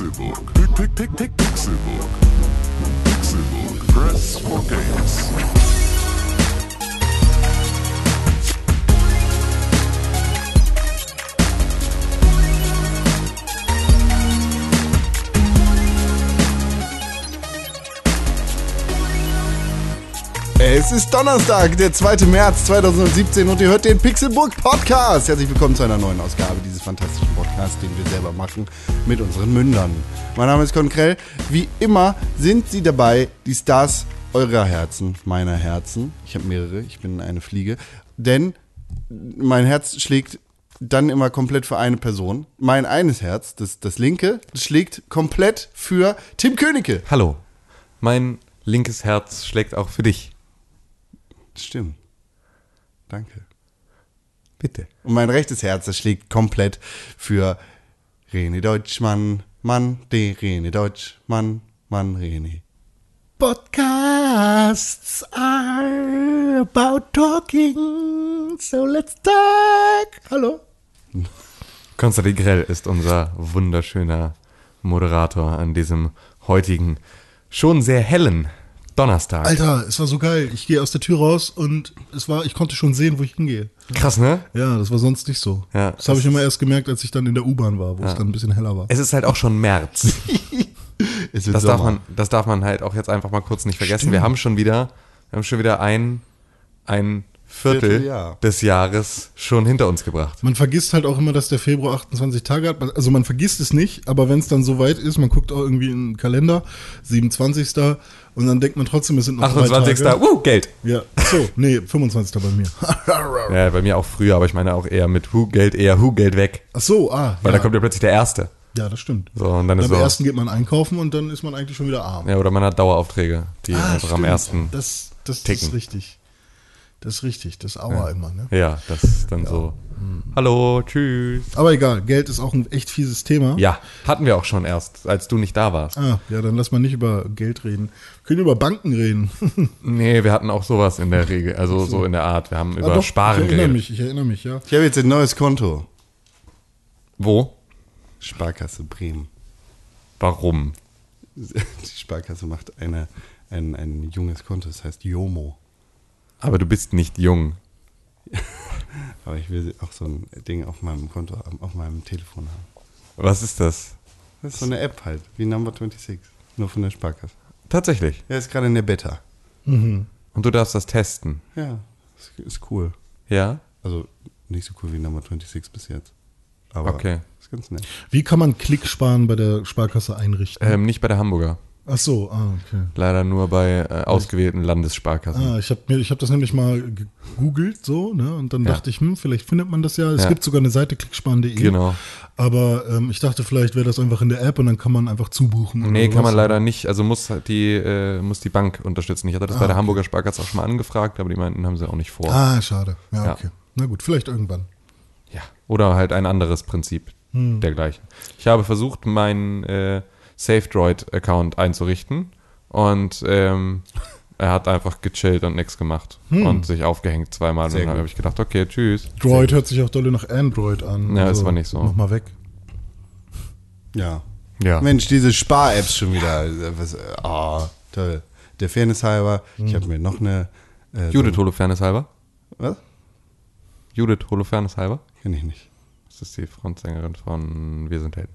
Pixelbook. Pixelbook. Pixelbook. Press for games. Es ist Donnerstag, der 2. März 2017 und ihr hört den Pixelbook Podcast. Herzlich willkommen zu einer neuen Ausgabe dieses fantastischen Podcasts, den wir selber machen mit unseren Mündern. Mein Name ist Konkrell. Wie immer sind sie dabei, die Stars eurer Herzen, meiner Herzen. Ich habe mehrere, ich bin eine Fliege. Denn mein Herz schlägt dann immer komplett für eine Person. Mein eines Herz, das linke, schlägt komplett für Tim Königke. Hallo, mein linkes Herz schlägt auch für dich. Stimmt. Danke. Bitte. Und mein rechtes Herz, das schlägt komplett für René Deutschmann, Mann, de René Deutschmann, Mann, René. Podcasts are about talking, so let's talk. Hallo. Konstantin Grell ist unser wunderschöner Moderator an diesem heutigen, schon sehr hellen Donnerstag. Alter, es war so geil. Ich gehe aus der Tür raus und ich konnte schon sehen, wo ich hingehe. Krass, ne? Ja, das war sonst nicht so. Ja, das habe ich immer erst gemerkt, als ich dann in der U-Bahn war, wo es dann ein bisschen heller war. Es ist halt auch schon März. Es wird Das Sommer. darf man halt auch jetzt einfach mal kurz nicht vergessen. Wir haben schon wieder ein Viertel Vierteljahr des Jahres schon hinter uns gebracht. Man vergisst halt auch immer, dass der Februar 28 Tage hat. Also man vergisst es nicht, aber wenn es dann soweit ist, man guckt auch irgendwie in den Kalender, 27. Und dann denkt man trotzdem, es sind noch 28. 3 Tage. Geld. Ja, so, nee, 25. bei mir. Ja, bei mir auch früher, aber ich meine auch eher mit Geld weg. Ach so, Weil ja. dann kommt ja plötzlich der Erste. Ja, das stimmt. So, und dann ist Am so, ersten geht man einkaufen und dann ist man eigentlich schon wieder arm. ja, oder man hat Daueraufträge, die einfach am stimmt. ersten. Das ticken. ist richtig. Das ist richtig, das Aua immer, ne? Ja, das ist dann so. Hallo, tschüss. Aber egal, Geld ist auch ein echt fieses Thema. Ja, hatten wir auch schon erst, als du nicht da warst. Ja, dann lass mal nicht über Geld reden. Wir können über Banken reden. Nee, wir hatten auch sowas in der Regel, also so in der Art. Wir haben über Doch, Sparen ich erinnere geredet. mich, ja. Ich habe jetzt ein neues Konto. Wo? Sparkasse Bremen. Warum? Die Sparkasse macht ein junges Konto, das heißt Jomo. Aber du bist nicht jung. Aber ich will auch so ein Ding auf meinem Konto haben, auf meinem Telefon haben. Was ist das? Das ist so eine App halt, wie Number 26, nur von der Sparkasse. Tatsächlich. Ja, ist gerade in der Beta. Und du darfst das testen. Ja, ist cool. Ja? Also nicht so cool wie Number 26 bis jetzt. Aber Okay. ist ganz nett. Wie kann man Klicksparen bei der Sparkasse einrichten? Nicht bei der Hamburger. Ach so, okay. Leider nur bei ausgewählten Landessparkassen. Ich hab das nämlich mal gegoogelt, so, ne? Und dann Ja. dachte ich, vielleicht findet man das ja. Es Ja. gibt sogar eine Seite, klicksparen.de. Genau. Aber ich dachte, vielleicht wäre das einfach in der App und dann kann man einfach zubuchen. oder Nee, kann sowas. man leider nicht. Also muss die Bank unterstützen. Ich hatte das bei der Hamburger Sparkasse auch schon mal angefragt, aber die meinten, haben sie auch nicht vor. Schade. Ja, Ja. okay. Na gut, vielleicht irgendwann. Ja. Oder halt ein anderes Prinzip dergleichen. Ich habe versucht, meinen SafeDroid-Account einzurichten und er hat einfach gechillt und nichts gemacht und sich aufgehängt zweimal. Sehr Und dann gut. habe ich gedacht, okay, tschüss. Droid hört sich auch dolle nach Android an. Ja, ist aber nicht so. Mach mal weg. Ja. Ja. Mensch, diese Spar-Apps schon wieder. Toll. Der Fairness halber, ich habe mir noch eine... Judith Holofernes halber? Was? Judith Holofernes halber? Kenn ich nicht. Das ist die Frontsängerin von Wir sind Helden.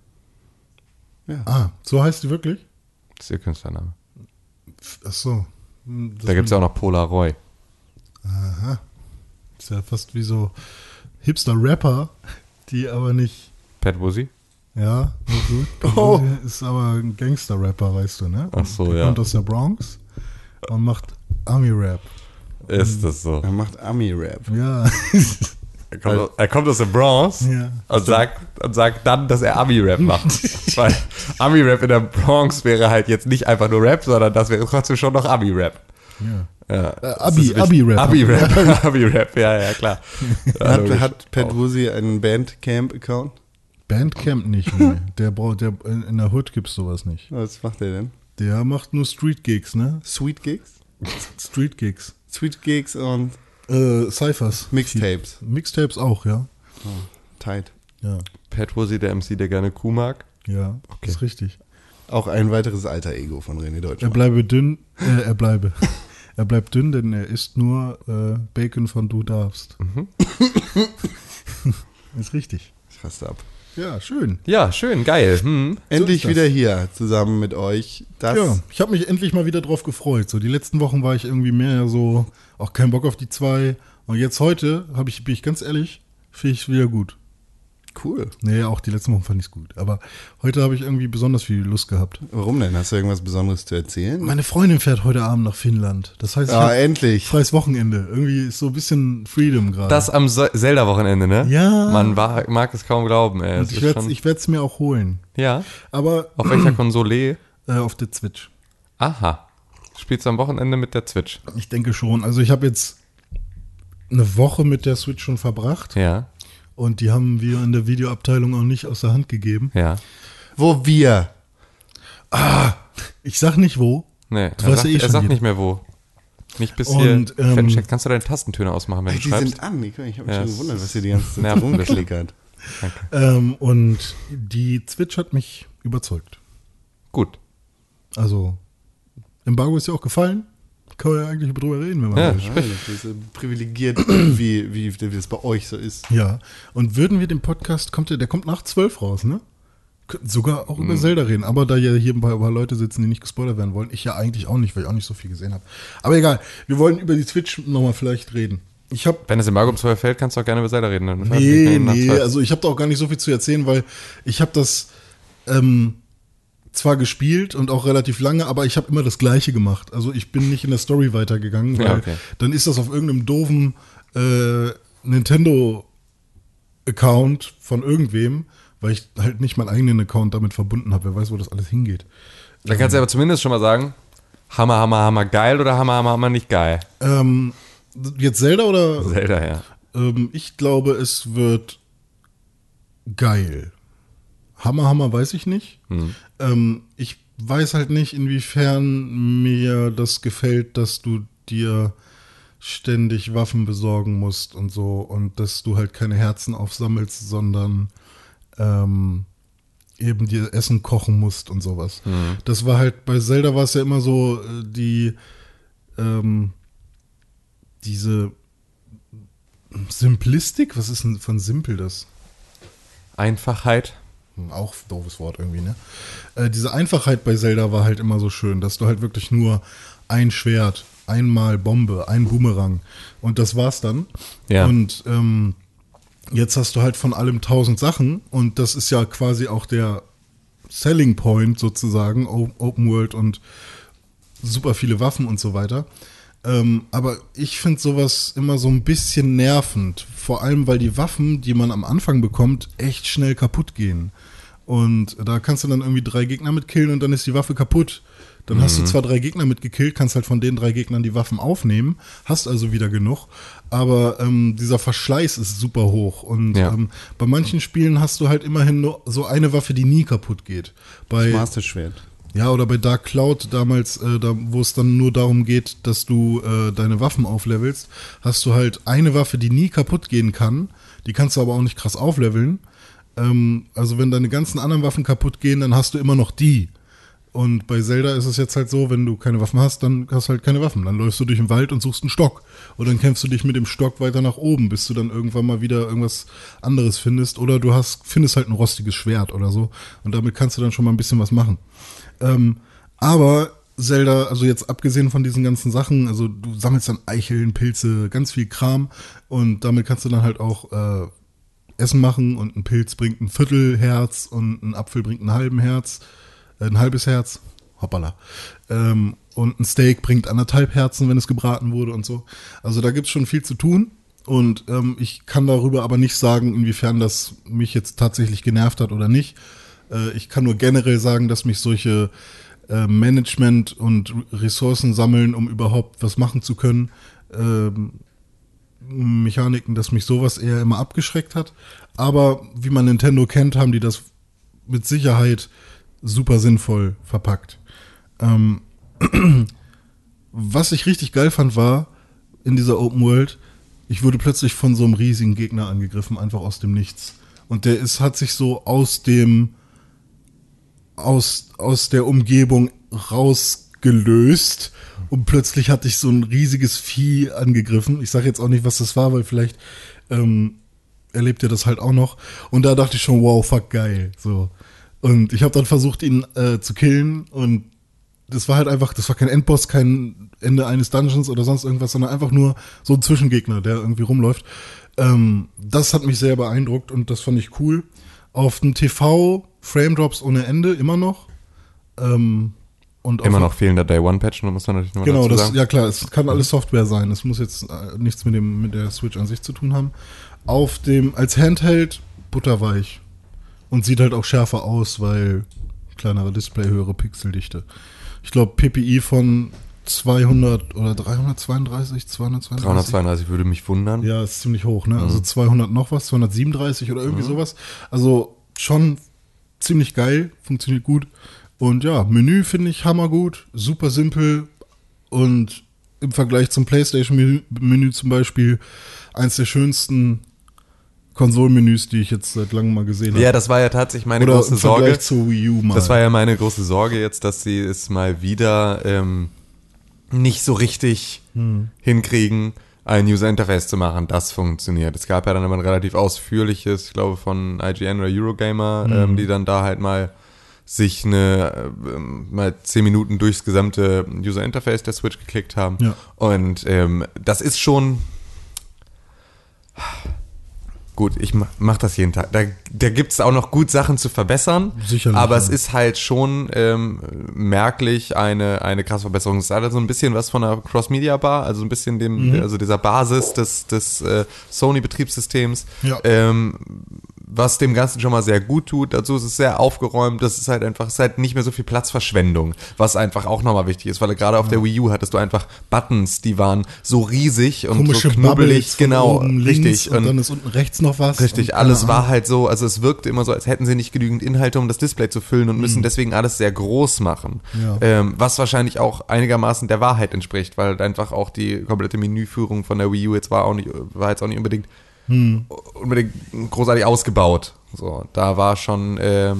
Ja. So heißt die wirklich? Das ist ihr Künstlername. Ach so. Da gibt es ja auch noch Polaroid. Aha. Ist ja fast wie so Hipster-Rapper, die aber nicht, Pat Wuzzy? ja, gut. Oh. Ist aber ein Gangster-Rapper, weißt du, ne? Ach so, Der ja. kommt aus der Bronx und macht Army-Rap. Ist das so? Er macht Ami-Rap. Ja. Er kommt aus der Bronx Ja. und sagt dann, dass er Ami-Rap macht. Weil Ami-Rap in der Bronx wäre halt jetzt nicht einfach nur Rap, sondern das wäre trotzdem schon noch Ami-Rap. Ja. Ja, das ist wichtig. Abi-Rap. Abi-Rap, Abi-Rap, ja, klar. Ja, logisch. Hat Pat Wuzzy einen Bandcamp-Account? Bandcamp nicht, nee. Der in der Hood gibt's sowas nicht. Was macht der denn? Der macht nur Street-Gigs, ne? Sweet Gigs? Street-Gigs. Sweet Gigs und Cyphers. Mixtapes. Mixtapes auch, ja. Tight. Ja. Pat Wuzzy, der MC, der gerne Kuh mag. Ja, Okay. ist richtig. Auch ein weiteres alter Ego von René Er Deutschmann. bleibe dünn, er bleibt dünn, denn er isst nur Bacon von Du darfst. Ist richtig. Ich raste ab. Ja, schön. Ja, schön, geil. Endlich ist das. wieder hier zusammen mit euch. Das Ja, ich habe mich endlich mal wieder drauf gefreut. So die letzten Wochen war ich irgendwie mehr so, auch kein Bock auf die 2. Und jetzt heute bin ich ganz ehrlich, finde ich es wieder gut. cool. Nee, auch die letzten Wochen fand ich es gut. Aber heute habe ich irgendwie besonders viel Lust gehabt. Warum denn? Hast du irgendwas Besonderes zu erzählen? Meine Freundin fährt heute Abend nach Finnland. Das heißt, ich Ah, habe endlich. freies Wochenende. Irgendwie ist so ein bisschen Freedom gerade. Das am Zelda-Wochenende, ne? Ja. Man mag es kaum glauben, ey. Und Es ich ist werde es mir auch holen. ja. Aber Auf welcher Konsole? auf der Switch. Aha. Spielst du am Wochenende mit der Switch? Ich denke schon. Also ich habe jetzt eine Woche mit der Switch schon verbracht. Ja, Und die haben wir in der Videoabteilung auch nicht aus der Hand gegeben. ja. Wo wir? Ich sag nicht wo. Nee, Du weißt ja eh er schon sagt jeder. nicht mehr wo. Nicht bis Und, hier fettencheckt. Kannst du deine Tastentöne ausmachen, wenn du Die schreibst? sind an. Ich habe mich Ja, schon es gewundert, was hier die ganze Zeit nervt ein rumklickert. Und die Switch hat mich überzeugt. Gut. Also, Embargo ist ja auch gefallen. Kann man ja eigentlich drüber reden, wenn man Ja. will. Ja, das ist privilegiert, wie das bei euch so ist. Ja. Und würden wir den Podcast, der kommt nach 12 raus, ne? Könnten sogar auch über Zelda reden. Aber da ja hier ein paar Leute sitzen, die nicht gespoilert werden wollen, ich ja eigentlich auch nicht, weil ich auch nicht so viel gesehen habe. Aber egal, wir wollen über die Switch nochmal vielleicht reden. Ich habe Wenn es Embargo um 12 fällt, kannst du auch gerne über Zelda reden. Dann Nee, also ich habe da auch gar nicht so viel zu erzählen, weil ich habe das zwar gespielt und auch relativ lange, aber ich habe immer das Gleiche gemacht. Also ich bin nicht in der Story weitergegangen, weil Ja, okay. dann ist das auf irgendeinem doofen Nintendo-Account von irgendwem, weil ich halt nicht meinen eigenen Account damit verbunden habe. Wer weiß, wo das alles hingeht. Dann kannst du aber zumindest schon mal sagen, Hammer, Hammer, Hammer geil oder Hammer, Hammer, Hammer nicht geil. Jetzt Zelda oder? Zelda, ja. Ich glaube, es wird geil. Hammer weiß ich nicht. Ich weiß halt nicht, inwiefern mir das gefällt, dass du dir ständig Waffen besorgen musst und so und dass du halt keine Herzen aufsammelst, sondern eben dir Essen kochen musst und sowas. Das war halt, bei Zelda war es ja immer so, diese Simplistik, was ist denn von simpel das? Einfachheit. Auch doofes Wort irgendwie, ne? Diese Einfachheit bei Zelda war halt immer so schön, dass du halt wirklich nur ein Schwert, einmal Bombe, ein Boomerang und das war's dann. Ja. Und jetzt hast du halt von allem 1000 Sachen und das ist ja quasi auch der Selling Point sozusagen, Open World und super viele Waffen und so weiter. Aber ich finde sowas immer so ein bisschen nervend. Vor allem, weil die Waffen, die man am Anfang bekommt, echt schnell kaputt gehen. Und da kannst du dann irgendwie 3 Gegner mit killen und dann ist die Waffe kaputt. Dann hast du zwar 3 Gegner mitgekillt, kannst halt von den 3 Gegnern die Waffen aufnehmen, hast also wieder genug, aber dieser Verschleiß ist super hoch. Und Ja. bei manchen Spielen hast du halt immerhin nur so eine Waffe, die nie kaputt geht. Bei Master-Schwert. Ja, oder bei Dark Cloud damals, wo es dann nur darum geht, dass du deine Waffen auflevelst, hast du halt eine Waffe, die nie kaputt gehen kann. Die kannst du aber auch nicht krass aufleveln. Also wenn deine ganzen anderen Waffen kaputt gehen, dann hast du immer noch die. Und bei Zelda ist es jetzt halt so, wenn du keine Waffen hast, dann hast du halt keine Waffen. Dann läufst du durch den Wald und suchst einen Stock. Und dann kämpfst du dich mit dem Stock weiter nach oben, bis du dann irgendwann mal wieder irgendwas anderes findest. Oder du findest halt ein rostiges Schwert oder so. Und damit kannst du dann schon mal ein bisschen was machen. Aber Zelda, also jetzt abgesehen von diesen ganzen Sachen, also du sammelst dann Eicheln, Pilze, ganz viel Kram und damit kannst du dann halt auch Essen machen und ein Pilz bringt ein Viertelherz und ein Apfel bringt ein halbes Herz, hoppala. Und ein Steak bringt 1,5 Herzen, wenn es gebraten wurde und so. Also da gibt's schon viel zu tun und ich kann darüber aber nicht sagen, inwiefern das mich jetzt tatsächlich genervt hat oder nicht. Ich kann nur generell sagen, dass mich solche Management und Ressourcen sammeln, um überhaupt was machen zu können, Mechaniken, dass mich sowas eher immer abgeschreckt hat. Aber wie man Nintendo kennt, haben die das mit Sicherheit super sinnvoll verpackt. Was ich richtig geil fand, war in dieser Open World, ich wurde plötzlich von so einem riesigen Gegner angegriffen, einfach aus dem Nichts. Und der hat sich so aus dem aus der Umgebung rausgelöst und plötzlich hatte ich so ein riesiges Vieh angegriffen. Ich sage jetzt auch nicht, was das war, weil vielleicht erlebt ihr das halt auch noch. Und da dachte ich schon, wow, fuck, geil. So. Und ich habe dann versucht, ihn zu killen und das war halt einfach, das war kein Endboss, kein Ende eines Dungeons oder sonst irgendwas, sondern einfach nur so ein Zwischengegner, der irgendwie rumläuft. Das hat mich sehr beeindruckt und das fand ich cool. Auf dem TV Frame-Drops ohne Ende, immer noch. Und Immer noch fehlender Day-One-Patch, muss man natürlich nochmal dazu sagen. Ja klar, es kann alles Software sein. Es muss jetzt nichts mit der Switch an sich zu tun haben. Als Handheld butterweich. Und sieht halt auch schärfer aus, weil kleinere Display, höhere Pixeldichte. Ich glaube, PPI von 200 oder 332, 232. 332 würde mich wundern. Ja, ist ziemlich hoch, ne? Also 200 noch was, 237 oder irgendwie sowas. Also schon ziemlich geil, funktioniert gut. Und ja, Menü finde ich hammergut, super simpel und im Vergleich zum PlayStation-Menü zum Beispiel eins der schönsten Konsolenmenüs, die ich jetzt seit langem mal gesehen habe. Ja, das war ja tatsächlich meine Oder große im Vergleich Sorge. zur Wii U mal. Das war ja meine große Sorge jetzt, dass sie es mal wieder nicht so richtig hinkriegen, ein User-Interface zu machen, das funktioniert. Es gab ja dann immer ein relativ ausführliches, ich glaube von IGN oder Eurogamer, die dann da halt mal sich mal 10 Minuten durchs gesamte User-Interface der Switch geklickt haben. Ja. Und das ist schon... Gut, ich mach das jeden Tag. Da gibt's auch noch gut Sachen zu verbessern. Sicherlich, aber ja. es ist halt schon merklich eine krasse Verbesserung. Es ist halt so ein bisschen was von einer Cross-Media-Bar, also ein bisschen also dieser Basis des Sony-Betriebssystems, Ja. was dem Ganzen schon mal sehr gut tut. Dazu ist es sehr aufgeräumt. Das ist halt einfach, es ist halt nicht mehr so viel Platzverschwendung, was einfach auch nochmal wichtig ist, weil gerade auf der Wii U hattest du einfach Buttons, die waren so riesig und komische so knubbelig. Bubbles von Genau, oben richtig. links und dann ist unten rechts noch was. Richtig, und alles war halt so, also es wirkte immer so, als hätten sie nicht genügend Inhalte, um das Display zu füllen und müssen deswegen alles sehr groß machen. Ja. Was wahrscheinlich auch einigermaßen der Wahrheit entspricht, weil einfach auch die komplette Menüführung von der Wii U war jetzt auch nicht unbedingt großartig ausgebaut. So, da war schon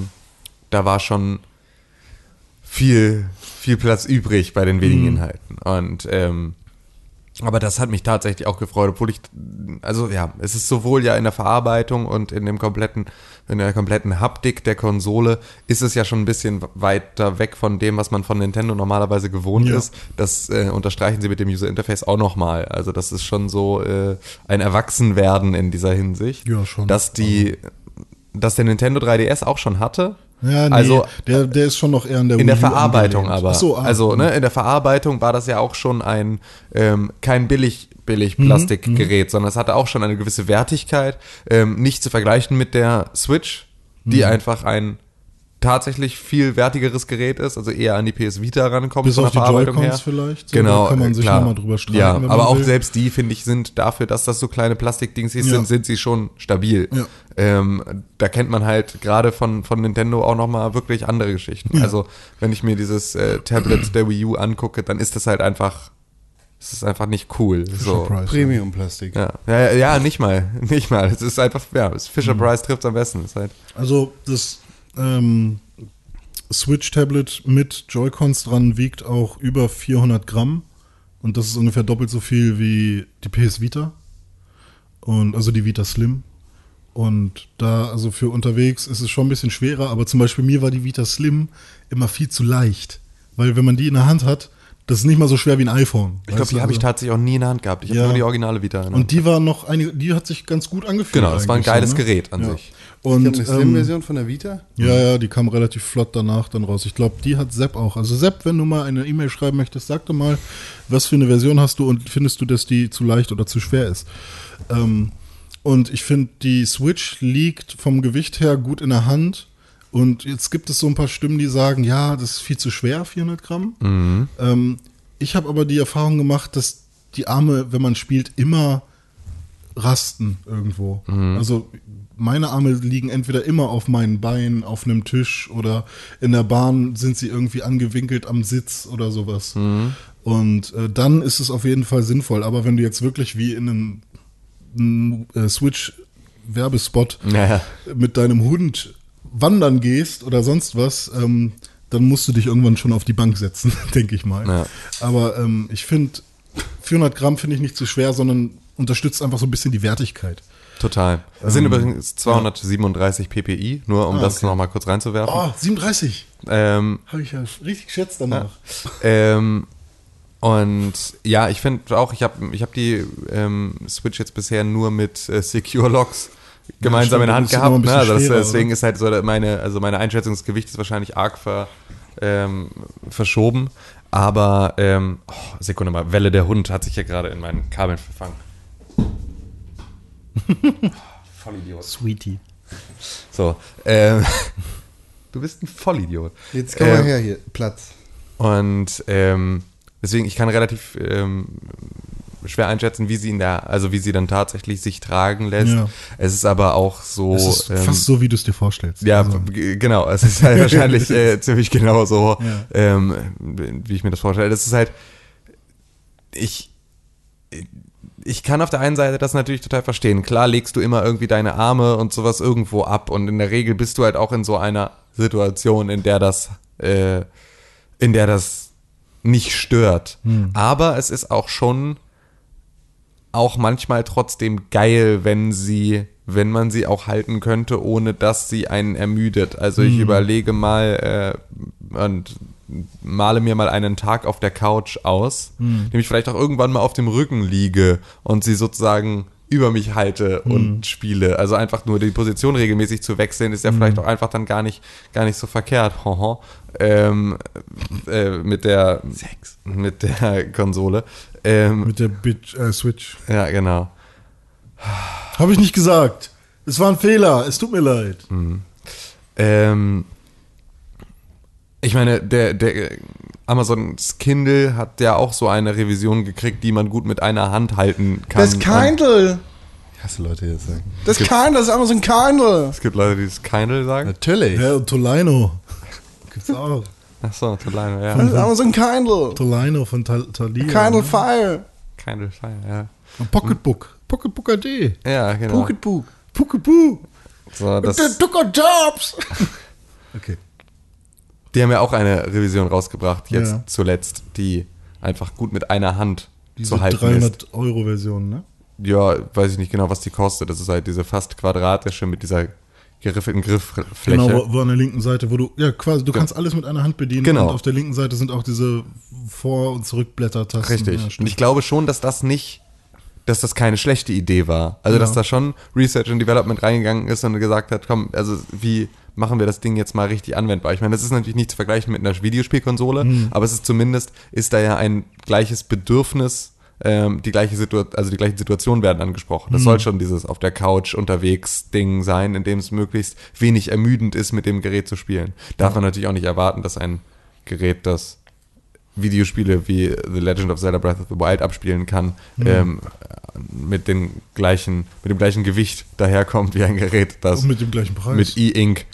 viel Platz übrig bei den wenigen Inhalten. Und aber das hat mich tatsächlich auch gefreut, obwohl es ist sowohl ja in der Verarbeitung und in der kompletten Haptik der Konsole ist es ja schon ein bisschen weiter weg von dem, was man von Nintendo normalerweise gewohnt ist. Das unterstreichen sie mit dem User Interface auch nochmal. Also das ist schon so ein Erwachsenwerden in dieser Hinsicht. Ja, schon. Dass der Nintendo 3DS auch schon hatte. Ja, nee, also der ist schon noch eher in der in der Wii U Verarbeitung angelehnt. aber. Ach so, in der Verarbeitung war das ja auch schon kein billig Plastikgerät, sondern es hatte auch schon eine gewisse Wertigkeit. Nicht zu vergleichen mit der Switch, die einfach ein tatsächlich viel wertigeres Gerät ist, also eher an die PS Vita rankommt Bis von auf der die Verarbeitung her. Joy-Cons vielleicht. So, Genau, da kann man sich klar. nochmal drüber streiten. Ja, wenn man aber auch will. selbst die, finde ich, sind dafür, dass das so kleine Plastikdings sind sie schon stabil. Ja. Da kennt man halt gerade von Nintendo auch nochmal wirklich andere Geschichten. Ja. Also, wenn ich mir dieses Tablet der Wii U angucke, dann ist das halt einfach, es ist einfach nicht cool. So. Price, Premium-Plastik. Ja, nicht mal. Es ist einfach, das Fisher Price trifft am besten. Ist halt, Also das Switch-Tablet mit Joy-Cons dran wiegt auch über 400 Gramm und das ist ungefähr doppelt so viel wie die PS Vita und also die Vita Slim. Und da, also für unterwegs ist es schon ein bisschen schwerer, aber zum Beispiel mir war die Vita Slim immer viel zu leicht, weil wenn man die in der Hand hat, das ist nicht mal so schwer wie ein iPhone. ich glaube, die habe ich tatsächlich auch nie in der Hand gehabt. Ich habe Ja. nur die originale Vita in der Hand. Und die war noch die hat sich ganz gut angefühlt. Genau, das war ein eigentlich geiles so, ne? Gerät an Ja. sich. Und Ich habe eine Slim-Version von der Vita. ja, die kam relativ flott danach dann raus. Ich glaube, die hat Sepp auch. Also Sepp, wenn du mal eine E-Mail schreiben möchtest, sag doch mal, was für eine Version hast du und findest du, dass die zu leicht oder zu schwer ist. Und ich finde, die Switch liegt vom Gewicht her gut in der Hand. Und jetzt gibt es so ein paar Stimmen, die sagen, ja, das ist viel zu schwer, 400 Gramm. Ich habe aber die Erfahrung gemacht, dass die Arme, wenn man spielt, immer rasten irgendwo. Also meine Arme liegen entweder immer auf meinen Beinen, auf einem Tisch oder in der Bahn sind sie irgendwie angewinkelt am Sitz oder sowas. Und dann ist es auf jeden Fall sinnvoll. Aber wenn du jetzt wirklich wie in einem Switch-Werbespot Naja. mit deinem Hund wandern gehst oder sonst was, dann musst du dich irgendwann schon auf die Bank setzen, denke ich mal. Ja. Aber ich finde, 400 Gramm finde ich nicht zu schwer, sondern unterstützt einfach so ein bisschen die Wertigkeit. Total. Es sind übrigens 237 ppi, nur um das nochmal kurz reinzuwerfen. Oh, 37. Habe ich ja richtig geschätzt danach. Und ja, ich finde auch, ich hab die Switch jetzt bisher nur mit Secure Locks gemeinsam in der Hand gehabt. Ne? Also deswegen ist halt so meine Einschätzung des Gewichts ist wahrscheinlich arg verschoben. Aber, Sekunde mal, Welle der Hund hat sich ja gerade in meinen Kabeln verfangen. Vollidiot. Sweetie. So, du bist ein Vollidiot. Jetzt komm mal her hier, Platz. Und deswegen, ich kann relativ schwer einschätzen, wie sie dann tatsächlich sich tragen lässt. Ja. Es ist aber auch so. Es ist fast so, wie du es dir vorstellst. Ja, also. Genau. Es ist halt wahrscheinlich ziemlich genau so, wie ich mir das vorstelle. Das ist halt, ich kann auf der einen Seite das natürlich total verstehen. Klar legst du immer irgendwie deine Arme und sowas irgendwo ab und in der Regel bist du halt auch in so einer Situation, in der das nicht stört. Aber es ist auch schon auch manchmal trotzdem geil, wenn man sie auch halten könnte, ohne dass sie einen ermüdet. Also ich überlege mal und male mir mal einen Tag auf der Couch aus, dem ich vielleicht auch irgendwann mal auf dem Rücken liege und sie sozusagen über mich halte und spiele. Also einfach nur die Position regelmäßig zu wechseln, ist ja vielleicht auch einfach dann gar nicht so verkehrt. Mit der Konsole. Mit der Switch. Ja, genau. Habe ich nicht gesagt. Es war ein Fehler. Es tut mir leid. Ich meine, der Amazons Kindle hat ja auch so eine Revision gekriegt, die man gut mit einer Hand halten kann. Das Kindle! Ich hasse Leute, die das sagen. Das Kindle, das ist Amazon Kindle! Es gibt Leute, die das Kindle sagen. Natürlich. Ja, und Tolino. Gibt's auch. Ach so, Tolino, ja. Das ist Amazon Kindle. Tolino von Thalia. Kindle Fire. Kindle Fire, ja. Und Pocketbook. Pocketbook AD. Ja, genau. Pocketbook. Pocketbook. So, das Took our jobs! Okay. Die haben ja auch eine Revision rausgebracht, jetzt zuletzt, die einfach gut mit einer Hand zu halten 300-Euro-Version, ne? Ja, weiß ich nicht genau, was die kostet. Das ist halt diese fast quadratische mit dieser geriffelten Grifffläche. Genau, wo an der linken Seite, wo du, quasi, du kannst alles mit einer Hand bedienen. Genau. Und auf der linken Seite sind auch diese Vor- und Zurückblättertasten. Richtig. Ja, und ich glaube schon, dass das keine schlechte Idee war. Also, dass da schon Research and Development reingegangen ist und gesagt hat, komm, also wie machen wir das Ding jetzt mal richtig anwendbar. Ich meine, das ist natürlich nicht zu vergleichen mit einer Videospielkonsole, aber es ist zumindest, ist da ja ein gleiches Bedürfnis, die gleichen Situationen werden angesprochen. Das soll schon dieses auf der Couch unterwegs Ding sein, in dem es möglichst wenig ermüdend ist, mit dem Gerät zu spielen. Darf man natürlich auch nicht erwarten, dass ein Gerät, das Videospiele wie The Legend of Zelda Breath of the Wild abspielen kann, mit dem gleichen Gewicht daherkommt wie ein Gerät, das und mit dem gleichen Preis. Mit E-Ink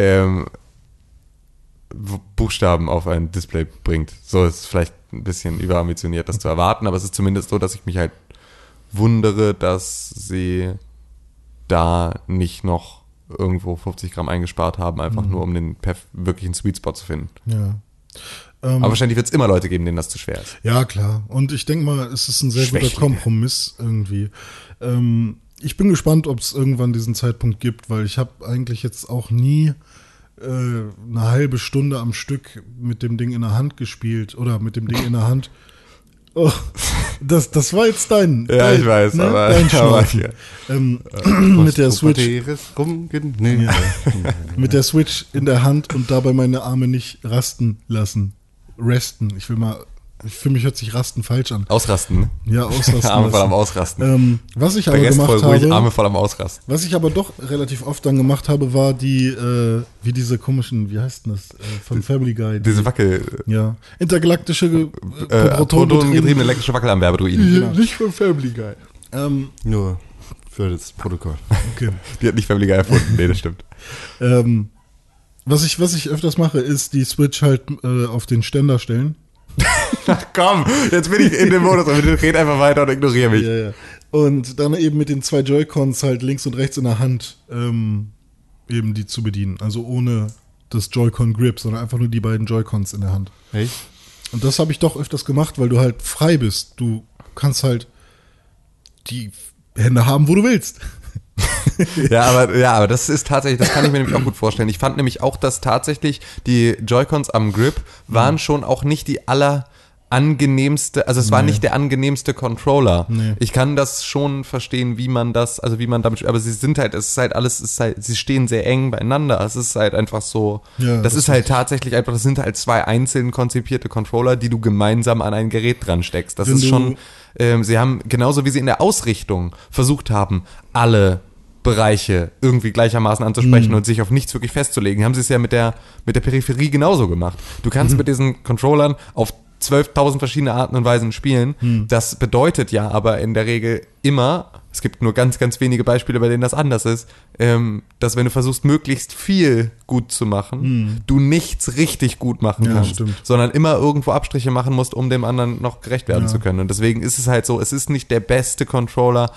Buchstaben auf ein Display bringt. So ist vielleicht ein bisschen überambitioniert, das zu erwarten, aber es ist zumindest so, dass ich mich halt wundere, dass sie da nicht noch irgendwo 50 Gramm eingespart haben, einfach nur um den wirklichen Sweet Spot zu finden. Ja. Aber wahrscheinlich wird es immer Leute geben, denen das zu schwer ist. Ja, klar. Und ich denke mal, es ist ein sehr guter Kompromiss irgendwie. Ich bin gespannt, ob es irgendwann diesen Zeitpunkt gibt, weil ich habe eigentlich jetzt auch nie eine halbe Stunde am Stück mit dem Ding in der Hand gespielt oder mit dem Ding in der Hand. Oh, das war jetzt dein. Ja, ich weiß, ne? aber dein Schnaufen. Mit der Switch. Mit der Switch in der Hand und dabei meine Arme nicht rasten lassen. Resten. Für mich hört sich Rasten falsch an. Ausrasten. Ja, ausrasten. Arme voll am Ausrasten. Was ich aber gemacht ruhig, habe. Arme voll am Ausrasten. Was ich aber doch relativ oft dann gemacht habe, war wie diese komischen, wie heißt denn das? Von Family Guy. Diese Wackel. Ja. Intergalaktische protongetriebene elektrische Wackelanwerbedruiden. Genau. Nicht von Family Guy. Nur für das Protokoll. Okay. Die hat nicht Family Guy erfunden. Nee, das stimmt. Was ich öfters mache, ist die Switch halt auf den Ständer stellen. Ach komm, jetzt bin ich in dem Modus, aber red einfach weiter und ignoriere mich. Ja. Und dann eben mit den 2 Joy-Cons halt links und rechts in der Hand eben die zu bedienen. Also ohne das Joy-Con-Grip, sondern einfach nur die beiden Joy-Cons in der Hand. Echt? Und das habe ich doch öfters gemacht, weil du halt frei bist. Du kannst halt die Hände haben, wo du willst. Ja, aber das ist tatsächlich, das kann ich mir nämlich auch gut vorstellen. Ich fand nämlich auch, dass tatsächlich die Joy-Cons am Grip waren schon auch nicht die angenehmste, also es war nicht der angenehmste Controller. Nee. Ich kann das schon verstehen, wie man damit, aber sie sind halt, sie stehen sehr eng beieinander. Es ist halt einfach so, Ja, das ist halt tatsächlich einfach, das sind halt zwei einzeln konzipierte Controller, die du gemeinsam an ein Gerät dran steckst. Das Wenn ist du- schon, sie haben, genauso wie sie in der Ausrichtung versucht haben, alle Bereiche irgendwie gleichermaßen anzusprechen und sich auf nichts wirklich festzulegen, haben sie es ja mit der Peripherie genauso gemacht. Du kannst mit diesen Controllern auf 12.000 verschiedene Arten und Weisen spielen. Das bedeutet ja aber in der Regel immer, es gibt nur ganz, ganz wenige Beispiele, bei denen das anders ist, dass wenn du versuchst, möglichst viel gut zu machen, du nichts richtig gut machen Ja, kannst, stimmt. sondern immer irgendwo Abstriche machen musst, um dem anderen noch gerecht werden zu können. Und deswegen ist es halt so, es ist nicht der beste Controller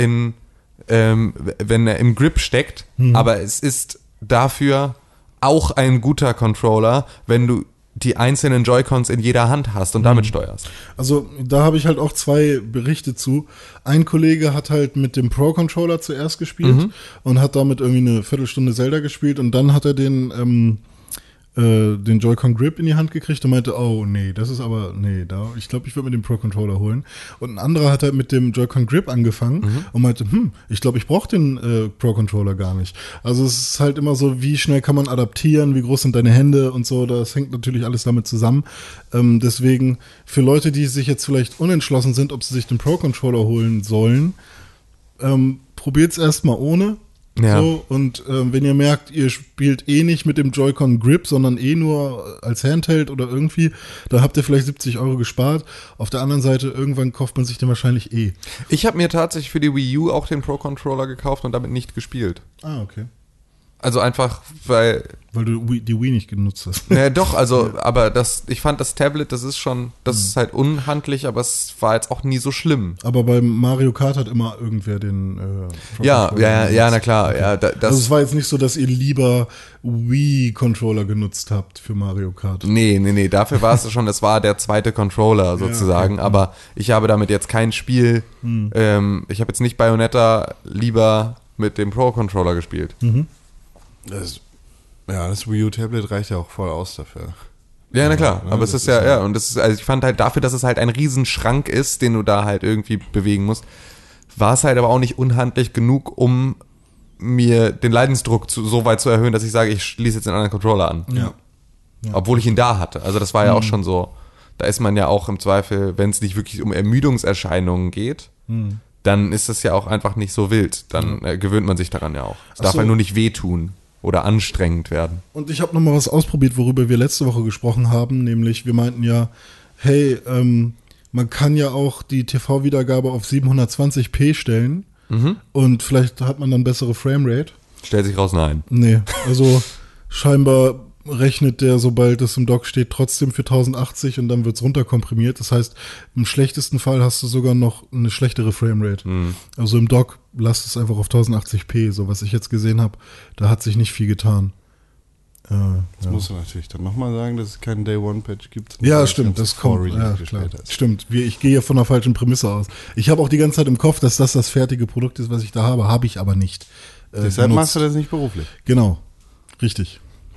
wenn er im Grip steckt, aber es ist dafür auch ein guter Controller, wenn du die einzelnen Joy-Cons in jeder Hand hast und damit steuerst. Also da habe ich halt auch zwei Berichte zu. Ein Kollege hat halt mit dem Pro-Controller zuerst gespielt und hat damit irgendwie eine Viertelstunde Zelda gespielt und dann hat er den Joy-Con Grip in die Hand gekriegt und meinte, oh nee, ich glaube, ich würde mir den Pro-Controller holen. Und ein anderer hat halt mit dem Joy-Con Grip angefangen und meinte, ich glaube, ich brauche den Pro-Controller gar nicht. Also es ist halt immer so, wie schnell kann man adaptieren, wie groß sind deine Hände und so, das hängt natürlich alles damit zusammen. Deswegen, für Leute, die sich jetzt vielleicht unentschlossen sind, ob sie sich den Pro-Controller holen sollen, probiert es erstmal ohne. Ja. So, und wenn ihr merkt, ihr spielt nicht mit dem Joy-Con Grip, sondern nur als Handheld oder irgendwie, dann habt ihr vielleicht 70 € gespart. Auf der anderen Seite, irgendwann kauft man sich den wahrscheinlich Ich habe mir tatsächlich für die Wii U auch den Pro-Controller gekauft und damit nicht gespielt. Ah, okay. Also einfach, weil Weil du die Wii nicht genutzt hast. naja, doch, also, aber ich fand das Tablet, das ist halt unhandlich, aber es war jetzt auch nie so schlimm. Aber beim Mario Kart hat immer irgendwer den Ja, Pro-Controller ja, na genutzt. klar, Okay. ja, Also es war jetzt nicht so, dass ihr lieber Wii-Controller genutzt habt für Mario Kart. Nee, dafür war es schon, das war der zweite Controller sozusagen, okay. aber ich habe damit jetzt kein Spiel, ich habe jetzt nicht Bayonetta lieber mit dem Pro-Controller gespielt. Das Wii U Tablet reicht ja auch voll aus dafür. Ja, na klar, Ja, aber es das ist ja, und das ist, also ich fand halt dafür, dass es halt ein Riesenschrank ist, den du da halt irgendwie bewegen musst, war es halt aber auch nicht unhandlich genug, um mir den Leidensdruck so weit zu erhöhen, dass ich sage, ich schließe jetzt den anderen Controller an. Ja. Obwohl ich ihn da hatte. Also das war ja auch schon so, da ist man ja auch im Zweifel, wenn es nicht wirklich um Ermüdungserscheinungen geht, dann ist das ja auch einfach nicht so wild. Dann gewöhnt man sich daran ja auch. Es darf so. halt nur nicht wehtun oder anstrengend werden. Und ich habe nochmal was ausprobiert, worüber wir letzte Woche gesprochen haben, nämlich wir meinten ja, hey, man kann ja auch die TV-Wiedergabe auf 720p stellen und vielleicht hat man dann bessere Framerate. Stellt sich raus, nein. Nee, also scheinbar rechnet der, sobald es im Dock steht, trotzdem für 1080 und dann wird's runterkomprimiert. Das heißt, im schlechtesten Fall hast du sogar noch eine schlechtere Framerate. Also im Dock lasst es einfach auf 1080p, so was ich jetzt gesehen habe. Da hat sich nicht viel getan. Das musst du natürlich dann nochmal sagen, dass es keinen Day-One-Patch gibt. Ja, stimmt, das kommt. Ja, klar. Stimmt, ich gehe von einer falschen Prämisse aus. Ich habe auch die ganze Zeit im Kopf, dass das fertige Produkt ist, was ich da habe ich aber nicht. Deshalb benutzt. machst du das nicht beruflich. Genau, richtig.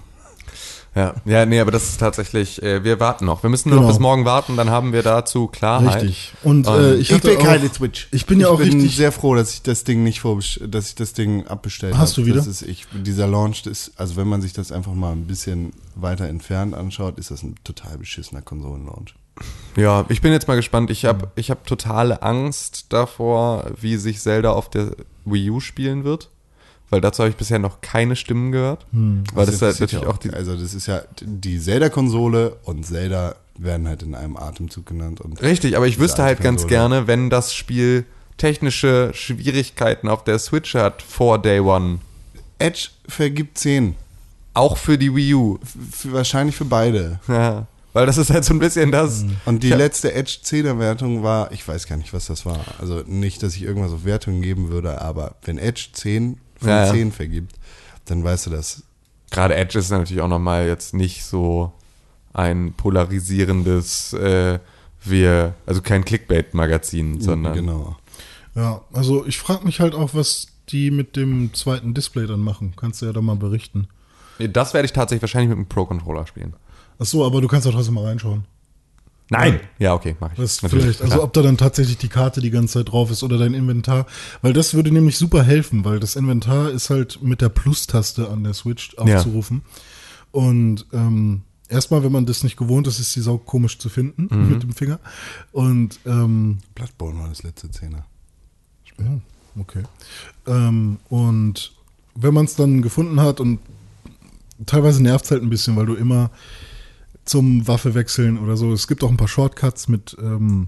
Ja, nee, aber das ist tatsächlich, wir warten noch. Wir müssen nur noch Genau. bis morgen warten, dann haben wir dazu Klarheit. Richtig. Und ich Ich hatte will auch, keine Switch. Ich bin ja auch richtig. sehr froh, dass ich das Ding nicht dass ich das Ding abbestellt habe. Hast du wieder? Dieser Launch ist, also wenn man sich das einfach mal ein bisschen weiter entfernt anschaut, ist das ein total beschissener Konsolenlaunch. Ja, ich bin jetzt mal gespannt. Ich hab totale Angst davor, wie sich Zelda auf der Wii U spielen wird. Weil dazu habe ich bisher noch keine Stimmen gehört. Weil das halt natürlich auch die. Also das ist ja die Zelda-Konsole und Zelda werden halt in einem Atemzug genannt. Und Richtig, aber ich diese wüsste halt ganz Konsole. gerne, wenn das Spiel technische Schwierigkeiten auf der Switch hat vor Day One. Edge vergibt 10. Auch für die Wii U. Wahrscheinlich für beide. Ja, weil das ist halt so ein bisschen das. Und die Ja. letzte Edge 10er Wertung war, ich weiß gar nicht, was das war. Also nicht, dass ich irgendwas auf Wertungen geben würde, aber wenn Edge 10 von Ja, ja. 10 vergibt, dann weißt du das. Gerade Edge ist natürlich auch nochmal jetzt nicht so ein polarisierendes, also kein Clickbait-Magazin, sondern. Genau. Ja, also ich frage mich halt auch, was die mit dem zweiten Display dann machen. Kannst du ja da mal berichten. Das werde ich tatsächlich wahrscheinlich mit einem Pro-Controller spielen. Ach so, aber du kannst doch trotzdem mal reinschauen. Nein! Ja, okay, mache ich. Das Natürlich, vielleicht, also klar. ob da dann tatsächlich die Karte die ganze Zeit drauf ist oder dein Inventar. Weil das würde nämlich super helfen, weil das Inventar ist halt mit der Plus-Taste an der Switch aufzurufen. Und erstmal, wenn man das nicht gewohnt ist, ist die Sau komisch zu finden mit dem Finger. Und Bloodborne war das letzte Zehner. ja, okay. Und wenn man es dann gefunden hat und teilweise nervt es halt ein bisschen, weil du immer zum Waffe wechseln oder so. Es gibt auch ein paar Shortcuts mit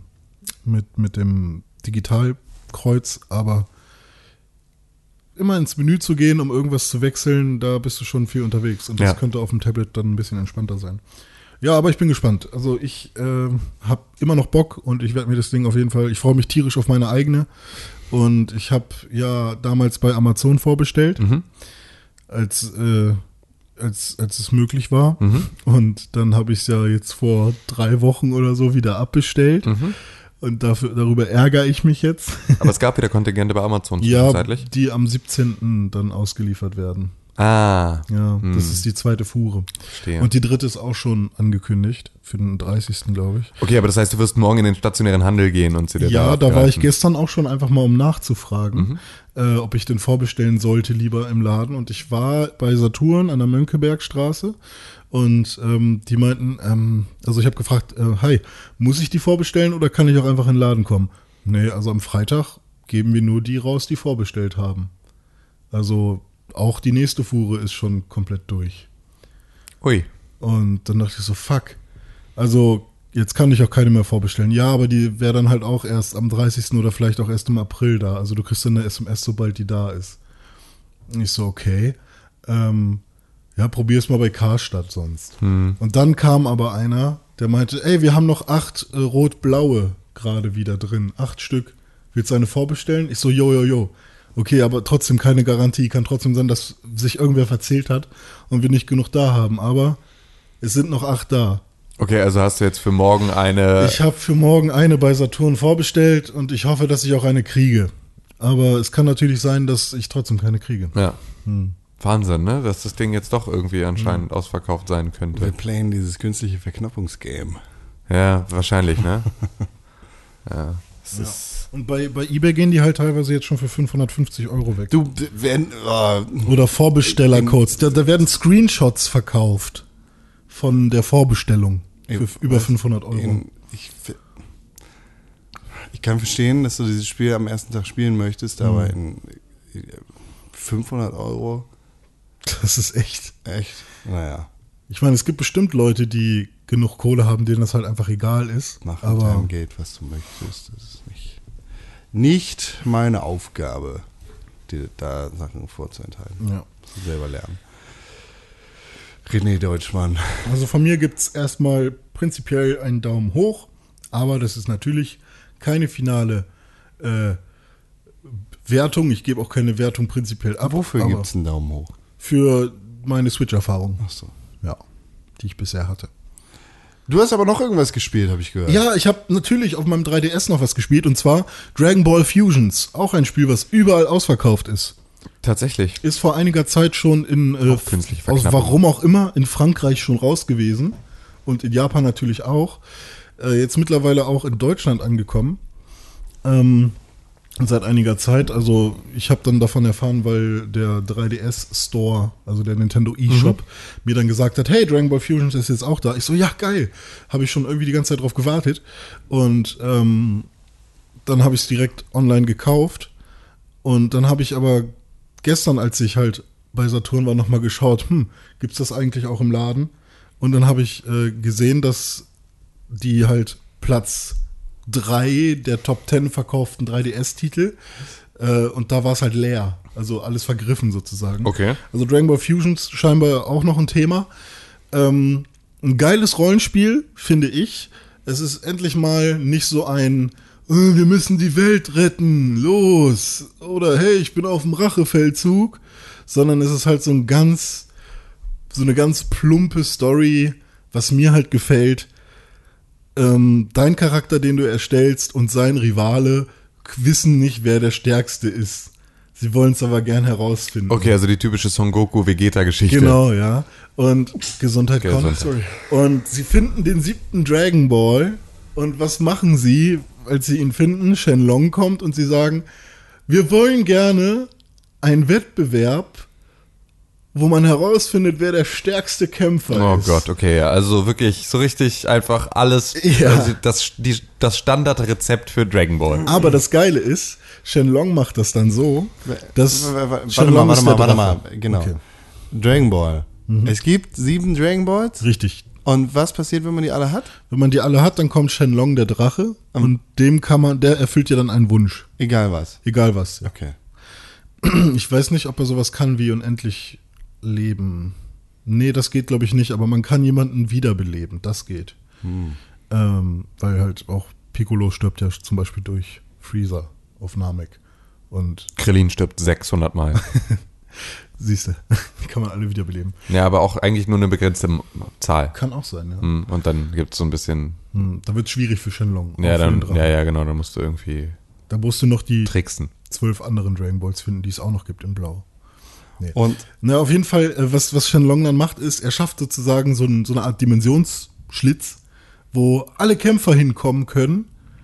dem Digitalkreuz, aber immer ins Menü zu gehen, um irgendwas zu wechseln, da bist du schon viel unterwegs. Und das könnte auf dem Tablet dann ein bisschen entspannter sein. Ja, aber ich bin gespannt. Also ich habe immer noch Bock und ich werde mir das Ding auf jeden Fall, ich freue mich tierisch auf meine eigene. Und ich habe ja damals bei Amazon vorbestellt, als es möglich war. Und dann habe ich es ja jetzt vor 3 Wochen oder so wieder abbestellt. Und darüber ärgere ich mich jetzt. Aber es gab wieder Kontingente bei Amazon Ja, zwischenzeitlich. die am 17. dann ausgeliefert werden. Ah, Ja, das ist die zweite Fuhre. verstehe. Und die dritte ist auch schon angekündigt, für den 30. glaube ich. Okay, aber das heißt, du wirst morgen in den stationären Handel gehen und sie dir Ja, da war ich abgreifen. gestern auch schon einfach mal, um nachzufragen, ob ich den vorbestellen sollte, lieber im Laden. Und ich war bei Saturn an der Mönckebergstraße und die meinten, also ich habe gefragt, hi, muss ich die vorbestellen oder kann ich auch einfach in den Laden kommen? Nee, also am Freitag geben wir nur die raus, die vorbestellt haben. Also auch die nächste Fuhre ist schon komplett durch. Ui. Und dann dachte ich so, fuck. Also jetzt kann ich auch keine mehr vorbestellen. Ja, aber die wäre dann halt auch erst am 30. oder vielleicht auch erst im April da. Also du kriegst dann eine SMS, sobald die da ist. Und ich so, okay. Ja, probier's mal bei Karstadt sonst. Und dann kam aber einer, der meinte, ey, wir haben noch 8 rot-blaue gerade wieder drin. 8 Stück. Willst du eine vorbestellen? Ich so, jo. Okay, aber trotzdem keine Garantie. Kann trotzdem sein, dass sich irgendwer verzählt hat und wir nicht genug da haben. Aber es sind noch 8 da. Okay, also hast du jetzt für morgen eine. Ich habe für morgen eine bei Saturn vorbestellt und ich hoffe, dass ich auch eine kriege. Aber es kann natürlich sein, dass ich trotzdem keine kriege. Ja. Wahnsinn, ne? Dass das Ding jetzt doch irgendwie anscheinend ausverkauft sein könnte. Wir playen dieses künstliche Verknüpfungsgame. Ja, wahrscheinlich, ne? Ja. Es ist. Und bei eBay gehen die halt teilweise jetzt schon für 550 € weg. Du, wenn, Oder Vorbestellercodes. Da werden Screenshots verkauft von der Vorbestellung für über 500 €. Ich kann verstehen, dass du dieses Spiel am ersten Tag spielen möchtest, aber in 500 €, Das ist echt. naja, Ich meine, es gibt bestimmt Leute, die genug Kohle haben, denen das halt einfach egal ist. mach mit aber deinem Geld, was du möchtest. Das ist nicht meine Aufgabe, dir da Sachen vorzuenthalten. ja. Musst du selber lernen. René Deutschmann. Also von mir gibt es erstmal prinzipiell einen Daumen hoch, aber das ist natürlich keine finale Wertung. Ich gebe auch keine Wertung prinzipiell ab. Wofür aber gibt es einen Daumen hoch? Für meine Switch-Erfahrung, Achso. ja, die ich bisher hatte. Du hast aber noch irgendwas gespielt, habe ich gehört. Ja, ich habe natürlich auf meinem 3DS noch was gespielt und zwar Dragon Ball Fusions. Auch ein Spiel, was überall ausverkauft ist. Tatsächlich. Ist vor einiger Zeit schon in, Auch künstliche aus Verknappung. warum auch immer, in Frankreich schon raus gewesen. Und in Japan natürlich auch. Jetzt mittlerweile auch in Deutschland angekommen. Seit einiger Zeit. Also ich habe dann davon erfahren, weil der 3DS Store, also der Nintendo eShop, mir dann gesagt hat, hey, Dragon Ball Fusions ist jetzt auch da. Ich so, ja, geil. Habe ich schon irgendwie die ganze Zeit drauf gewartet. Und dann habe ich es direkt online gekauft. Und dann habe ich aber gestern, als ich halt bei Saturn war, nochmal geschaut, gibt es das eigentlich auch im Laden? Und dann habe ich gesehen, dass die halt Platz 3 der Top 10 verkauften 3DS-Titel und da war es halt leer. Also alles vergriffen sozusagen. Okay. Also Dragon Ball Fusions scheinbar auch noch ein Thema. Ein geiles Rollenspiel, finde ich. Es ist endlich mal nicht so ein wir müssen die Welt retten, los. Oder hey, ich bin auf dem Rachefeldzug. sondern es ist halt so eine ganz plumpe Story, was mir halt gefällt. Dein Charakter, den du erstellst, und sein Rivale wissen nicht, wer der Stärkste ist. Sie wollen es aber gern herausfinden. Okay, also die typische Son Goku-Vegeta-Geschichte. Genau, ja. Und Gesundheit, Gesundheit. Sorry. Und sie finden den 7. Dragon Ball. Und was machen sie, als sie ihn finden? Shenlong kommt und sie sagen, wir wollen gerne einen Wettbewerb, wo man herausfindet, wer der stärkste Kämpfer Oh ist. Gott, okay, ja. Also wirklich so richtig einfach alles, Ja. also das Standardrezept für Dragon Ball. Aber das Geile ist, Shenlong macht das dann so, dass Warte Shenlong ist der Drache. mal. Genau. Okay. Dragon Ball. Es gibt 7 Dragon Balls. Richtig. Und was passiert, wenn man die alle hat? Wenn man die alle hat, dann kommt Shenlong, der Drache, und der erfüllt dir dann einen Wunsch. Egal was. Egal was. Okay. Ich weiß nicht, ob er sowas kann wie unendlich leben. Nee, das geht, glaube ich, nicht, aber man kann jemanden wiederbeleben. Das geht. Weil halt auch Piccolo stirbt ja zum Beispiel durch Freezer auf Namek. Und Krillin stirbt 600 Mal. siehst du, kann man alle wiederbeleben. Ja, aber auch eigentlich nur eine begrenzte Zahl. Kann auch sein, ja. Und dann gibt es so ein bisschen, Da wird es schwierig für Shenlong. ja, auch für den dann, Drachen. ja, genau, dann musst du irgendwie Da musst du noch die tricksen. 12 anderen Dragon Balls finden, die es auch noch gibt in Blau. Nee. Und Na, auf jeden Fall, was Shenlong dann macht, ist, er schafft sozusagen so eine Art Dimensionsschlitz, wo alle Kämpfer hinkommen können,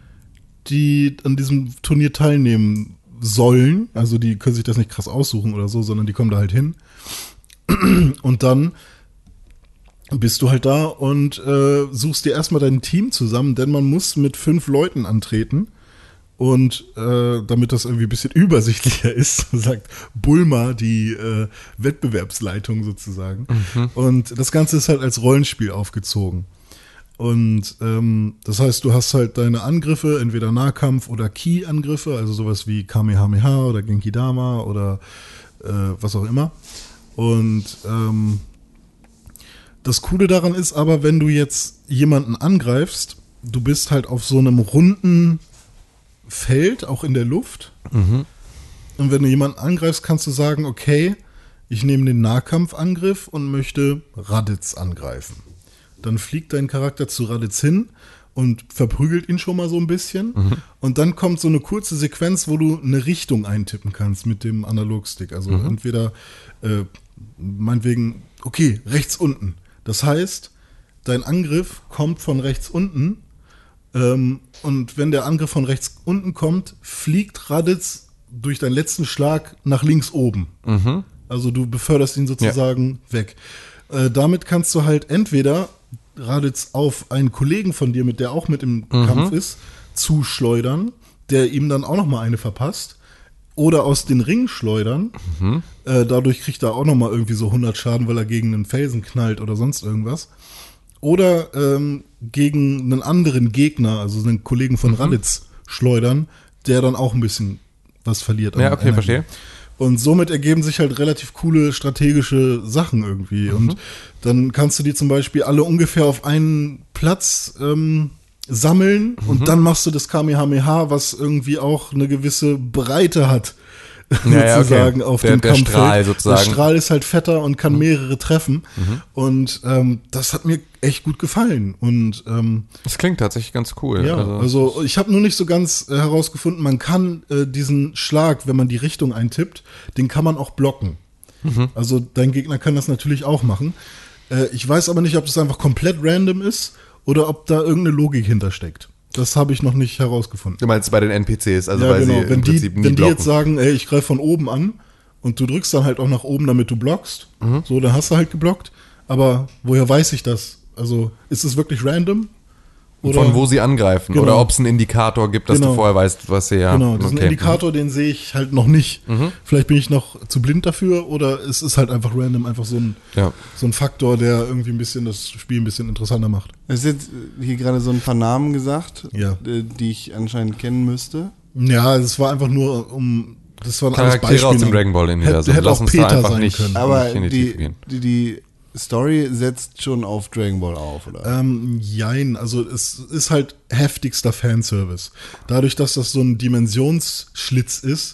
die an diesem Turnier teilnehmen sollen. Also die können sich das nicht krass aussuchen oder so, sondern die kommen da halt hin. Und dann bist du halt da und suchst dir erstmal dein Team zusammen, denn man muss mit 5 Leuten antreten. Und damit das irgendwie ein bisschen übersichtlicher ist, sagt Bulma die Wettbewerbsleitung sozusagen. Und das Ganze ist halt als Rollenspiel aufgezogen. Und das heißt, du hast halt deine Angriffe, entweder Nahkampf oder Ki-Angriffe, also sowas wie Kamehameha oder Genki-Dama oder was auch immer. Und das Coole daran ist aber, wenn du jetzt jemanden angreifst, du bist halt auf so einem runden Feld, auch in der Luft. Und wenn du jemanden angreifst, kannst du sagen, okay, ich nehme den Nahkampfangriff und möchte Raditz angreifen. Dann fliegt dein Charakter zu Raditz hin und verprügelt ihn schon mal so ein bisschen. Und dann kommt so eine kurze Sequenz, wo du eine Richtung eintippen kannst mit dem Analogstick. Also entweder meinetwegen, okay, rechts unten. Das heißt, dein Angriff kommt von rechts unten. Und wenn der Angriff von rechts unten kommt, fliegt Raditz durch deinen letzten Schlag nach links oben. Also du beförderst ihn sozusagen weg. Damit kannst du halt entweder Raditz auf einen Kollegen von dir, mit der auch mit im Kampf ist, zuschleudern, der ihm dann auch noch mal eine verpasst. Oder aus den Ringen schleudern. Dadurch kriegt er auch noch mal irgendwie so 100 Schaden, weil er gegen einen Felsen knallt oder sonst irgendwas. Oder gegen einen anderen Gegner, also einen Kollegen von Raditz, schleudern, der dann auch ein bisschen was verliert. Ja, an okay, Energie. verstehe. Und somit ergeben sich halt relativ coole strategische Sachen irgendwie. Und dann kannst du die zum Beispiel alle ungefähr auf einen Platz sammeln und dann machst du das Kamehameha, was irgendwie auch eine gewisse Breite hat. Ja, sozusagen okay. auf Der dem Kampffeld. Strahl sozusagen. Der Strahl ist halt fetter und kann mehrere treffen. Und das hat mir echt gut gefallen. Und Das klingt tatsächlich ganz cool. ja, also ich habe nur nicht so ganz herausgefunden, man kann diesen Schlag, wenn man die Richtung eintippt, den kann man auch blocken. Also dein Gegner kann das natürlich auch machen. Ich weiß aber nicht, ob das einfach komplett random ist oder ob da irgendeine Logik hintersteckt. Das habe ich noch nicht herausgefunden. Du meinst bei den NPCs, also Ja, weil genau. sie Wenn im Prinzip nie die blocken. jetzt sagen, ey, ich greife von oben an und du drückst dann halt auch nach oben, damit du blockst, so, dann hast du halt geblockt. Aber woher weiß ich das? Also ist es wirklich random? Oder? Von wo sie angreifen Genau. oder ob es einen Indikator gibt, dass Genau. du vorher weißt, was sie ja. Genau, diesen okay. Indikator, den sehe ich halt noch nicht. Vielleicht bin ich noch zu blind dafür oder es ist halt einfach random, einfach so ein Faktor, der irgendwie ein bisschen das Spiel ein bisschen interessanter macht. es ist jetzt hier gerade so ein paar Namen gesagt, Ja. die ich anscheinend kennen müsste. Ja, es war einfach nur das waren alles Charaktere aus dem Dragon Ball Universum. Hätte Lass auch uns Peter da einfach sein nicht, können. Aber nicht in die Tiefe gehen. die Story setzt schon auf Dragon Ball auf, oder? Jein, also es ist halt heftigster Fanservice. Dadurch, dass das so ein Dimensionsschlitz ist,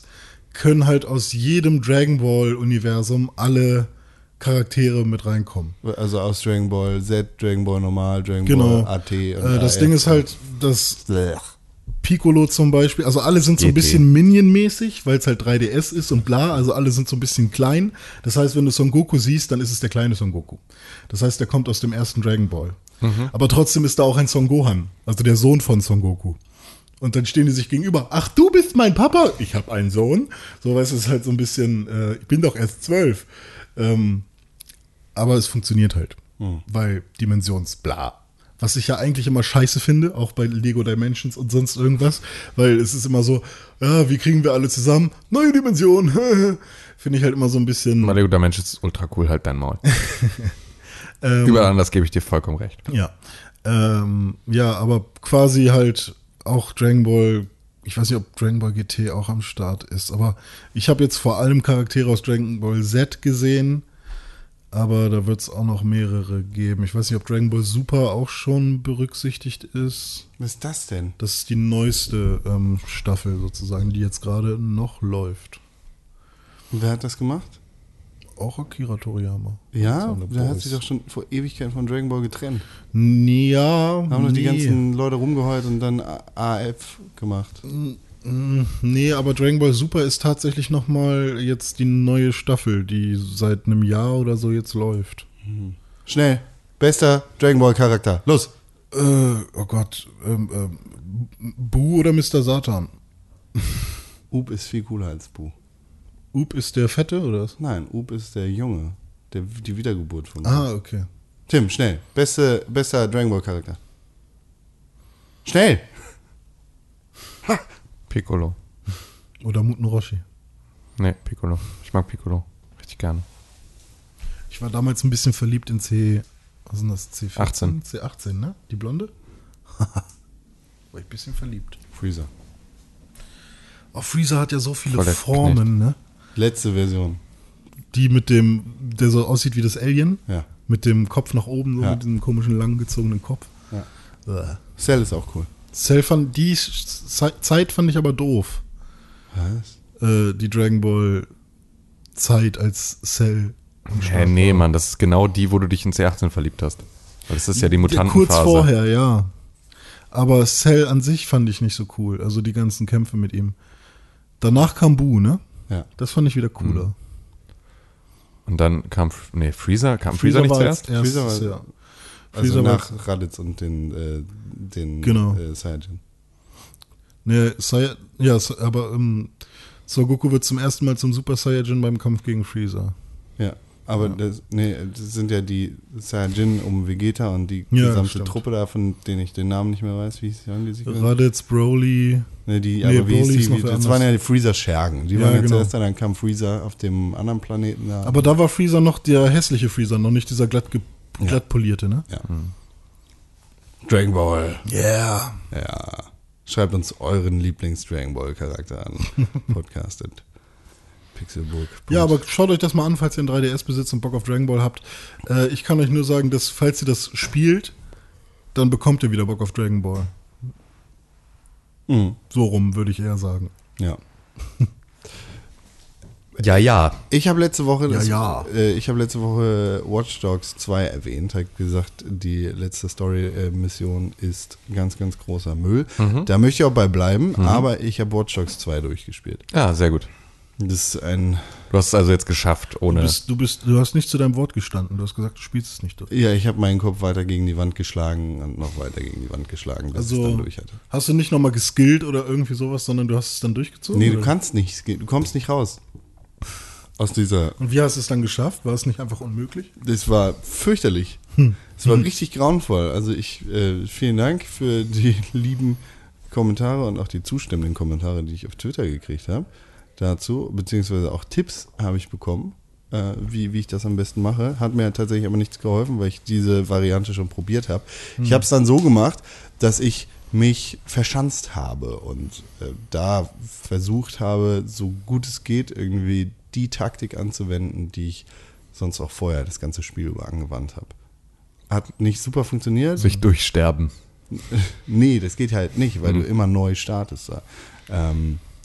können halt aus jedem Dragon Ball Universum alle Charaktere mit reinkommen. Also aus Dragon Ball Z, Dragon Ball Normal, Dragon Genau. Ball AT und Das AF. Ding ist halt, dass Piccolo zum Beispiel, also alle sind so ein GT. bisschen Minion-mäßig, weil es halt 3DS ist und bla, also alle sind so ein bisschen klein. Das heißt, wenn du Son Goku siehst, dann ist es der kleine Son Goku. Das heißt, der kommt aus dem ersten Dragon Ball. Aber trotzdem ist da auch ein Son Gohan, also der Sohn von Son Goku. Und dann stehen die sich gegenüber. Ach, du bist mein Papa? Ich habe einen Sohn. So, weißt du, es ist halt so ein bisschen, ich bin doch erst 12. Aber es funktioniert halt, weil Dimensionsbla. Was ich ja eigentlich immer scheiße finde, auch bei Lego Dimensions und sonst irgendwas, weil es ist immer so, ja, wie kriegen wir alle zusammen? Neue Dimension. Finde ich halt immer so ein bisschen. Lego Dimensions ist ultra cool, halt dein Maul. Überall anders gebe ich dir vollkommen recht. Ja. Ja, aber quasi halt auch Dragon Ball, ich weiß nicht, ob Dragon Ball GT auch am Start ist, aber ich habe jetzt vor allem Charaktere aus Dragon Ball Z gesehen, aber da wird es auch noch mehrere geben. Ich weiß nicht, ob Dragon Ball Super auch schon berücksichtigt ist. Was ist das denn? Das ist die neueste Staffel sozusagen, die jetzt gerade noch läuft. Und wer hat das gemacht? Auch Akira Toriyama. Ja, Seine der hat Boys. sich doch schon vor Ewigkeiten von Dragon Ball getrennt. Ja, Da haben doch die nee. ganzen Leute rumgeheult und dann AF gemacht. Nee, aber Dragon Ball Super ist tatsächlich nochmal jetzt die neue Staffel, die seit einem Jahr oder so jetzt läuft. Schnell, bester Dragon Ball Charakter. Los. Oh Gott, Boo oder Mr. Satan? Up ist viel cooler als Bu. Up ist der Fette oder was? Nein, Up ist der Junge. Die Wiedergeburt von Ah, okay. Tim, schnell. Bester Dragon Ball Charakter. Schnell. Piccolo. Oder Muten Roshi. Nee, Piccolo. Ich mag Piccolo. Richtig gerne. Ich war damals ein bisschen verliebt in was ist denn das? C14? 18. C18, ne? Die Blonde? War ich ein bisschen verliebt. Freezer. Oh, Freezer hat ja so viele Voll der Formen, ne? Letzte Version. Die mit dem, der so aussieht wie das Alien. Ja. Mit dem Kopf nach oben, so Ja. mit diesem komischen langgezogenen Kopf. Ja. Cell ist auch cool. Cell fand, die Zeit fand ich aber doof. Was? Die Dragon Ball Zeit als Cell. am Start Nee, war. Mann, das ist genau die, wo du dich in C18 verliebt hast. Weil das ist ja die Ja, Mutantenphase. kurz vorher, ja. Aber Cell an sich fand ich nicht so cool. Also die ganzen Kämpfe mit ihm. Danach kam Boo, ne? Ja. Das fand ich wieder cooler. Und dann kam, Freezer? Kam Freezer nicht war zuerst? als erstes, Freezer war- ja. Also Freezer war- nach Raditz und den Genau. Saiyajin. Ne, ja, aber Son Goku wird zum ersten Mal zum Super Saiyajin beim Kampf gegen Freezer. Ja. Aber das sind ja die Saiyajin um Vegeta und die Ja, gesamte stimmt. Truppe da, von denen ich den Namen nicht mehr weiß. Wie haben die sich genannt? Raditz, Broly. Ne, Nee, aber wie hieß Broly ist die? noch wer Das waren anders. ja die Freezer-Schergen. Die Ja, waren ja genau. zuerst, dann kam Freezer auf dem anderen Planeten da. Aber da war Freezer noch der hässliche Freezer, noch nicht dieser glatt polierte, ne? ja. Dragon Ball. Yeah. Ja. Schreibt uns euren Lieblings-Dragon Ball-Charakter an. Podcastet. Pixelburg. Ja, aber schaut euch das mal an, falls ihr einen 3DS besitzt und Bock auf Dragon Ball habt. Ich kann euch nur sagen, dass falls ihr das spielt, dann bekommt ihr wieder Bock auf Dragon Ball. Mhm. So rum, würde ich eher sagen. Ja. Ja. Ich habe letzte Woche Ja. letzte Woche Watch Dogs 2 erwähnt, habe gesagt, die letzte Story-Mission ist ganz, ganz großer Müll. Da möchte ich auch bei bleiben, aber ich habe Watch Dogs 2 durchgespielt. Ja, sehr gut. Das ist ein, Du hast es also jetzt geschafft, ohne. Du hast nicht zu deinem Wort gestanden. Du hast gesagt, du spielst es nicht durch. ja, ich habe meinen Kopf weiter gegen die Wand geschlagen und noch weiter gegen die Wand geschlagen, bis ich es dann durch hatte. Hast du nicht nochmal geskillt oder irgendwie sowas, sondern du hast es dann durchgezogen? Nee, du oder? kannst nicht, du kommst nicht raus. Aus dieser, Und wie hast du es dann geschafft? War es nicht einfach unmöglich? das war fürchterlich. Es war richtig grauenvoll. Also vielen Dank für die lieben Kommentare und auch die zustimmenden Kommentare, die ich auf Twitter gekriegt habe dazu, beziehungsweise auch Tipps habe ich bekommen, wie ich das am besten mache. Hat mir tatsächlich aber nichts geholfen, weil ich diese Variante schon probiert habe. Ich habe es dann so gemacht, dass ich mich verschanzt habe und da versucht habe, so gut es geht, irgendwie die Taktik anzuwenden, die ich sonst auch vorher das ganze Spiel über angewandt habe. Hat nicht super funktioniert. sich durchsterben. Nee, das geht halt nicht, weil du immer neu startest.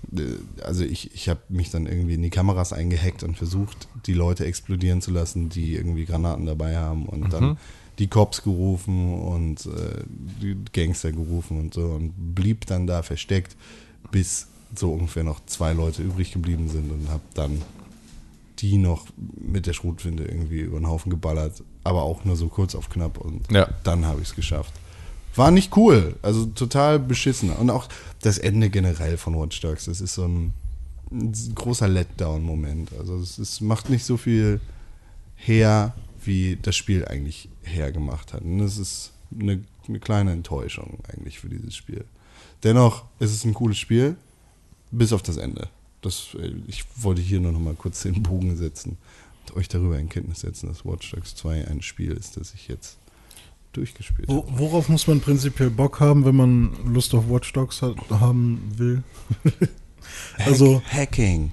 also ich habe mich dann irgendwie in die Kameras eingehackt und versucht, die Leute explodieren zu lassen, die irgendwie Granaten dabei haben und dann die Cops gerufen und die Gangster gerufen und so und blieb dann da versteckt, bis so ungefähr noch 2 Leute übrig geblieben sind und habe dann die noch mit der Schrotflinte irgendwie über den Haufen geballert, aber auch nur so kurz auf knapp und dann habe ich es geschafft. War nicht cool, also total beschissen. Und auch das Ende generell von Watch Dogs, das ist so ein großer Letdown-Moment. Also es macht nicht so viel her, wie das Spiel eigentlich hergemacht hat. Und das ist eine kleine Enttäuschung eigentlich für dieses Spiel. Dennoch ist es ein cooles Spiel, bis auf das Ende. Ich wollte hier nur noch mal kurz den Bogen setzen und euch darüber in Kenntnis setzen, dass Watch Dogs 2 ein Spiel ist, das ich jetzt durchgespielt habe. Worauf muss man prinzipiell Bock haben, wenn man Lust auf Watch Dogs haben will? Hacking.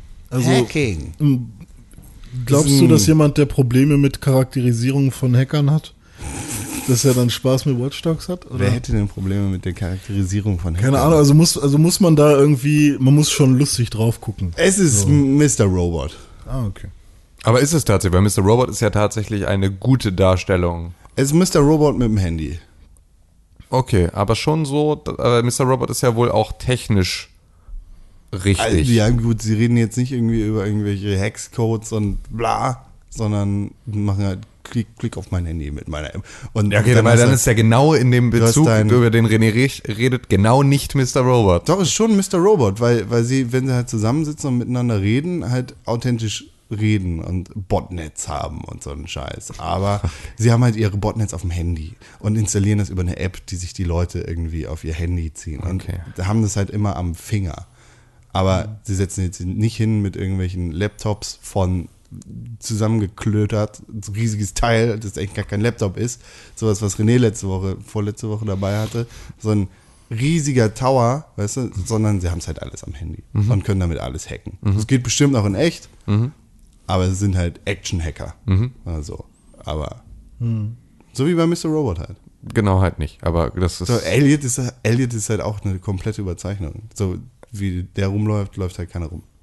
Glaubst du, dass jemand, der Probleme mit Charakterisierung von Hackern hat, dass er dann Spaß mit Watch Dogs hat? Oder? Wer hätte denn Probleme mit der Charakterisierung von Hackern? Keine Ahnung, also muss man da irgendwie, man muss schon lustig drauf gucken. Es ist so. Mr. Robot. Ah, okay. Aber ist es tatsächlich, weil Mr. Robot ist ja tatsächlich eine gute Darstellung. Es ist Mr. Robot mit dem Handy. Okay, aber schon so, Mr. Robot ist ja wohl auch technisch richtig. Also, ja gut, sie reden jetzt nicht irgendwie über irgendwelche Hexcodes und bla, sondern machen halt Klick auf mein Handy mit meiner App. Und ja, okay, weil dann ist ja genau in dem Bezug, über den René redet, genau nicht Mr. Robot. Doch, ist schon Mr. Robot, weil sie, wenn sie halt zusammensitzen und miteinander reden, halt authentisch reden und Botnets haben und so einen Scheiß. Aber sie haben halt ihre Botnets auf dem Handy und installieren das über eine App, die sich die Leute irgendwie auf ihr Handy ziehen. Und haben das halt immer am Finger. Aber sie setzen jetzt nicht hin mit irgendwelchen Laptops von zusammengeklötert, ein riesiges Teil, das eigentlich gar kein Laptop ist. Sowas, was René vorletzte Woche dabei hatte. So ein riesiger Tower, weißt du, sondern sie haben es halt alles am Handy und können damit alles hacken. Das geht bestimmt auch in echt, aber es sind halt Action-Hacker. Also, aber so wie bei Mr. Robot halt. Genau, halt nicht, aber das ist... So, Elliot ist halt auch eine komplette Überzeichnung. So wie der rumläuft, läuft halt keiner rum.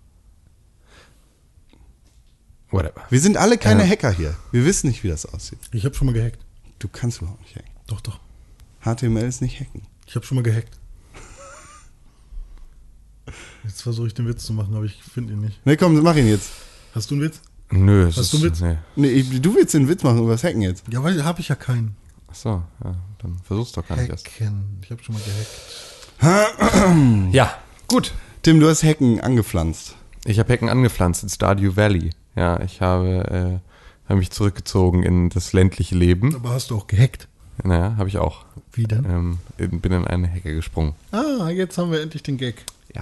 Whatever. Wir sind alle keine Hacker hier. Wir wissen nicht, wie das aussieht. Ich habe schon mal gehackt. Du kannst überhaupt nicht hacken. Doch. HTML ist nicht hacken. Ich habe schon mal gehackt. Jetzt versuche ich den Witz zu machen, aber ich finde ihn nicht. Ne, komm, mach ihn jetzt. Hast du einen Witz? Nö. Hast du einen Witz? Nee. Du willst den Witz machen über das Hacken jetzt. Ja, weil habe ich ja keinen. Achso, ja, dann versuch's doch gar nicht erst. Hacken. Ich habe schon mal gehackt. Ja, gut. Tim, du hast Hacken angepflanzt. Ich habe Hacken angepflanzt in Stardew Valley. Ja, ich habe mich zurückgezogen in das ländliche Leben. Aber hast du auch gehackt? Naja, habe ich auch. Wie denn? Bin in eine Hecke gesprungen. Ah, jetzt haben wir endlich den Gag. Ja.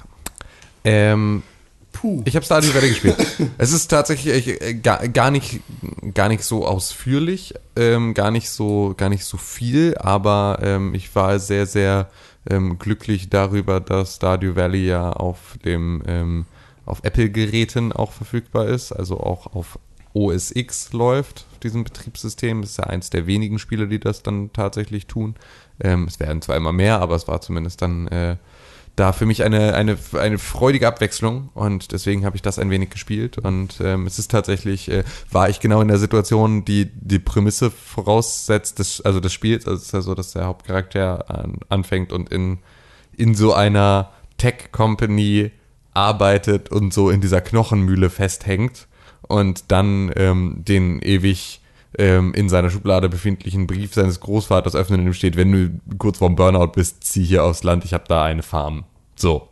Puh. Ich habe Stardew Valley gespielt. Es ist tatsächlich gar nicht so ausführlich, gar nicht so viel, aber ich war sehr, sehr glücklich darüber, dass Stardew Valley ja auf Apple-Geräten auch verfügbar ist, also auch auf OS X läuft, auf diesem Betriebssystem. Das ist ja eins der wenigen Spiele, die das dann tatsächlich tun. Es werden zwar immer mehr, aber es war zumindest dann da für mich eine freudige Abwechslung und deswegen habe ich das ein wenig gespielt und es ist tatsächlich, war ich genau in der Situation, die Prämisse voraussetzt, des Spiels. Also es ist ja so, dass der Hauptcharakter anfängt und in so einer Tech-Company arbeitet und so in dieser Knochenmühle festhängt und dann den ewig in seiner Schublade befindlichen Brief seines Großvaters öffnen, in dem steht, wenn du kurz vorm Burnout bist, zieh hier aufs Land, ich habe da eine Farm. So.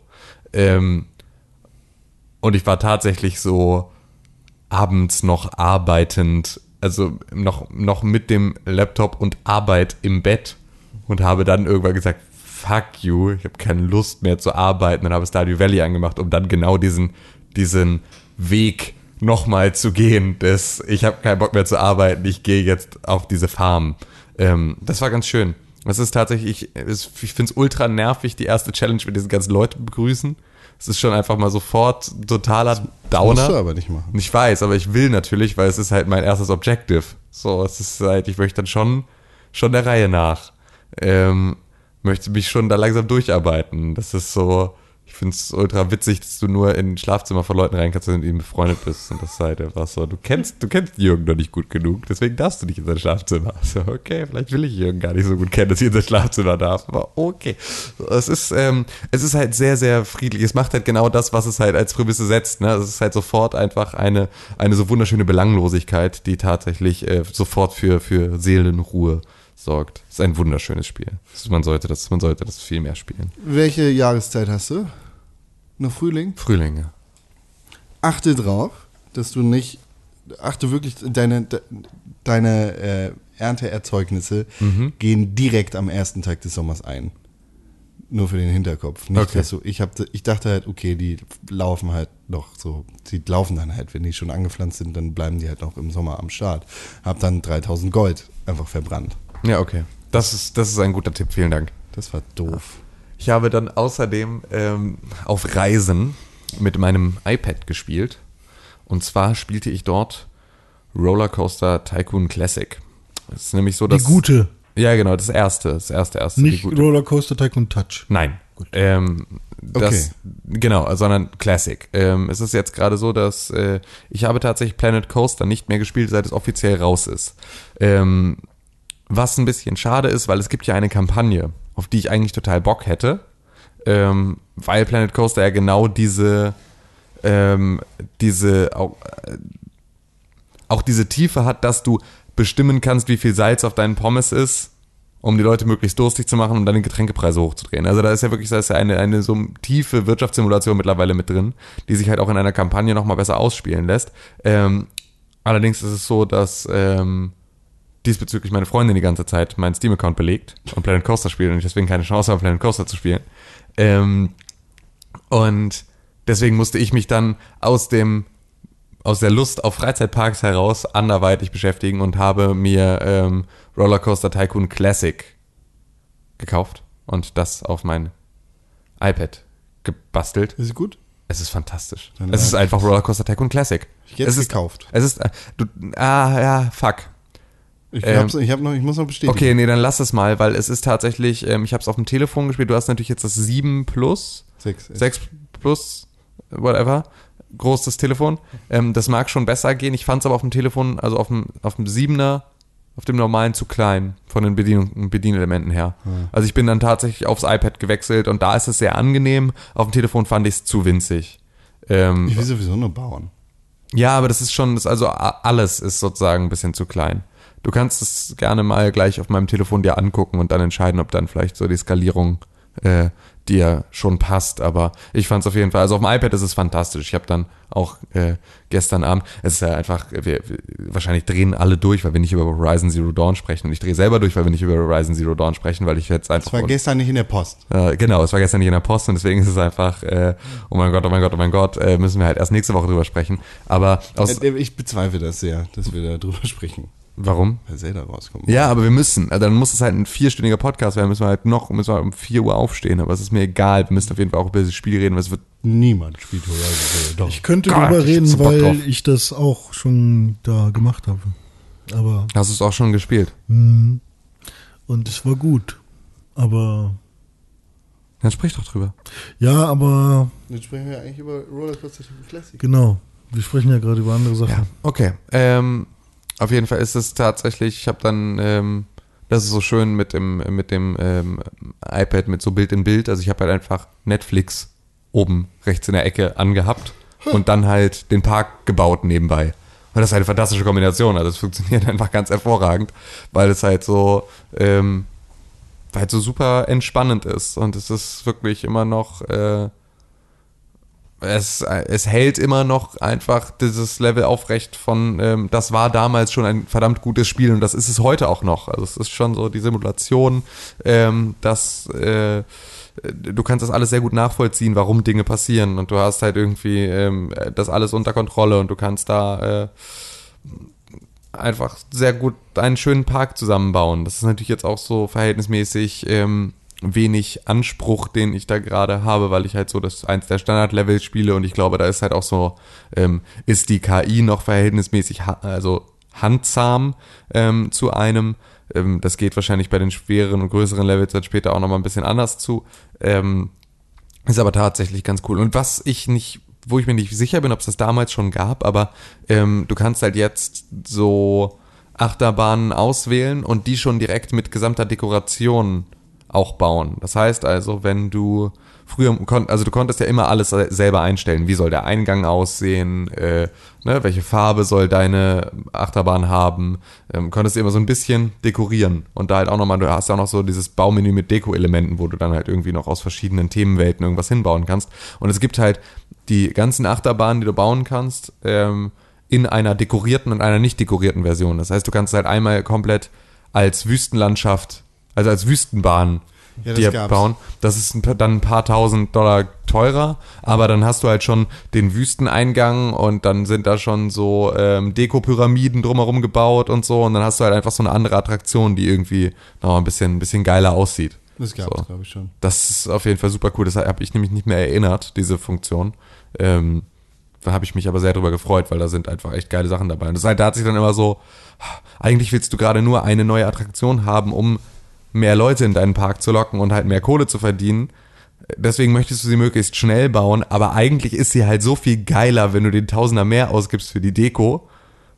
Und ich war tatsächlich so abends noch arbeitend, also noch mit dem Laptop und Arbeit im Bett und habe dann irgendwann gesagt, fuck you, ich habe keine Lust mehr zu arbeiten und habe Stardew Valley angemacht, um dann genau diesen Weg nochmal zu gehen, ich habe keinen Bock mehr zu arbeiten, ich gehe jetzt auf diese Farm. Das war ganz schön. Es ist tatsächlich, ich finde es ultra nervig, die erste Challenge mit diesen ganzen Leuten begrüßen. Es ist schon einfach mal sofort totaler Downer. Musst du aber nicht machen. Ich weiß, aber ich will natürlich, weil es ist halt mein erstes Objective. So, es ist halt, ich möchte dann schon der Reihe nach. Möchte mich schon da langsam durcharbeiten. Das ist so, Ich finde es ultra witzig, dass du nur in Schlafzimmer von Leuten rein kannst, wenn du mit ihnen befreundet bist. Und das ist halt einfach so, du kennst Jürgen noch nicht gut genug, deswegen darfst du nicht in sein Schlafzimmer. So, okay, vielleicht will ich Jürgen gar nicht so gut kennen, dass ich in sein Schlafzimmer darf, aber okay. Es ist halt sehr, sehr friedlich. Es macht halt genau das, was es halt als Prämisse setzt. Ne? Es ist halt sofort einfach eine so wunderschöne Belanglosigkeit, die tatsächlich sofort für Seelenruhe sorgt. Es ist ein wunderschönes Spiel. Man sollte das viel mehr spielen. Welche Jahreszeit hast du? Noch Frühling? Frühling, ja. Achte drauf, dass du nicht, achte wirklich, deine Ernteerzeugnisse gehen direkt am ersten Tag des Sommers ein. Nur für den Hinterkopf. Nicht, Okay. dass ich dachte halt, okay, die laufen halt noch so, die laufen dann halt, wenn die schon angepflanzt sind, dann bleiben die halt noch im Sommer am Start. Hab dann 3000 Gold einfach verbrannt. Ja, okay. Das ist ein guter Tipp, vielen Dank. Das war doof. Ich habe dann außerdem auf Reisen mit meinem iPad gespielt. Und zwar spielte ich dort Rollercoaster Tycoon Classic. Das ist nämlich so, Die dass... gute, Ja, genau, das erste. nicht die gute. Rollercoaster Tycoon Touch. Nein. Genau, sondern Classic. Es ist jetzt gerade so, dass ich habe tatsächlich Planet Coaster nicht mehr gespielt, seit es offiziell raus ist. Was ein bisschen schade ist, weil es gibt ja eine Kampagne, auf die ich eigentlich total Bock hätte, weil Planet Coaster ja genau auch diese Tiefe hat, dass du bestimmen kannst, wie viel Salz auf deinen Pommes ist, um die Leute möglichst durstig zu machen und dann die Getränkepreise hochzudrehen. Also da ist ja eine so tiefe Wirtschaftssimulation mittlerweile mit drin, die sich halt auch in einer Kampagne nochmal besser ausspielen lässt. Allerdings ist es so, dass diesbezüglich meine Freundin die ganze Zeit meinen Steam-Account belegt und Planet Coaster spielt und ich deswegen keine Chance habe, Planet Coaster zu spielen. Und deswegen musste ich mich dann aus der Lust auf Freizeitparks heraus anderweitig beschäftigen und habe mir Rollercoaster Tycoon Classic gekauft und das auf mein iPad gebastelt. Ist es gut? Es ist fantastisch. Dann Es ist einfach Rollercoaster Tycoon Classic. Jetzt es gekauft. Fuck. Ich muss noch bestätigen. Okay, nee, dann lass es mal, weil es ist tatsächlich, ich habe es auf dem Telefon gespielt, du hast natürlich jetzt das 7 Plus, 6 Plus, whatever, großes Telefon. Das mag schon besser gehen, ich fand es aber auf dem Telefon, also auf dem 7er, auf dem normalen zu klein, von den Bedienelementen her. Also ich bin dann tatsächlich aufs iPad gewechselt und da ist es sehr angenehm, auf dem Telefon fand ich es zu winzig. Ich will sowieso nur bauen. Ja, aber das ist also alles ist sozusagen ein bisschen zu klein. Du kannst es gerne mal gleich auf meinem Telefon dir angucken und dann entscheiden, ob dann vielleicht so die Skalierung dir schon passt. Aber ich fand es auf jeden Fall, also auf dem iPad ist es fantastisch. Ich habe dann auch gestern Abend, es ist ja einfach, wahrscheinlich drehen alle durch, weil wir nicht über Horizon Zero Dawn sprechen. Und ich drehe selber durch, weil wir nicht über Horizon Zero Dawn sprechen, weil ich jetzt einfach... Das war gestern nicht in der Post. Genau, es war gestern nicht in der Post und deswegen ist es einfach, oh mein Gott, müssen wir halt erst nächste Woche drüber sprechen. Aber Ich bezweifle das sehr, dass wir da drüber sprechen. Warum? Weil Zelda rauskommt. Ja, aber wir müssen. Also dann muss es halt ein 4-stündiger Podcast werden, müssen wir um 4 Uhr aufstehen, aber es ist mir egal. Wir müssen auf jeden Fall auch über dieses Spiel reden, weil es wird... Niemand spielt Horizon Zero Dawn. Ich könnte Gott, drüber ich hab reden, so Bock drauf. weil ich das auch schon da gemacht habe. Aber Hast du es auch schon gespielt? und es war gut. Aber Dann sprich doch drüber. ja, aber Jetzt sprechen wir eigentlich über Rollercoaster Classic. genau. Wir sprechen ja gerade über andere Sachen. Ja, okay. Auf jeden Fall ist es tatsächlich, ich habe dann, das ist so schön mit dem iPad mit so Bild in Bild, also ich habe halt einfach Netflix oben rechts in der Ecke angehabt und dann halt den Park gebaut nebenbei. Und das ist eine fantastische Kombination, also es funktioniert einfach ganz hervorragend, weil es halt so super entspannend ist und es ist wirklich immer noch es hält immer noch einfach dieses Level aufrecht von, das war damals schon ein verdammt gutes Spiel und das ist es heute auch noch. Also es ist schon so die Simulation, dass du kannst das alles sehr gut nachvollziehen, warum Dinge passieren und du hast halt irgendwie das alles unter Kontrolle und du kannst da einfach sehr gut einen schönen Park zusammenbauen. Das ist natürlich jetzt auch so verhältnismäßig wenig Anspruch, den ich da gerade habe, weil ich halt so eins der Standard-Levels spiele und ich glaube, da ist halt auch so, ist die KI noch verhältnismäßig handsam zu einem. Das geht wahrscheinlich bei den schwereren und größeren Levels dann später auch nochmal ein bisschen anders zu. Ist aber tatsächlich ganz cool. Und wo ich mir nicht sicher bin, ob es das damals schon gab, aber du kannst halt jetzt so Achterbahnen auswählen und die schon direkt mit gesamter Dekoration auch bauen. Das heißt also, wenn du früher, du konntest ja immer alles selber einstellen. Wie soll der Eingang aussehen? Welche Farbe soll deine Achterbahn haben? Konntest du immer so ein bisschen dekorieren. Und da halt auch nochmal, du hast ja auch noch so dieses Baumenü mit Deko-Elementen, wo du dann halt irgendwie noch aus verschiedenen Themenwelten irgendwas hinbauen kannst. Und es gibt halt die ganzen Achterbahnen, die du bauen kannst, in einer dekorierten und einer nicht dekorierten Version. Das heißt, du kannst halt einmal komplett als Wüstenlandschaft, also als Wüstenbahn dir bauen. Das ist dann ein paar $1.000 teurer, aber dann hast du halt schon den Wüsteneingang und dann sind da schon so Dekopyramiden drumherum gebaut und so und dann hast du halt einfach so eine andere Attraktion, die irgendwie noch ein bisschen geiler aussieht. Das gab es, glaube ich, schon. Das ist auf jeden Fall super cool. Das habe ich nämlich nicht mehr erinnert, diese Funktion. Da habe ich mich aber sehr drüber gefreut, weil da sind einfach echt geile Sachen dabei. Und da hat sich dann immer so, eigentlich willst du gerade nur eine neue Attraktion haben, um mehr Leute in deinen Park zu locken und halt mehr Kohle zu verdienen. Deswegen möchtest du sie möglichst schnell bauen, aber eigentlich ist sie halt so viel geiler, wenn du den Tausender mehr ausgibst für die Deko.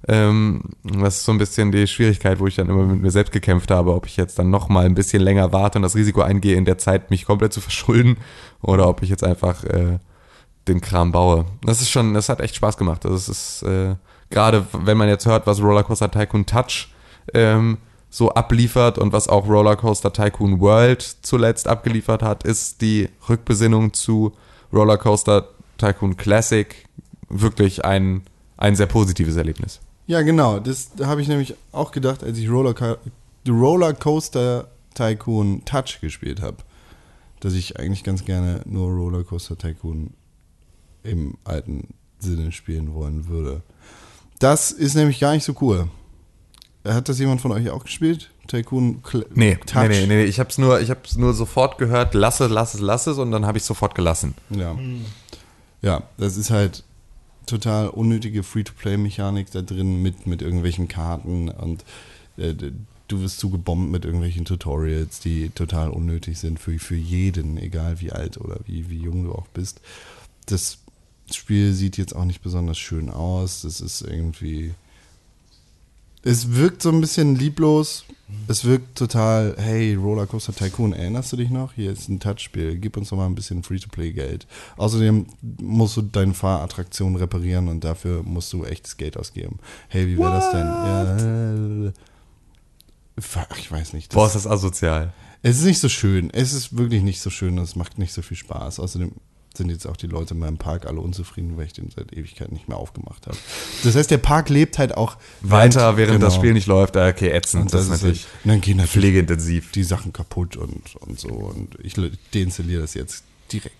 Das ist so ein bisschen die Schwierigkeit, wo ich dann immer mit mir selbst gekämpft habe, ob ich jetzt dann nochmal ein bisschen länger warte und das Risiko eingehe, in der Zeit mich komplett zu verschulden oder ob ich jetzt einfach den Kram baue. Das hat echt Spaß gemacht. Das ist gerade, wenn man jetzt hört, was Rollercoaster Tycoon Touch so abliefert und was auch Rollercoaster Tycoon World zuletzt abgeliefert hat, ist die Rückbesinnung zu Rollercoaster Tycoon Classic wirklich ein sehr positives Erlebnis. Ja, genau. Das habe ich nämlich auch gedacht, als ich Rollercoaster Tycoon Touch gespielt habe, dass ich eigentlich ganz gerne nur Rollercoaster Tycoon im alten Sinne spielen wollen würde. Das ist nämlich gar nicht so cool. Hat das jemand von euch auch gespielt? Tycoon Touch? Nee. Ich hab's nur sofort gehört, lass es und dann habe ich sofort gelassen. Ja, das ist halt total unnötige Free-to-Play-Mechanik da drin mit irgendwelchen Karten und du wirst zugebombt mit irgendwelchen Tutorials, die total unnötig sind für jeden, egal wie alt oder wie jung du auch bist. Das Spiel sieht jetzt auch nicht besonders schön aus. Das ist irgendwie... Es wirkt so ein bisschen lieblos. Es wirkt total, hey, Rollercoaster Tycoon, erinnerst du dich noch? Hier ist ein Touchspiel. Gib uns doch mal ein bisschen Free-to-Play-Geld. Außerdem musst du deine Fahrattraktion reparieren und dafür musst du echtes Geld ausgeben. Hey, wie wäre das denn? Ja, ich weiß nicht. Boah, ist das asozial. Es ist nicht so schön. Es ist wirklich nicht so schön und es macht nicht so viel Spaß. Außerdem sind jetzt auch die Leute in meinem Park alle unzufrieden, weil ich den seit Ewigkeiten nicht mehr aufgemacht habe. Das heißt, der Park lebt halt auch weiter, während das Spiel nicht läuft. Okay, ätzend. Und das ist natürlich dann gehen pflegeintensiv die Sachen kaputt und so. Und ich deinstalliere das jetzt direkt.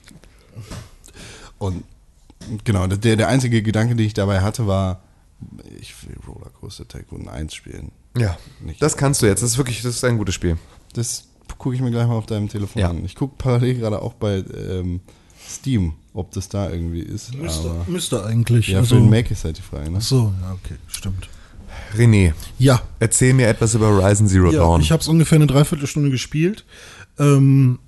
Und genau, der einzige Gedanke, den ich dabei hatte, war, ich will Rollercoaster Tycoon 1 spielen. Ja, das kannst du jetzt. Das ist ein gutes Spiel. Das gucke ich mir gleich mal auf deinem Telefon an. Ich gucke parallel gerade auch bei Steam, ob das da irgendwie ist. Müsste eigentlich. Ja, für den Mac ist halt die Frage, ne? Ach so, ja, okay, stimmt. René, ja, erzähl mir etwas über Horizon Zero Dawn. Ich habe es ungefähr eine Dreiviertelstunde gespielt. Du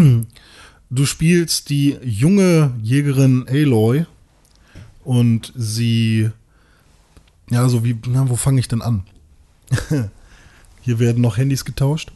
spielst die junge Jägerin Aloy und sie, wo fange ich denn an? Hier werden noch Handys getauscht.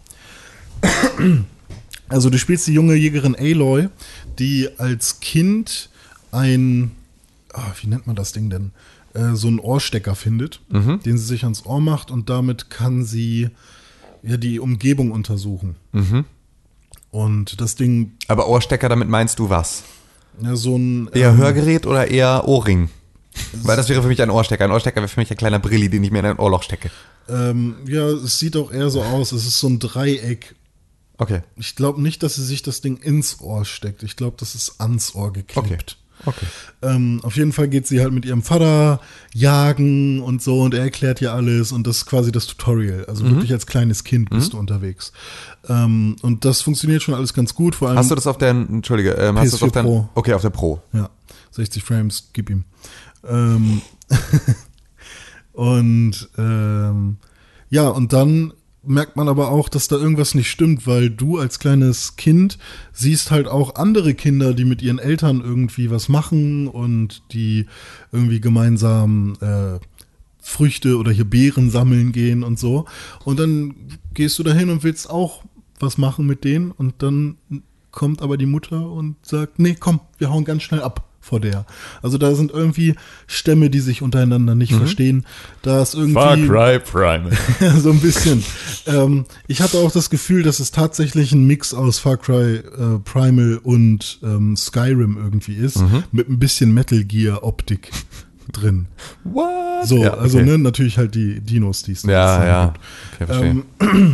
Also du spielst die junge Jägerin Aloy, die als Kind wie nennt man das Ding denn? So einen Ohrstecker findet, den sie sich ans Ohr macht und damit kann sie die Umgebung untersuchen. Und das Ding... Aber Ohrstecker, damit meinst du was? Ja, so ein... Eher Hörgerät oder eher Ohrring? Weil das wäre für mich ein Ohrstecker. Ein Ohrstecker wäre für mich ein kleiner Brilli, den ich mir in ein Ohrloch stecke. Es sieht auch eher so aus. Es ist so ein Dreieck. Okay. Ich glaube nicht, dass sie sich das Ding ins Ohr steckt. Ich glaube, das ist ans Ohr geklebt. Okay. Auf jeden Fall geht sie halt mit ihrem Vater jagen und so und er erklärt ihr alles und das ist quasi das Tutorial. Also wirklich als kleines Kind bist du unterwegs. Und das funktioniert schon alles ganz gut. Vor allem hast du das auf der, PS4 hast du das auf der Pro. Okay, auf der Pro. Ja, 60 Frames, gib ihm. Und und dann merkt man aber auch, dass da irgendwas nicht stimmt, weil du als kleines Kind siehst halt auch andere Kinder, die mit ihren Eltern irgendwie was machen und die irgendwie gemeinsam Früchte oder hier Beeren sammeln gehen und so. Und dann gehst du dahin und willst auch was machen mit denen und dann kommt aber die Mutter und sagt, nee, komm, wir hauen ganz schnell ab vor der. Also da sind irgendwie Stämme, die sich untereinander nicht verstehen. Da ist irgendwie Far Cry Primal. so ein bisschen. Ich hatte auch das Gefühl, dass es tatsächlich ein Mix aus Far Cry Primal und Skyrim irgendwie ist, mit ein bisschen Metal Gear Optik drin. What? So, Ja, also okay. ne, natürlich halt die Dinos, die es Ja. Okay, verstehe.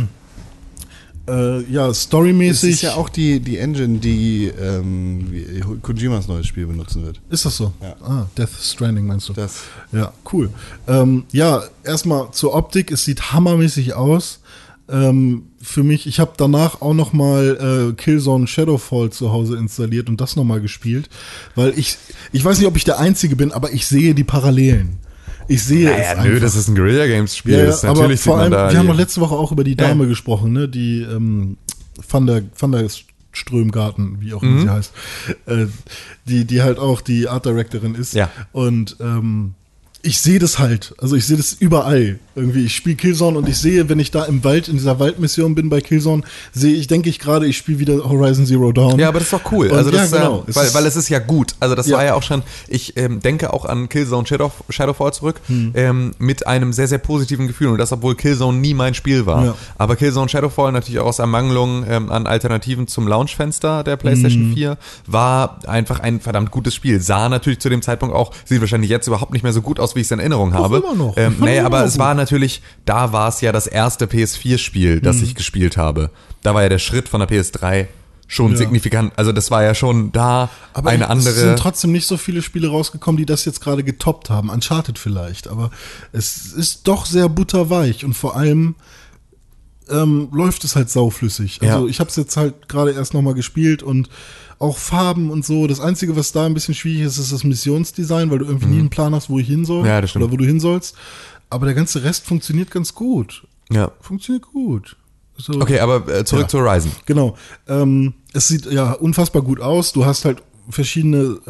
ja, Es storymäßig. ist ja auch die Engine, die Kojimas neues Spiel benutzen wird. Ist das so? Ja. Ah, Death Stranding meinst du? Das. Ja, cool. Ja, erstmal zur Optik. Es sieht hammermäßig aus. Für mich, ich habe danach auch noch mal Killzone Shadowfall zu Hause installiert und das noch mal gespielt, weil ich weiß nicht, ob ich der Einzige bin, aber ich sehe die Parallelen. Ich sehe es einfach. Das ist ein Guerilla Games Spiel. Ja, Das aber natürlich vor sieht man allem, da wir haben doch letzte Woche auch über die Dame Ja. gesprochen, ne? Die Van der Strömgarten, wie auch immer sie heißt, die halt auch die Art Directorin ist. Ja. Und ich sehe das halt, also ich sehe das überall irgendwie. Ich spiele Killzone und ich sehe, wenn ich da im Wald, in dieser Waldmission bin bei Killzone, denke ich gerade, ich spiele wieder Horizon Zero Dawn. Ja, aber das ist doch cool. Und Also das ja, genau. ist, weil es ist ja gut. Also das Ja. war ja auch schon, ich denke auch an Killzone Shadowfall zurück, mit einem sehr, sehr positiven Gefühl. Und das, obwohl Killzone nie mein Spiel war. Ja. Aber Killzone Shadowfall natürlich auch aus Ermangelung an Alternativen zum Launchfenster der PlayStation 4 war einfach ein verdammt gutes Spiel. Sah natürlich zu dem Zeitpunkt auch, sieht wahrscheinlich jetzt überhaupt nicht mehr so gut aus, wie ich es in Erinnerung habe. immer noch. Naja, aber Immer es noch war natürlich, da war es ja das erste PS4-Spiel, das ich gespielt habe. Da war ja der Schritt von der PS3 schon Ja. signifikant. Also das war ja schon da Aber eine es andere. sind trotzdem nicht so viele Spiele rausgekommen, die das jetzt gerade getoppt haben. Uncharted vielleicht, aber es ist doch sehr butterweich und vor allem läuft es halt sauflüssig. Also Ja. ich habe es jetzt halt gerade erst nochmal gespielt und auch Farben und so. Das Einzige, was da ein bisschen schwierig ist, ist das Missionsdesign, weil du irgendwie nie einen Plan hast, wo ich hin soll Ja, das stimmt. oder wo du hin sollst. Aber der ganze Rest funktioniert ganz gut. Ja. Funktioniert gut. So. Okay, aber zurück Ja. zu Horizon. Genau. Es sieht ja unfassbar gut aus. Du hast halt verschiedene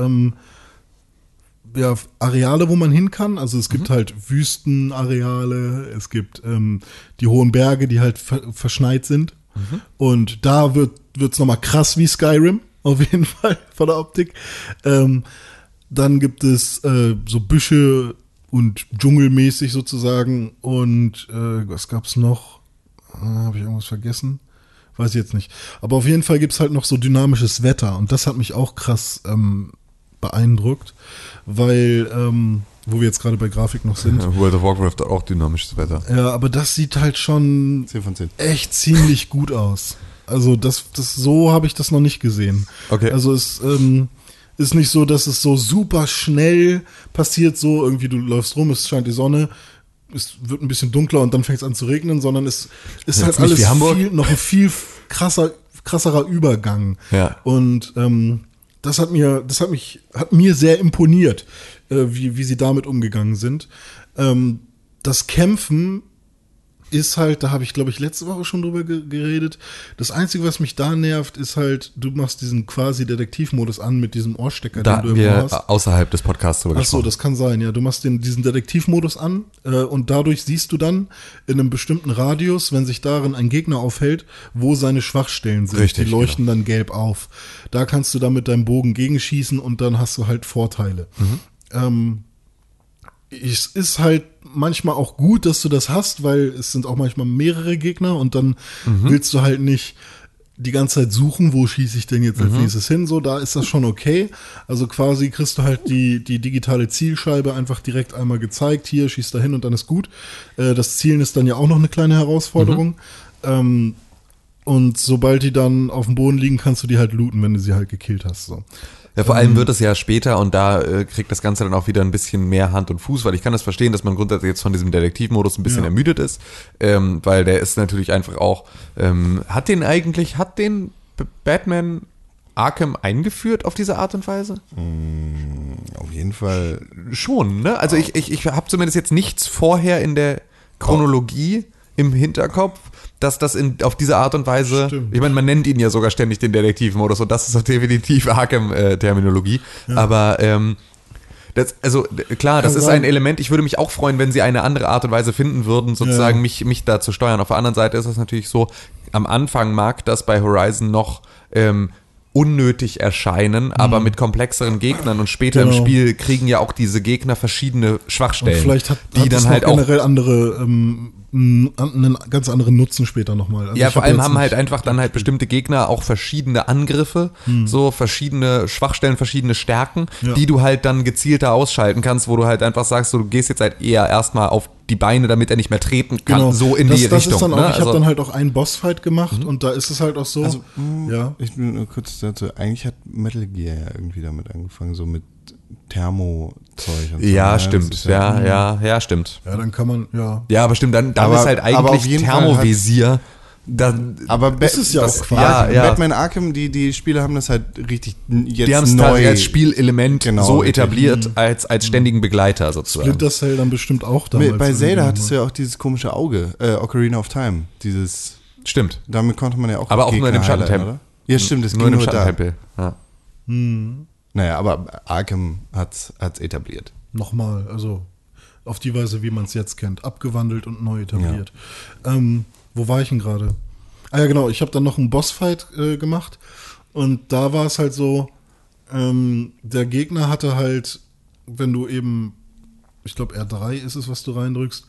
Areale, wo man hin kann. Also es gibt halt Wüstenareale, es gibt die hohen Berge, die halt verschneit sind. Und da wird's nochmal krass wie Skyrim, auf jeden Fall von der Optik. Dann gibt es so Büsche und dschungelmäßig sozusagen. Und was gab's noch? Habe ich irgendwas vergessen? Weiß ich jetzt nicht. Aber auf jeden Fall gibt's halt noch so dynamisches Wetter. Und das hat mich auch krass beeindruckt, weil, wo wir jetzt gerade bei Grafik noch sind. World of Warcraft hat auch dynamisches Wetter. Ja, aber das sieht halt schon 10 von 10. echt ziemlich gut aus. Also so habe ich das noch nicht gesehen. Okay. Also es ist nicht so, dass es so super schnell passiert, so irgendwie du läufst rum, es scheint die Sonne, es wird ein bisschen dunkler und dann fängt es an zu regnen, sondern es ist halt nicht alles wie Hamburg. noch ein viel krasserer Übergang. Ja. Und das hat mir sehr imponiert, wie sie damit umgegangen sind. Das Kämpfen ist halt, da habe ich, glaube ich, letzte Woche schon drüber geredet. Das Einzige, was mich da nervt, ist halt, du machst diesen quasi Detektivmodus an mit diesem Ohrstecker, Da den du haben irgendwo wir hast. außerhalb des Podcasts drüber Ach so, gesprochen. das kann sein, ja. Du machst diesen Detektivmodus an und dadurch siehst du dann in einem bestimmten Radius, wenn sich darin ein Gegner aufhält, wo seine Schwachstellen sind. Richtig, die leuchten dann gelb auf. Da kannst du dann mit deinem Bogen gegenschießen und dann hast du halt Vorteile. Es ist halt manchmal auch gut, dass du das hast, weil es sind auch manchmal mehrere Gegner und dann willst du halt nicht die ganze Zeit suchen, wo schieße ich denn jetzt als nächstes hin, so, da ist das schon okay. Also quasi kriegst du halt die digitale Zielscheibe einfach direkt einmal gezeigt, hier, schießt da hin und dann ist gut. Das Zielen ist dann ja auch noch eine kleine Herausforderung. Und sobald die dann auf dem Boden liegen, kannst du die halt looten, wenn du sie halt gekillt hast, so. Ja, vor allem wird es ja später und da kriegt das Ganze dann auch wieder ein bisschen mehr Hand und Fuß, weil ich kann das verstehen, dass man grundsätzlich jetzt von diesem Detektivmodus ein bisschen ermüdet ist, weil der ist natürlich einfach auch, hat den Batman Arkham eingeführt auf diese Art und Weise? Auf jeden Fall. Schon, ne? Also ich habe zumindest jetzt nichts vorher in der Chronologie im Hinterkopf, dass das auf diese Art und Weise, Stimmt. ich meine, man nennt ihn ja sogar ständig den Detektivmodus und das ist doch definitiv Arkham-Terminologie, Ja. aber klar, das Kann ist sein. ein Element, ich würde mich auch freuen, wenn sie eine andere Art und Weise finden würden, sozusagen Ja. mich da zu steuern. Auf der anderen Seite ist es natürlich so, am Anfang mag das bei Horizon noch unnötig erscheinen, aber mit komplexeren Gegnern und später im Genau. Spiel kriegen ja auch diese Gegner verschiedene Und Schwachstellen, vielleicht hat die das dann noch halt auch generell andere, einen ganz anderen Nutzen später nochmal. Also ja, ich vor hab allem jetzt haben halt nicht- einfach dann halt bestimmte Gegner auch verschiedene Angriffe, so verschiedene Schwachstellen, verschiedene Stärken, Ja. die du halt dann gezielter ausschalten kannst, wo du halt einfach sagst, so, du gehst jetzt halt eher erstmal auf die Beine, damit er nicht mehr treten kann, Genau. so in das, die das Richtung. Ist dann auch, ne? ich habe dann halt auch einen Bossfight gemacht und da ist es halt auch so. Also, ja. Ich will nur kurz dazu, eigentlich hat Metal Gear ja irgendwie damit angefangen, so mit Thermo-Zeug und so. ja, das stimmt, ist ja, stimmt. Ja, dann kann man, ja. Ja, aber stimmt, dann Aber- ist halt aber auf eigentlich jeden Fall Thermovisier, dann, Aber Ist es ja das- auch quasi. Ja, ja. Batman Arkham, die Spiele haben das halt richtig jetzt die haben es neu als Spielelement Genau, so richtig. etabliert, als ständigen Begleiter sozusagen. Splinter Cell dann bestimmt auch damals. Bei Zelda irgendwie hattest du ja auch dieses komische Auge, Ocarina of Time, dieses, Stimmt. damit konnte man ja auch Aber auch nur in dem Gegner highlighten, Schattentempel. oder? Ja, stimmt, das Nur in ging dem nur da. Schattentempel. Ja. Naja, aber Arkham hat's etabliert. Nochmal, also auf die Weise, wie man es jetzt kennt. Abgewandelt und neu etabliert. Wo war ich denn gerade? Ah ja, genau, ich habe dann noch einen Bossfight gemacht und da war es halt so, der Gegner hatte halt, wenn du eben, ich glaube R3 ist es, was du reindrückst,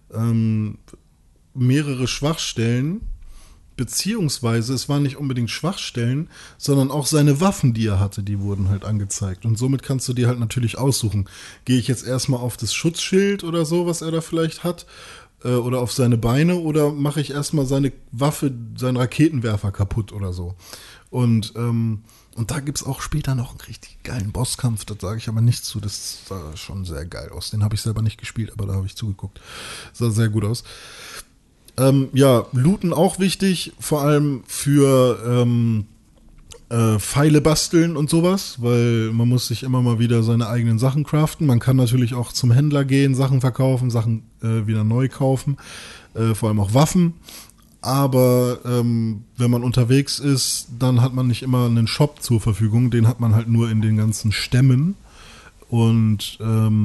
mehrere Schwachstellen, beziehungsweise es waren nicht unbedingt Schwachstellen, sondern auch seine Waffen, die er hatte, die wurden halt angezeigt. Und somit kannst du dir halt natürlich aussuchen, gehe ich jetzt erstmal auf das Schutzschild oder so, was er da vielleicht hat, oder auf seine Beine, oder mache ich erstmal seine Waffe, seinen Raketenwerfer kaputt oder so. Und da gibt es auch später noch einen richtig geilen Bosskampf, das sage ich aber nicht zu, das sah schon sehr geil aus. Den habe ich selber nicht gespielt, aber da habe ich zugeguckt. Sah sehr gut aus. Ja, Looten auch wichtig, vor allem für Pfeile basteln und sowas, weil man muss sich immer mal wieder seine eigenen Sachen craften. Man kann natürlich auch zum Händler gehen, Sachen verkaufen, Sachen wieder neu kaufen, vor allem auch Waffen. Aber wenn man unterwegs ist, dann hat man nicht immer einen Shop zur Verfügung, den hat man halt nur in den ganzen Stämmen. Und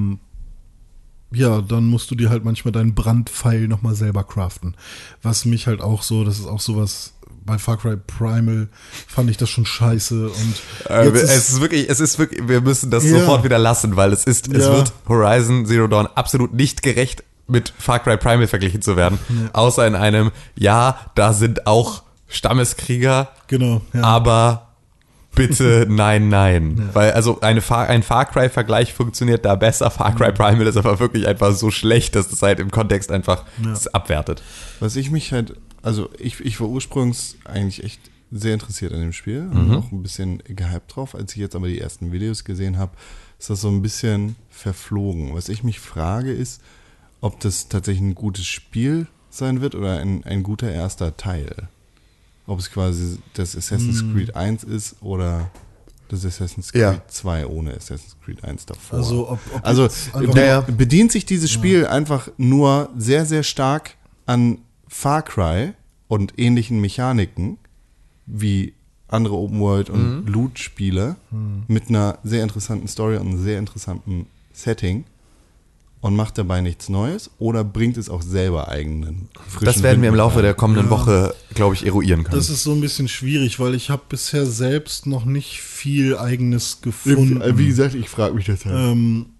ja, dann musst du dir halt manchmal deinen Brandpfeil nochmal selber craften. Was mich halt auch so, das ist auch sowas, bei Far Cry Primal fand ich das schon scheiße. Und jetzt Es ist wirklich, wir müssen das Ja. sofort wieder lassen, weil es Ja. wird Horizon Zero Dawn absolut nicht gerecht mit Far Cry Primal verglichen zu werden. Außer in einem, ja, da sind auch Stammeskrieger, genau, ja. aber bitte nein. Weil also ein Far Cry-Vergleich funktioniert da besser. Far Cry Primal ist aber wirklich einfach so schlecht, dass das halt im Kontext einfach das abwertet. Was ich mich halt, also ich war ursprünglich eigentlich echt sehr interessiert an dem Spiel und auch ein bisschen gehypt drauf. Als ich jetzt aber die ersten Videos gesehen habe, ist das so ein bisschen verflogen. Was ich mich frage ist, ob das tatsächlich ein gutes Spiel sein wird oder ein guter erster Teil. Ob es quasi das Assassin's Creed 1 ist oder das Assassin's Creed Ja. 2 ohne Assassin's Creed 1 davor. Also, ob Also jetzt einfach bedient sich dieses Spiel einfach nur sehr, sehr stark an Far Cry und ähnlichen Mechaniken wie andere Open World und Loot-Spiele mit einer sehr interessanten Story und einem sehr interessanten Setting und macht dabei nichts Neues oder bringt es auch selber eigenen frischen Das werden wir im Wind Laufe mit der rein? kommenden Woche, glaube ich, eruieren können. das ist so ein bisschen schwierig, weil ich habe bisher selbst noch nicht viel Eigenes gefunden. Wie gesagt, ich frage mich das halt.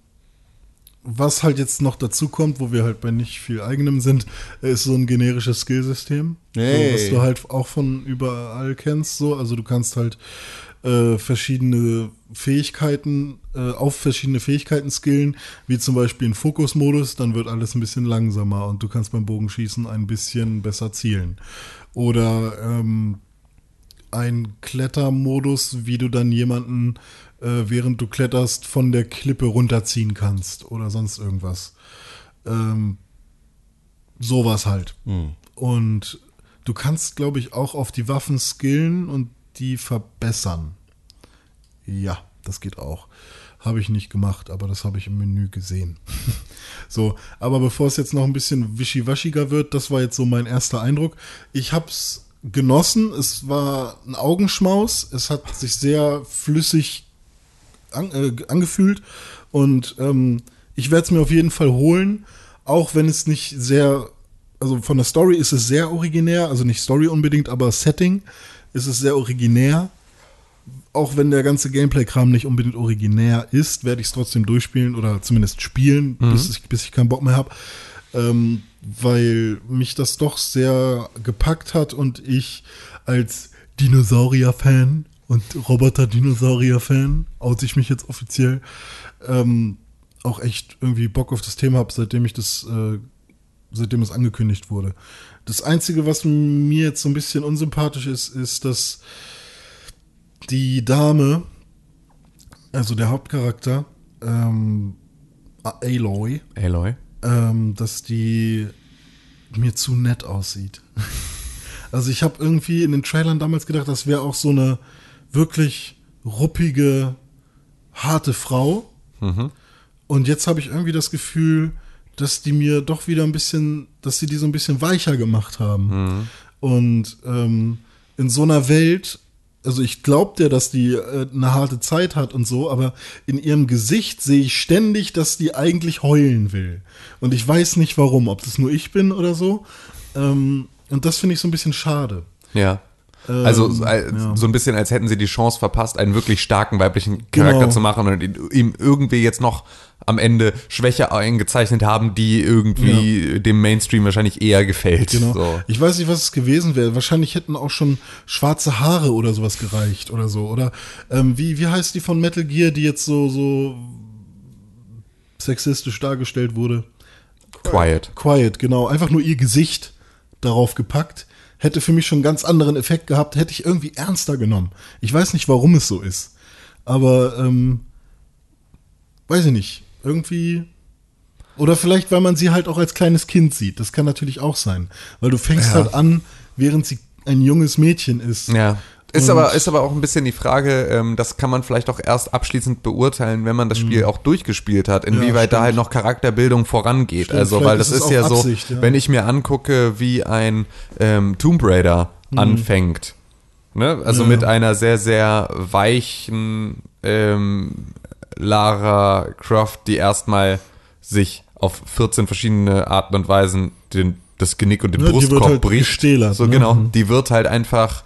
Was halt jetzt noch dazu kommt, wo wir halt bei nicht viel Eigenem sind, ist so ein generisches Skillsystem, Hey. so, was du halt auch von überall kennst. So. Also du kannst halt verschiedene Fähigkeiten, auf verschiedene Fähigkeiten skillen, wie zum Beispiel in Fokusmodus, dann wird alles ein bisschen langsamer und du kannst beim Bogenschießen ein bisschen besser zielen. Oder ein Klettermodus, wie du dann jemanden, während du kletterst, von der Klippe runterziehen kannst oder sonst irgendwas. Sowas halt. Und du kannst, glaube ich, auch auf die Waffen skillen und die verbessern. Ja, das geht auch. Habe ich nicht gemacht, aber das habe ich im Menü gesehen. So, aber bevor es jetzt noch ein bisschen wischiwaschiger wird, das war jetzt so mein erster Eindruck. Ich habe es genossen, es war ein Augenschmaus, es hat sich sehr flüssig angefühlt und ich werde es mir auf jeden Fall holen, auch wenn es nicht sehr, also von der Story ist es sehr originär, also nicht Story unbedingt, aber Setting ist es sehr originär. Auch wenn der ganze Gameplay-Kram nicht unbedingt originär ist, werde ich es trotzdem durchspielen oder zumindest spielen, bis ich keinen Bock mehr habe. Weil mich das doch sehr gepackt hat und ich als Dinosaurier-Fan und Roboter-Dinosaurier-Fan, oute ich mich jetzt offiziell, auch echt irgendwie Bock auf das Thema habe, seitdem es angekündigt wurde. Das Einzige, was mir jetzt so ein bisschen unsympathisch ist, dass die Dame, also der Hauptcharakter, Aloy, dass die mir zu nett aussieht. Also ich habe irgendwie in den Trailern damals gedacht, das wäre auch so eine wirklich ruppige, harte Frau. Und jetzt habe ich irgendwie das Gefühl, dass die mir doch wieder ein bisschen, dass sie die so ein bisschen weicher gemacht haben. Und in so einer Welt, also ich glaube dir, dass die eine harte Zeit hat und so, aber in ihrem Gesicht sehe ich ständig, dass die eigentlich heulen will. Und ich weiß nicht warum, ob das nur ich bin oder so. Und das finde ich so ein bisschen schade. Ja. Also so ein bisschen, als hätten sie die Chance verpasst, einen wirklich starken weiblichen Charakter zu machen und ihm irgendwie jetzt noch am Ende Schwäche eingezeichnet haben, die irgendwie dem Mainstream wahrscheinlich eher gefällt. Genau. So. Ich weiß nicht, was es gewesen wäre. Wahrscheinlich hätten auch schon schwarze Haare oder sowas gereicht oder so. Oder wie heißt die von Metal Gear, die jetzt so sexistisch dargestellt wurde? Quiet, genau. Einfach nur ihr Gesicht darauf gepackt. Hätte für mich schon einen ganz anderen Effekt gehabt, hätte ich irgendwie ernster genommen. Ich weiß nicht, warum es so ist. Aber, weiß ich nicht. Irgendwie. Oder vielleicht, weil man sie halt auch als kleines Kind sieht. Das kann natürlich auch sein. Weil du fängst halt an, während sie ein junges Mädchen ist. Ja. Ist aber auch ein bisschen die Frage, das kann man vielleicht auch erst abschließend beurteilen, wenn man das Spiel auch durchgespielt hat, inwieweit da halt noch Charakterbildung vorangeht. Stimmt, also, weil das ist ja Absicht, so, wenn ich mir angucke, wie ein Tomb Raider anfängt, ne? Also mit einer sehr, sehr weichen Lara Croft, die erstmal sich auf 14 verschiedene Arten und Weisen das Genick und den Brustkorb halt bricht. Gestählert, so, genau. Die wird halt einfach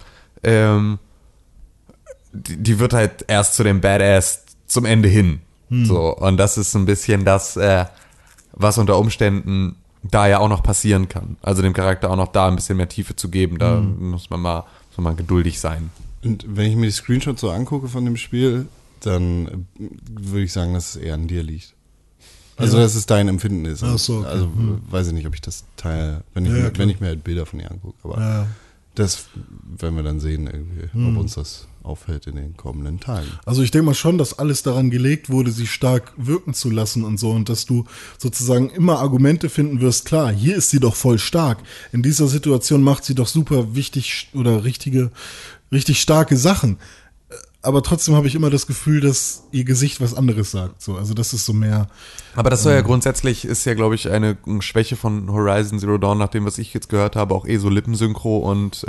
die wird halt erst zu dem Badass zum Ende hin. So, und das ist ein bisschen das, was unter Umständen da ja auch noch passieren kann. Also dem Charakter auch noch da ein bisschen mehr Tiefe zu geben, da muss man mal geduldig sein. Und wenn ich mir die Screenshots so angucke von dem Spiel, dann würde ich sagen, dass es eher an dir liegt. Also, dass es dein Empfinden ist. Ach so, okay. Also, weiß ich nicht, ob ich das teile, wenn ich mir halt Bilder von ihr angucke. Aber das werden wir dann sehen, irgendwie, ob uns das auffällt in den kommenden Tagen. Also ich denke mal schon, dass alles daran gelegt wurde, sie stark wirken zu lassen und so, und dass du sozusagen immer Argumente finden wirst, klar, hier ist sie doch voll stark. In dieser Situation macht sie doch super wichtig oder richtig starke Sachen. Aber trotzdem habe ich immer das Gefühl, dass ihr Gesicht was anderes sagt. So, also das ist so mehr. Aber das soll ja grundsätzlich, ist ja, glaube ich, eine Schwäche von Horizon Zero Dawn, nach dem, was ich jetzt gehört habe, auch so Lippensynchro und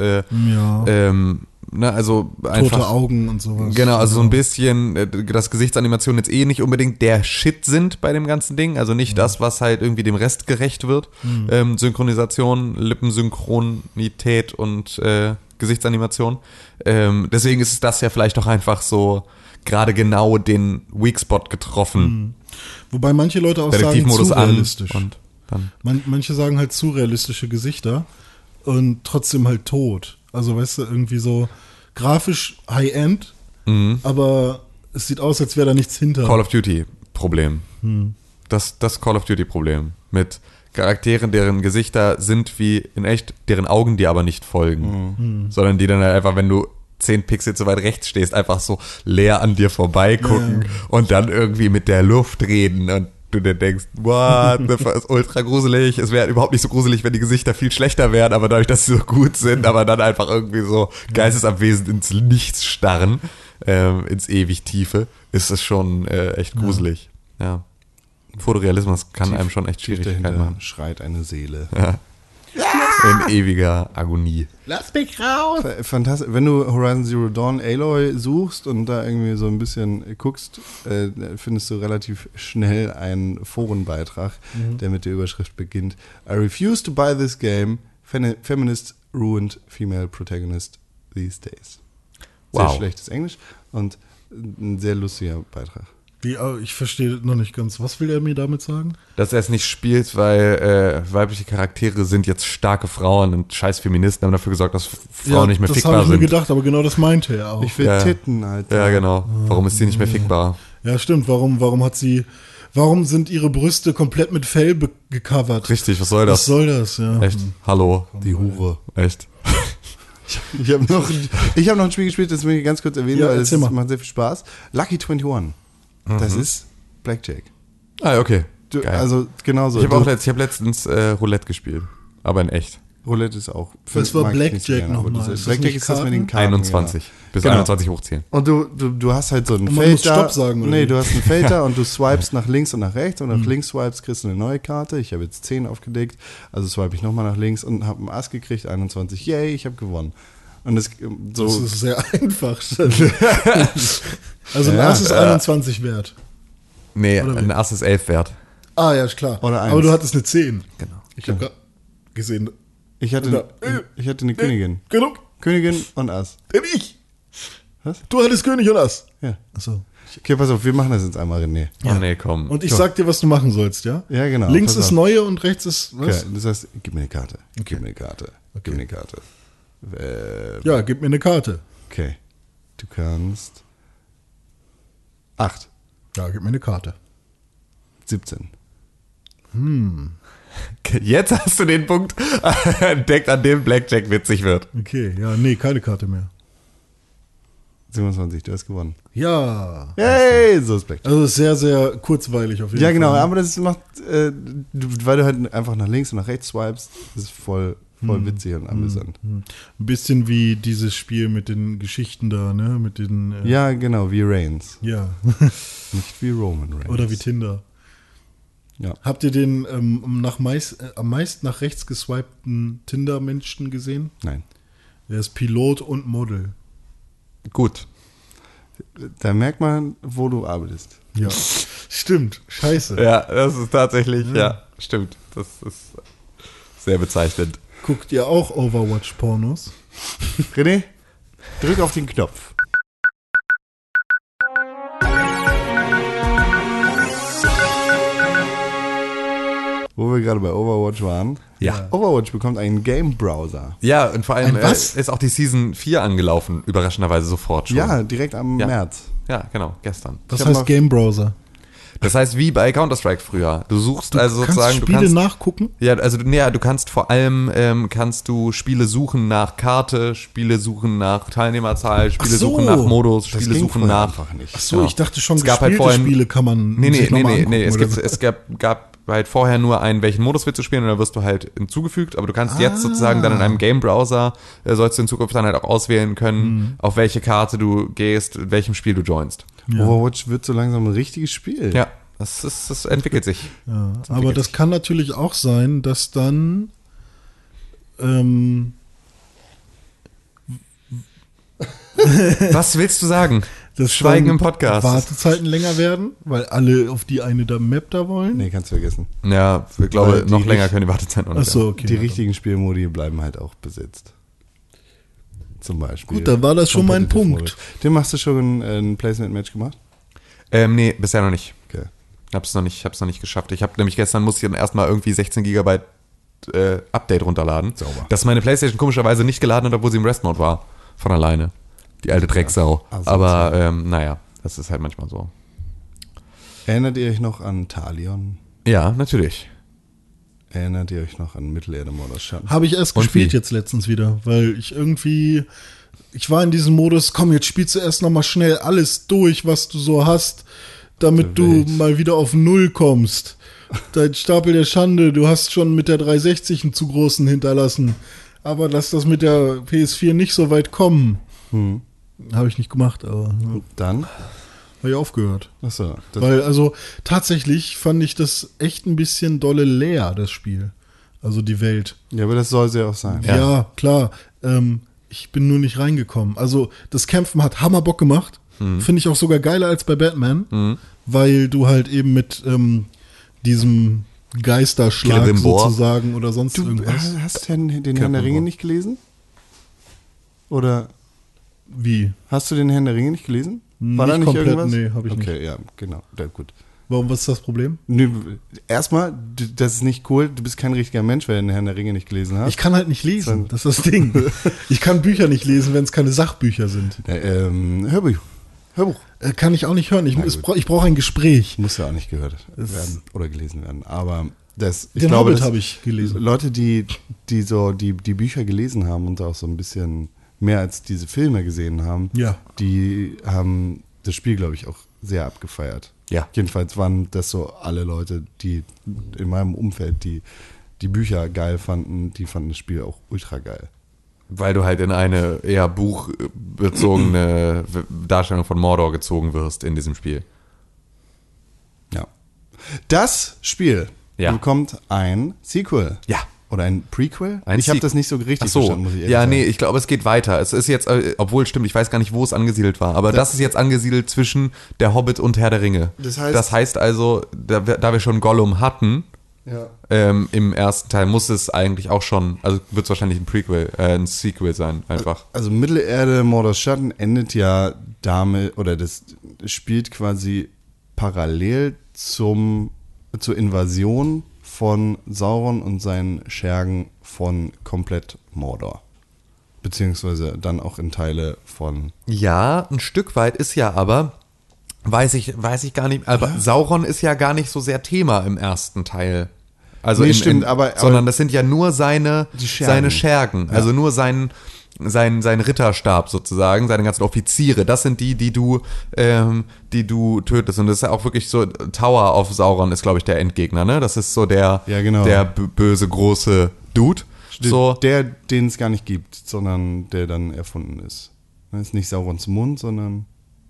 also einfach tote Augen und sowas. Genau, also so ein bisschen, dass Gesichtsanimationen jetzt nicht unbedingt der Shit sind bei dem ganzen Ding, also nicht das, was halt irgendwie dem Rest gerecht wird. Synchronisation, Lippensynchronität und Gesichtsanimation. Deswegen ist das ja vielleicht auch einfach so gerade genau den Weak Spot getroffen. Wobei manche Leute auch sagen, zu realistisch. Und dann. Manche sagen halt zu realistische Gesichter und trotzdem halt tot. Also weißt du, irgendwie so grafisch High-End, aber es sieht aus, als wäre da nichts hinter. Call of Duty Problem. Das Call of Duty Problem mit Charakteren, deren Gesichter sind wie in echt, deren Augen dir aber nicht folgen, sondern die dann halt einfach, wenn du 10 Pixel zu weit rechts stehst, einfach so leer an dir vorbeigucken und dann irgendwie mit der Luft reden und du dir denkst, what, das ist ultra gruselig. Es wäre überhaupt nicht so gruselig, wenn die Gesichter viel schlechter wären, aber dadurch, dass sie so gut sind, aber dann einfach irgendwie so geistesabwesend ins Nichts starren, ins ewig Tiefe, ist es schon echt gruselig. Ja. Fotorealismus kann einem schon echt Schwierigkeiten Dahinter machen. schreit eine Seele. In ewiger Agonie. Lass mich raus! Fantastisch. Wenn du Horizon Zero Dawn Aloy suchst und da irgendwie so ein bisschen guckst, findest du relativ schnell einen Forenbeitrag, der mit der Überschrift beginnt: I refuse to buy this game. Feminist ruined female protagonist these days. Sehr Wow. schlechtes Englisch und ein sehr lustiger Beitrag. Ich verstehe noch nicht ganz. Was will er mir damit sagen? Dass er es nicht spielt, weil weibliche Charaktere sind jetzt starke Frauen und scheiß Feministen haben dafür gesorgt, dass Frauen nicht mehr das habe fickbar ich mir sind. gedacht, aber genau das meinte er auch. Ich will Ja. Titten, Alter. Ja, genau. Warum ist sie nicht mehr fickbar? Ja, stimmt. Warum sind ihre Brüste komplett mit Fell gecovert? Richtig, was soll Was das? soll das, ja. Echt? Hallo? Die Hure. Echt? Ich habe noch ein Spiel gespielt, das will ich ganz kurz erwähnen, Ja, weil es erzähl mal. macht sehr viel Spaß. Lucky 21. Das ist Blackjack. Ah, okay. Du, Geil. also genauso. Ich habe letztens Roulette gespielt. Aber in echt. Roulette ist auch. Was war mag ich nicht so Blackjack gerne, aber nochmal? dieses- Ist das Blackjack nicht ist das mit den Karten? Karten. 21. Bis Genau. 21 hochziehen. Und du hast halt so ein Und man Feld muss da. Stopp sagen, oder Nee, wie? du hast ein Feld da und du swipest nach links und nach rechts und nach links swipest, kriegst du eine neue Karte. Ich habe jetzt 10 aufgedeckt, also swipe ich nochmal nach links und habe einen Ass gekriegt, 21. Yay, ich habe gewonnen. Und das so. Das ist sehr einfach. Also ein Ja. Ass ist 21 wert. Nee, Oder wie? ein Ass ist 11 wert. Ah, ja, ist klar. Oder eins. Aber du hattest eine 10. Genau. Ich habe gerade gesehen. ich hatte eine Königin. Genug. Königin und Ass. Denn ich. Was? Du hattest König und Ass. Ja. Achso. Okay, pass auf, wir machen das jetzt einmal, René. Oh nee, komm. Und ich sag dir, was du machen sollst, ja? Ja, genau. Links pass ist auf. neue und rechts ist was? Okay, das heißt, gib mir eine Karte. Gib mir eine Karte. Gib mir eine Karte. Ja, gib mir eine Karte. Okay. Du kannst 8, Ja, gib mir eine Karte. 17. Jetzt hast du den Punkt entdeckt, an dem Blackjack witzig wird. Okay, ja, nee, keine Karte mehr. 27, du hast gewonnen. Ja. Yay, so ist Blackjack. Also ist sehr, sehr kurzweilig auf jeden Ja, Fall. genau, aber das macht, weil du halt einfach nach links und nach rechts swipest, das ist voll witzig und amüsant. Ein bisschen wie dieses Spiel mit den Geschichten da, ne? Mit den. Ja, genau, wie Reigns. Ja. Nicht wie Roman Reigns. Oder wie Tinder. Ja. Habt ihr den am meisten nach rechts geswipten Tinder-Menschen gesehen? Nein. Der ist Pilot und Model. Gut. Da merkt man, wo du arbeitest. Ja. Stimmt. Scheiße. Ja, das ist tatsächlich, ja, stimmt. Das ist sehr bezeichnend. Guckt ihr auch Overwatch-Pornos? René, drück auf den Knopf. Wo wir gerade bei Overwatch waren. Ja. Overwatch bekommt einen Game-Browser. Ja, und vor allem Ein was? ist auch die Season 4 angelaufen, überraschenderweise sofort schon. Ja, direkt am Ja. März. Ja, genau, gestern. Was hab mal- heißt Game Browser? Das heißt, wie bei Counter-Strike früher. Du suchst also Kannst sozusagen, Spiele du kannst. nachgucken? Ja, also nee, du kannst vor allem kannst du Spiele suchen nach Karte, Spiele suchen nach Teilnehmerzahl, Spiele Ach so. suchen nach Modus, Das Spiele ging suchen vorher nach. einfach nicht. Ach so, Genau. ich dachte schon, Es gab halt gespielte vorhin- Spiele kann man Nee, sich noch mal angucken, es oder? gab halt vorher nur einen, welchen Modus willst du spielen und dann wirst du halt hinzugefügt, aber du kannst jetzt sozusagen dann in einem Game-Browser, sollst du in Zukunft dann halt auch auswählen können, auf welche Karte du gehst, in welchem Spiel du joinst. Overwatch wird so langsam ein richtiges Spiel. Ja, das entwickelt sich. Ja, aber das kann natürlich auch sein, dass dann Was willst du sagen? das Schweigen dann im Podcast. Wartezeiten länger werden, weil alle auf die eine da Map da wollen. Nee, kannst du vergessen. Ja, ich Weil glaube, die noch länger richt- können die Wartezeiten noch Ach nicht so, okay. Die richtigen Spielmodi bleiben halt auch besetzt. Zum Beispiel. Gut, dann war das schon mein Competitive Punkt. Mode. Dem hast du schon ein Placement-Match gemacht? Nee, bisher noch nicht. Okay. Hab's noch nicht geschafft. Ich habe nämlich gestern musste ich dann erstmal irgendwie 16 GB Update runterladen. Sauber. Das meine Playstation komischerweise nicht geladen hat, obwohl sie im Rest-Mode war. Von alleine. Die alte Drecksau. also Aber naja, das ist halt manchmal so. Erinnert ihr euch noch an Talion? Ja, natürlich. Erinnert ihr euch noch an Mittelerde-Modus Schatten? Habe ich erst Und gespielt wie? jetzt letztens wieder, weil ich war in diesem Modus, komm, jetzt spielst du erst nochmal schnell alles durch, was du so hast. damit du mal wieder auf Null kommst. Dein Stapel der Schande, du hast schon mit der 360 einen zu großen hinterlassen. Aber lass das mit der PS4 nicht so weit kommen. Habe ich nicht gemacht, aber Dann? habe ich aufgehört. Achso. Weil, also, tatsächlich fand ich das echt ein bisschen dolle leer, das Spiel. Also die Welt. Ja, aber das soll sie auch sein. Ja, klar. Ich bin nur nicht reingekommen. Also, das Kämpfen hat Hammerbock gemacht. Finde ich auch sogar geiler als bei Batman. Weil du halt eben mit diesem Geisterschlag Celebrimbor sozusagen oder sonst Du irgendwas. hast den Herrn der Ringe nicht gelesen? Oder Wie? hast du den Herrn der Ringe nicht gelesen? War Nicht da nicht komplett, irgendwas? nee, hab ich nicht. Okay, ja, genau. Ja, gut. Warum, was ist das Problem? Nö, erstmal, das ist nicht cool. Du bist kein richtiger Mensch, wenn du den Herrn der Ringe nicht gelesen hast. Ich kann halt nicht lesen, das ist das Ding. Ich kann Bücher nicht lesen, wenn es keine Sachbücher sind. Hörbuch. Kann ich auch nicht hören. Ich gut. brauche ein Gespräch. Muss ja auch nicht gehört werden oder gelesen werden. Aber ich Den glaube, Hobbit dass habe ich gelesen. Leute, die Bücher gelesen haben und auch so ein bisschen mehr als diese Filme gesehen haben, Ja. die haben das Spiel, glaube ich, auch sehr abgefeiert. Ja. Jedenfalls waren das so alle Leute, die in meinem Umfeld, die Bücher geil fanden, die fanden das Spiel auch ultra geil. Weil du halt in eine eher buchbezogene Darstellung von Mordor gezogen wirst in diesem Spiel. Ja. Das Spiel bekommt ein Sequel. Ja. Oder ein Prequel? Ein Ich habe Sequel. das nicht so richtig Ach so. verstanden, muss ich ehrlich Ja, sagen. nee, ich glaube, es geht weiter. Es ist jetzt, obwohl, stimmt, ich weiß gar nicht, wo es angesiedelt war, aber das ist jetzt angesiedelt zwischen der Hobbit und Herr der Ringe. Das heißt also, da wir schon Gollum hatten, Ja. im ersten Teil muss es eigentlich auch schon, also wird es wahrscheinlich ein Sequel sein, einfach. Also Mittelerde, Mordors Schatten endet ja damit, oder das spielt quasi parallel zur Invasion von Sauron und seinen Schergen von komplett Mordor. Beziehungsweise dann auch in Teile von... Ja, ein Stück weit ist ja aber, weiß ich gar nicht, aber Sauron ist ja gar nicht so sehr Thema im ersten Teil. Also Nee, stimmt, aber sondern das sind ja nur seine Schergen. Also nur sein Ritterstab sozusagen, seine ganzen Offiziere, das sind die du tötest. Und das ist ja auch wirklich so, Tower of Sauron ist, glaube ich, der Endgegner, ne? Das ist so der böse, große Dude. So. Den es gar nicht gibt, sondern der dann erfunden ist. Das ist nicht Saurons Mund, sondern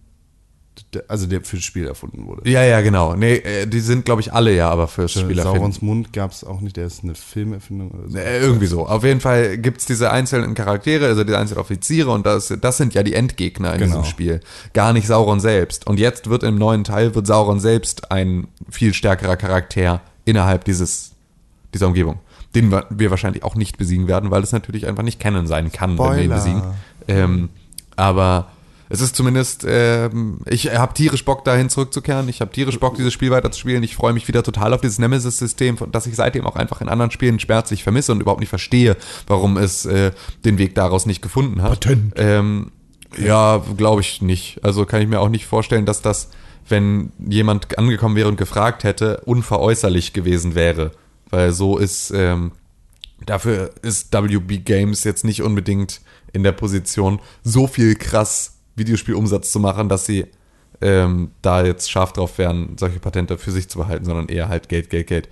der für das Spiel erfunden wurde. Ja, genau. Nee, die sind, glaube ich, alle aber fürs Spiel erfunden. Saurons Mund gab es auch nicht, der ist eine Filmerfindung oder so. Irgendwie so. Auf jeden Fall gibt es diese einzelnen Charaktere, also diese einzelnen Offiziere und das sind ja die Endgegner in diesem Spiel. Gar nicht Sauron selbst. Und jetzt wird im neuen Teil Sauron selbst ein viel stärkerer Charakter innerhalb dieser Umgebung. Den wir wahrscheinlich auch nicht besiegen werden, weil es natürlich einfach nicht Canon sein kann, wenn wir ihn besiegen. Aber es ist zumindest, ich habe tierisch Bock, dahin zurückzukehren. Ich habe tierisch Bock, dieses Spiel weiterzuspielen. Ich freue mich wieder total auf dieses Nemesis-System, das ich seitdem auch einfach in anderen Spielen schmerzlich vermisse und überhaupt nicht verstehe, warum es den Weg daraus nicht gefunden hat. Patent. Ja, glaube ich nicht. Also kann ich mir auch nicht vorstellen, dass das, wenn jemand angekommen wäre und gefragt hätte, unveräußerlich gewesen wäre. Weil so ist, dafür ist WB Games jetzt nicht unbedingt in der Position, so viel krass Videospielumsatz zu machen, dass sie da jetzt scharf drauf wären, solche Patente für sich zu behalten, sondern eher halt Geld.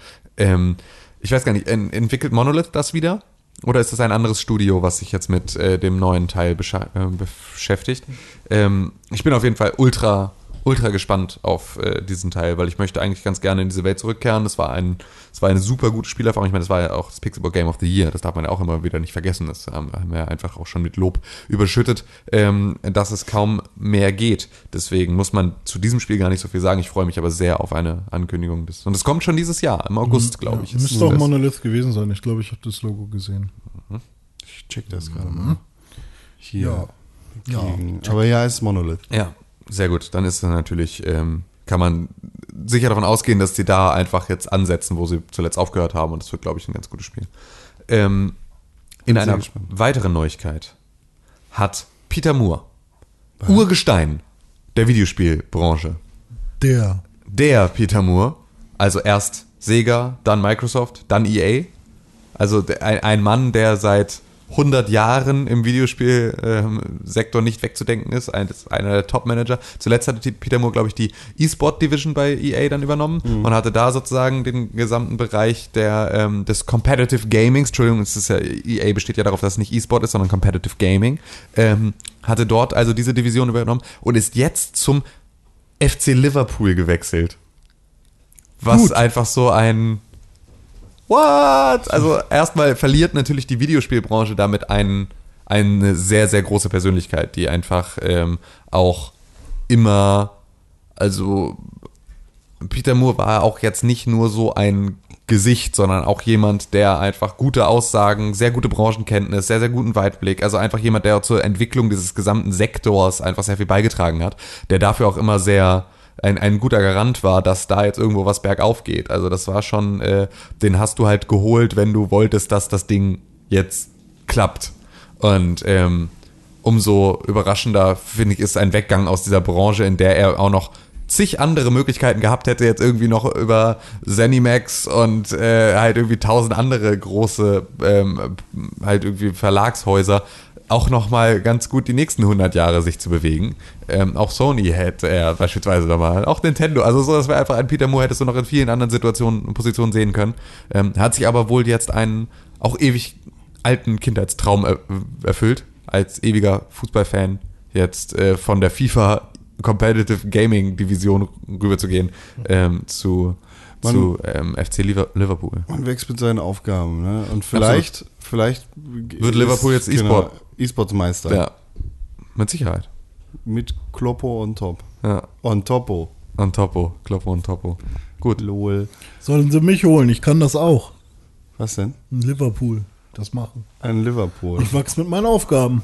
Ich weiß gar nicht, entwickelt Monolith das wieder? Oder ist das ein anderes Studio, was sich jetzt mit dem neuen Teil beschäftigt? Ich bin auf jeden Fall ultra gespannt auf diesen Teil, weil ich möchte eigentlich ganz gerne in diese Welt zurückkehren. Es war eine super gute Spielerfahrung. Ich meine, das war ja auch das Pixelbook Game of the Year. Das darf man ja auch immer wieder nicht vergessen. Das haben wir ja einfach auch schon mit Lob überschüttet, dass es kaum mehr geht. Deswegen muss man zu diesem Spiel gar nicht so viel sagen. Ich freue mich aber sehr auf eine Ankündigung. Und es kommt schon dieses Jahr, im August, glaube ich. Müsste auch Monolith gewesen sein. Ich glaube, ich habe das Logo gesehen. Ich check das gerade mal. Hier. Ja. Aber ja, es ist Monolith. Ja, sehr gut. Dann ist es natürlich, kann man sicher davon ausgehen, dass die da einfach jetzt ansetzen, wo sie zuletzt aufgehört haben. Und das wird, glaube ich, ein ganz gutes Spiel. In einer weiteren Neuigkeit hat Peter Moore, Urgestein der Videospielbranche, der Peter Moore, also erst Sega, dann Microsoft, dann EA, also ein Mann, der seit 100 Jahren im Videospielsektor nicht wegzudenken ist. Einer der Top-Manager. Zuletzt hatte Peter Moore, glaube ich, die E-Sport-Division bei EA dann übernommen und hatte da sozusagen den gesamten Bereich des Competitive Gamings. Entschuldigung, EA besteht ja darauf, dass es nicht E-Sport ist, sondern Competitive Gaming. Hatte dort also diese Division übernommen und ist jetzt zum FC Liverpool gewechselt. Was einfach so ein What? Also erstmal verliert natürlich die Videospielbranche damit eine sehr, sehr große Persönlichkeit, die einfach auch immer, also Peter Moore war auch jetzt nicht nur so ein Gesicht, sondern auch jemand, der einfach gute Aussagen, sehr gute Branchenkenntnis, sehr, sehr guten Weitblick, also einfach jemand, der zur Entwicklung dieses gesamten Sektors einfach sehr viel beigetragen hat, der dafür auch immer sehr ein guter Garant war, dass da jetzt irgendwo was bergauf geht. Also das war schon, den hast du halt geholt, wenn du wolltest, dass das Ding jetzt klappt. Und umso überraschender, finde ich, ist ein Weggang aus dieser Branche, in der er auch noch zig andere Möglichkeiten gehabt hätte, jetzt irgendwie noch über ZeniMax und halt irgendwie 1000 andere große halt irgendwie Verlagshäuser auch nochmal ganz gut die nächsten 100 Jahre sich zu bewegen. Auch Sony hätte er beispielsweise nochmal, auch Nintendo, also so, dass wir einfach einen Peter Moore hättest du noch in vielen anderen Situationen und Positionen sehen können. Hat sich aber wohl jetzt einen auch ewig alten Kindheitstraum erfüllt, als ewiger Fußballfan jetzt von der FIFA Competitive Gaming Division rüberzugehen zu FC Liverpool. Man wächst mit seinen Aufgaben, ne? Und vielleicht wird Liverpool jetzt E-Sports-Meister. Ja, mit Sicherheit. Mit Kloppo on top. Ja. On Topo. Kloppo on Topo. Gut. Lol. Sollen sie mich holen? Ich kann das auch. Was denn? In Liverpool das machen. Ein Liverpool. Ich wachse mit meinen Aufgaben.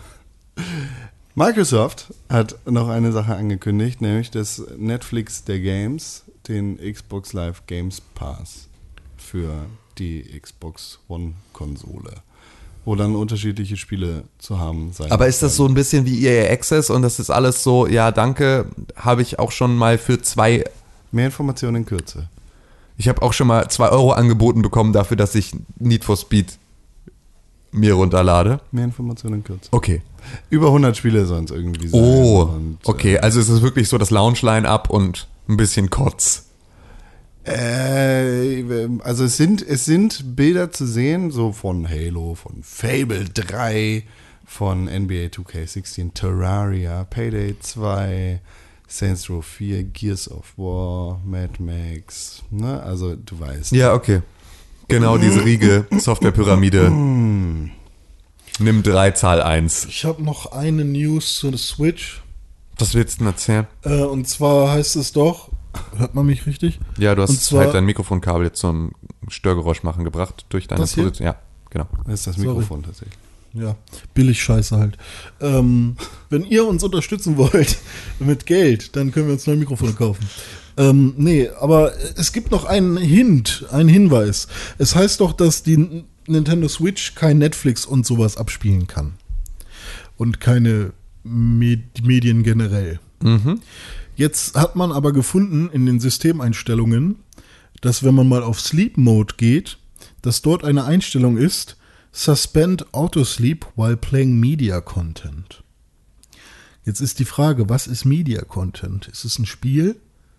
Microsoft hat noch eine Sache angekündigt, nämlich das Netflix der Games, den Xbox Live Games Pass für die Xbox One Konsole, wo dann unterschiedliche Spiele zu haben sein. Aber ist das so ein bisschen wie EA Access und das ist alles so, ja danke, habe ich auch schon mal für 2... Mehr Informationen in Kürze. Ich habe auch schon mal 2 Euro angeboten bekommen dafür, dass ich Need for Speed mir runterlade. Mehr Informationen in Kürze. Okay. Über 100 Spiele sollen es irgendwie sein. Oh, und, okay, also es ist wirklich so das Lounge-Line-Up und ein bisschen Kotz. Also es sind Bilder zu sehen, so von Halo, von Fable 3, von NBA 2K16, Terraria, Payday 2, Saints Row 4, Gears of War, Mad Max, ne? Also du weißt. Ja, okay. Genau diese Riege, Softwarepyramide. Nimm 3, Zahl 1. Ich habe noch eine News zu der Switch. Was willst du denn erzählen? Und zwar heißt es doch, hört man mich richtig? Ja, du Und hast zwar- halt dein Mikrofonkabel jetzt zum Störgeräusch machen gebracht durch deine Das hier? Position. Ja, genau. Das ist das Mikrofon tatsächlich. Ja, billig Scheiße halt. Wenn ihr uns unterstützen wollt mit Geld, dann können wir uns neue Mikrofone kaufen. Nee, aber es gibt noch einen Hinweis. Es heißt doch, dass die Nintendo Switch kein Netflix und sowas abspielen kann. Und keine Medien generell. Mhm. Jetzt hat man aber gefunden in den Systemeinstellungen, dass wenn man mal auf Sleep Mode geht, dass dort eine Einstellung ist, Suspend Autosleep while playing Media Content. Jetzt ist die Frage, was ist Media Content? Ist es ein Spiel?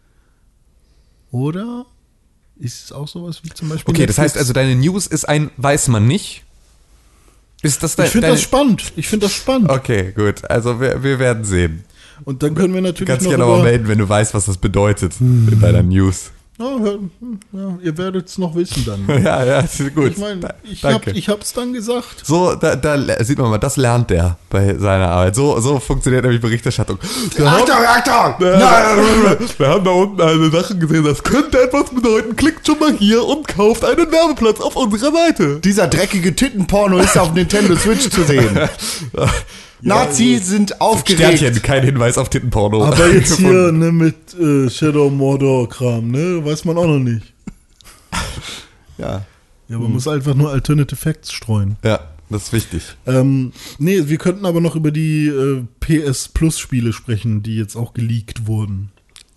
Oder ist es auch sowas wie zum Beispiel Okay, das Netflix? heißt also, deine News ist ein weiß man nicht. Ist das Ich finde das spannend. Okay, gut. Also wir werden sehen. Und dann können wir Du natürlich kannst dich noch ja nochmal melden, wenn du weißt, was das bedeutet in deiner News. Ja, ihr werdet es noch wissen dann. Ja, ist gut. Ich meine, Danke. ich hab's dann gesagt. So, da sieht man mal, das lernt der bei seiner Arbeit. So funktioniert nämlich Berichterstattung. Achtung! Wir haben da unten eine Sache gesehen, das könnte etwas bedeuten. Klickt schon mal hier und kauft einen Werbeplatz auf unserer Seite. Dieser dreckige Tittenporno ist auf Nintendo Switch zu sehen. Nazis sind aufgeregt. Sternchen, kein Hinweis auf Tittenporno. Aber jetzt hier ne, mit Shadow Mordor-Kram, ne, weiß man auch noch nicht. Ja. Ja, man muss einfach nur Alternative Facts streuen. Ja, das ist wichtig. Nee, wir könnten aber noch über die PS Plus Spiele sprechen, die jetzt auch geleakt wurden.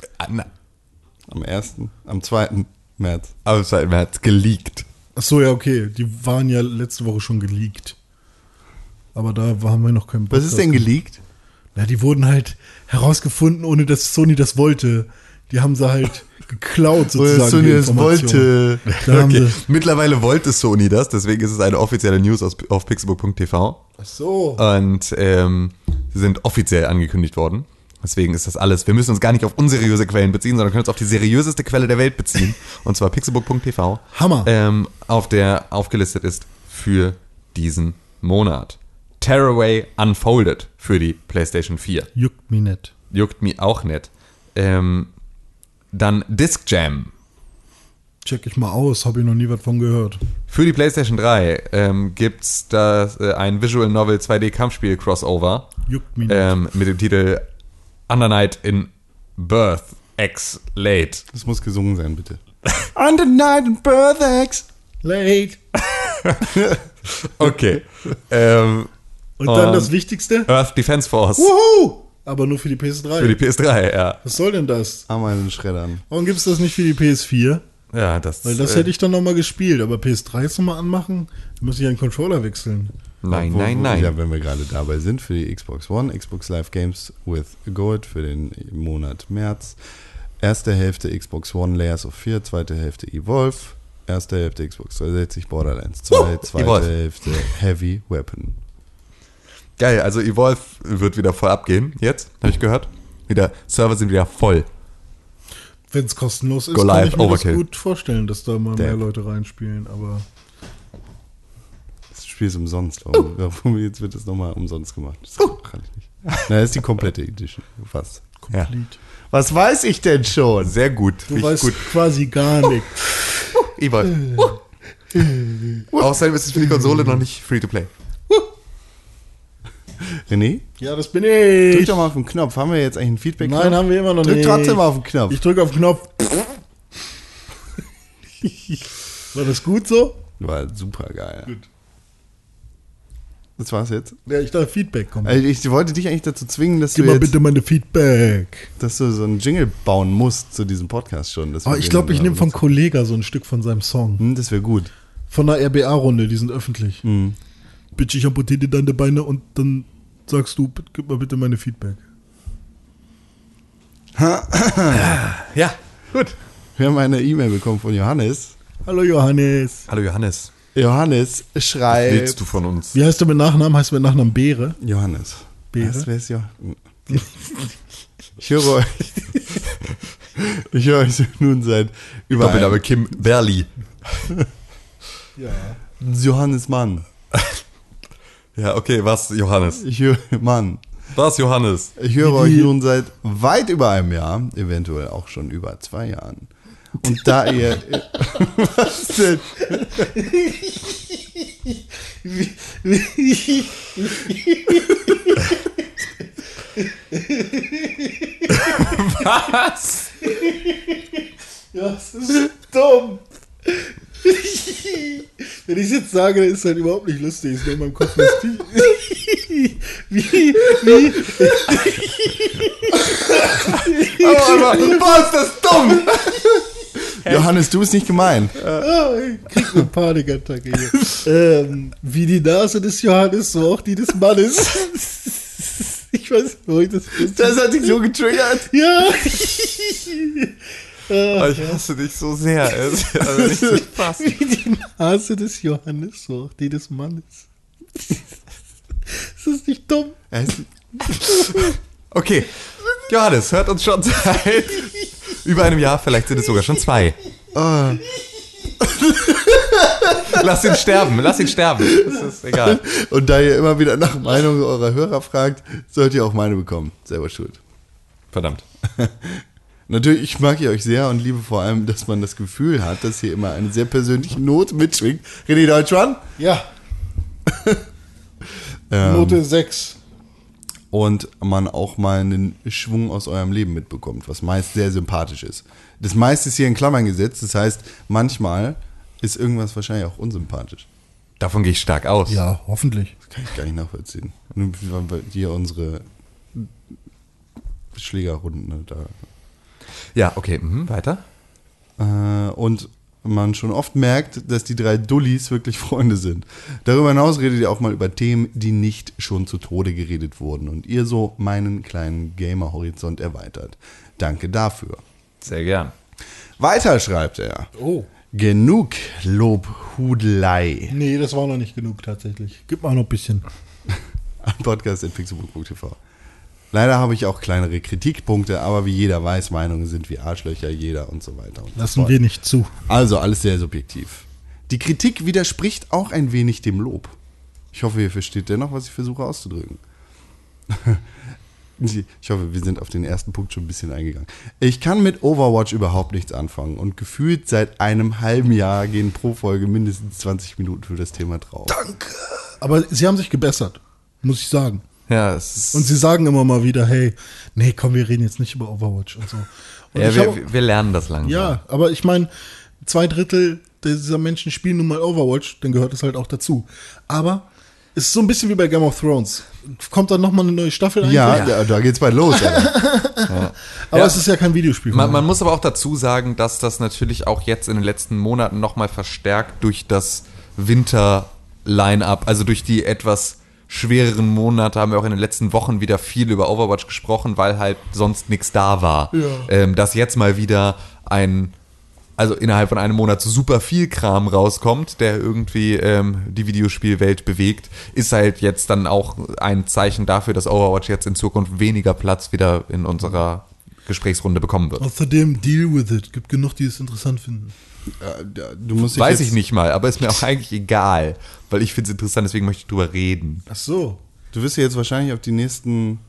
Am 2. März. Aber es hat geleakt. Ach so, ja, okay. Die waren ja letzte Woche schon geleakt. Aber da haben wir noch keinen Was ist denn geleakt? Na, die wurden halt herausgefunden, ohne dass Sony das wollte. Die haben sie halt geklaut sozusagen. Oder Sony die es wollte. Da haben sie, Mittlerweile wollte Sony das, deswegen ist es eine offizielle News auf pixelbook.tv. ach so. Und sie sind offiziell angekündigt worden. Deswegen ist das alles. Wir müssen uns gar nicht auf unseriöse Quellen beziehen, sondern können uns auf die seriöseste Quelle der Welt beziehen. Und zwar pixelbook.tv. Hammer. Auf der aufgelistet ist für diesen Monat. Tearaway Unfolded für die PlayStation 4. Juckt mich nicht. Juckt mich auch nicht. Dann Disc Jam Check ich mal aus, habe ich noch nie was von gehört. für die PlayStation 3 gibt's da ein Visual Novel 2D Kampfspiel Crossover Juckt mich nicht. mit dem Titel Under Night in Birth X Late. Das muss gesungen sein, bitte. On the night in Birth X. Late. Okay. Und dann das Wichtigste. Earth Defense Force Wuhu! Aber nur für die PS3. für die PS3, ja. Was soll denn das? Ameisen schreddern. Warum gibt es das nicht für die PS4? Ja, das. Weil das hätte ich dann nochmal gespielt. Aber PS3 jetzt nochmal anmachen, dann muss ich einen Controller wechseln. Nein, Wo- nein, wo- nein. Ja, wenn wir gerade dabei sind, für die Xbox One, Xbox Live Games with Gold für den Monat März. Erste Hälfte Xbox One Layers of Fear, zweite Hälfte Evolve. Erste Hälfte Xbox 360 Borderlands 2, zweite Evolve. Hälfte Heavy Weapon. Geil, also Evolve wird wieder voll abgehen, jetzt, habe ich gehört. Server sind wieder voll. Wenn es kostenlos ist, Go kann live, ich mir Overkill. das gut vorstellen, dass da mal mehr Damn. Leute reinspielen. Aber Das Spiel ist umsonst. Warum jetzt wird das nochmal umsonst gemacht? Das kann ich nicht. Na, das ist die komplette Edition. Fast. Ja. Complete. Was weiß ich denn schon? Sehr gut. Du Richtig weißt gut. quasi gar nichts. Evolve. Außerdem ist es für die Konsole noch nicht free to play. René, Ja, das bin drück ich. doch mal auf den Knopf. Haben wir jetzt eigentlich einen Feedback? Nein, haben wir immer noch Drück nicht. trotzdem mal auf den Knopf. Ich drücke auf den Knopf. War das gut so? War super geil. Gut. Das war's jetzt. Ja, ich dachte, Feedback kommt. Also ich wollte dich eigentlich dazu zwingen, dass Gib du mal jetzt, bitte meine Feedback. dass du so einen Jingle bauen musst zu diesem Podcast schon. dass wir Aber ich den glaube, ich dann nehme vom benutzen. Kollega so ein Stück von seinem Song. Das wäre gut. Von der RBA-Runde, die sind öffentlich. Bitte, ich amputiere dir deine Beine und dann sagst du, gib mal bitte meine Feedback. Ja, gut. Wir haben eine E-Mail bekommen von Johannes. Hallo Johannes. Hallo Johannes. Johannes Was schreibt... willst du von uns? Wie heißt du mit Nachnamen? Heißt du mit Nachnamen Beere? Johannes. Beere? Was, wer ist Johannes? Ich höre euch... Ich höre euch nun seit über Doppelname Kim Berli. Ja. Johannes Mann. Ja, okay, was, Johannes? Ich höre... Mann. Was, Johannes? Ich höre euch nun seit weit über einem Jahr, eventuell auch schon über 2 Jahren. Und da ihr... Was denn? Was? Ja, das ist dumm. Wenn ich es jetzt sage, dann ist es halt überhaupt nicht lustig. Es ist nur in meinem Kopf lustig. Wie? Aber was ist das dumm? Johannes, du bist nicht gemein. Ah, ich krieg eine Panikattacke hier. Wie die Nase des Johannes, so auch die des Mannes. Ich weiß nicht, wo ich das... Das hat dich so getriggert. Ja. Ich hasse dich so sehr. Es ist also nicht zu fassen. Wie die Nase des Johannes, so auch die des Mannes. Ist das nicht dumm? Okay, Johannes, hört uns schon seit über einem Jahr, vielleicht sind es sogar schon 2. Lass ihn sterben, das ist egal. Und da ihr immer wieder nach Meinung eurer Hörer fragt, sollt ihr auch meine bekommen. Selber schuld. Verdammt. Natürlich, ich mag ihr euch sehr und liebe vor allem, dass man das Gefühl hat, dass hier immer eine sehr persönliche Note mitschwingt. René Deutschmann? Ja. Note 6. Und man auch mal einen Schwung aus eurem Leben mitbekommt, was meist sehr sympathisch ist. Das meiste ist hier in Klammern gesetzt, das heißt, manchmal ist irgendwas wahrscheinlich auch unsympathisch. Davon gehe ich stark aus. Ja, hoffentlich. Das kann ich gar nicht nachvollziehen. Nur weil hier unsere Schlägerrunden, ne, da. Ja, okay, weiter. Und man schon oft merkt, dass die 3 Dullis wirklich Freunde sind. Darüber hinaus redet ihr auch mal über Themen, die nicht schon zu Tode geredet wurden und ihr so meinen kleinen Gamer-Horizont erweitert. Danke dafür. Sehr gern. Weiter schreibt er. Oh. Genug Lobhudelei. Nee, das war noch nicht genug tatsächlich. Gib mal noch ein bisschen. Am Podcast.pixelbook.tv. Leider habe ich auch kleinere Kritikpunkte, aber wie jeder weiß, Meinungen sind wie Arschlöcher, jeder und so weiter. Und so Lassen fort. wir nicht zu. Also alles sehr subjektiv. Die Kritik widerspricht auch ein wenig dem Lob. Ich hoffe, ihr versteht dennoch, was ich versuche auszudrücken. Ich hoffe, wir sind auf den ersten Punkt schon ein bisschen eingegangen. Ich kann mit Overwatch überhaupt nichts anfangen und gefühlt seit einem halben Jahr gehen pro Folge mindestens 20 Minuten für das Thema drauf. Danke. Aber sie haben sich gebessert, muss ich sagen. Ja, es ist, Und sie sagen immer mal wieder, hey, nee, komm, wir reden jetzt nicht über Overwatch und so. Und ja, ich habe- wir lernen das langsam. ja, aber ich meine, 2/3 dieser Menschen spielen nun mal Overwatch, dann gehört es halt auch dazu. Aber es ist so ein bisschen wie bei Game of Thrones. Kommt dann nochmal eine neue Staffel eigentlich? Ja, da geht's bald los. Alter. Aber Ja. es ist ja kein Videospiel. Man muss aber auch dazu sagen, dass das natürlich auch jetzt in den letzten Monaten nochmal verstärkt durch das Winter-Line-Up, also durch die etwas schwereren Monate, haben wir auch in den letzten Wochen wieder viel über Overwatch gesprochen, weil halt sonst nichts da war. Ja. Dass jetzt mal wieder also innerhalb von einem Monat so super viel Kram rauskommt, der irgendwie die Videospielwelt bewegt, ist halt jetzt dann auch ein Zeichen dafür, dass Overwatch jetzt in Zukunft weniger Platz wieder in unserer Gesprächsrunde bekommen wird. Außerdem, deal with it. Gibt genug, die es interessant finden. Du musst dich Weiß jetzt, ich nicht mal, aber ist mir auch eigentlich egal, weil ich finde es interessant, deswegen möchte ich drüber reden. Ach so. Du wirst dir jetzt wahrscheinlich auf die nächsten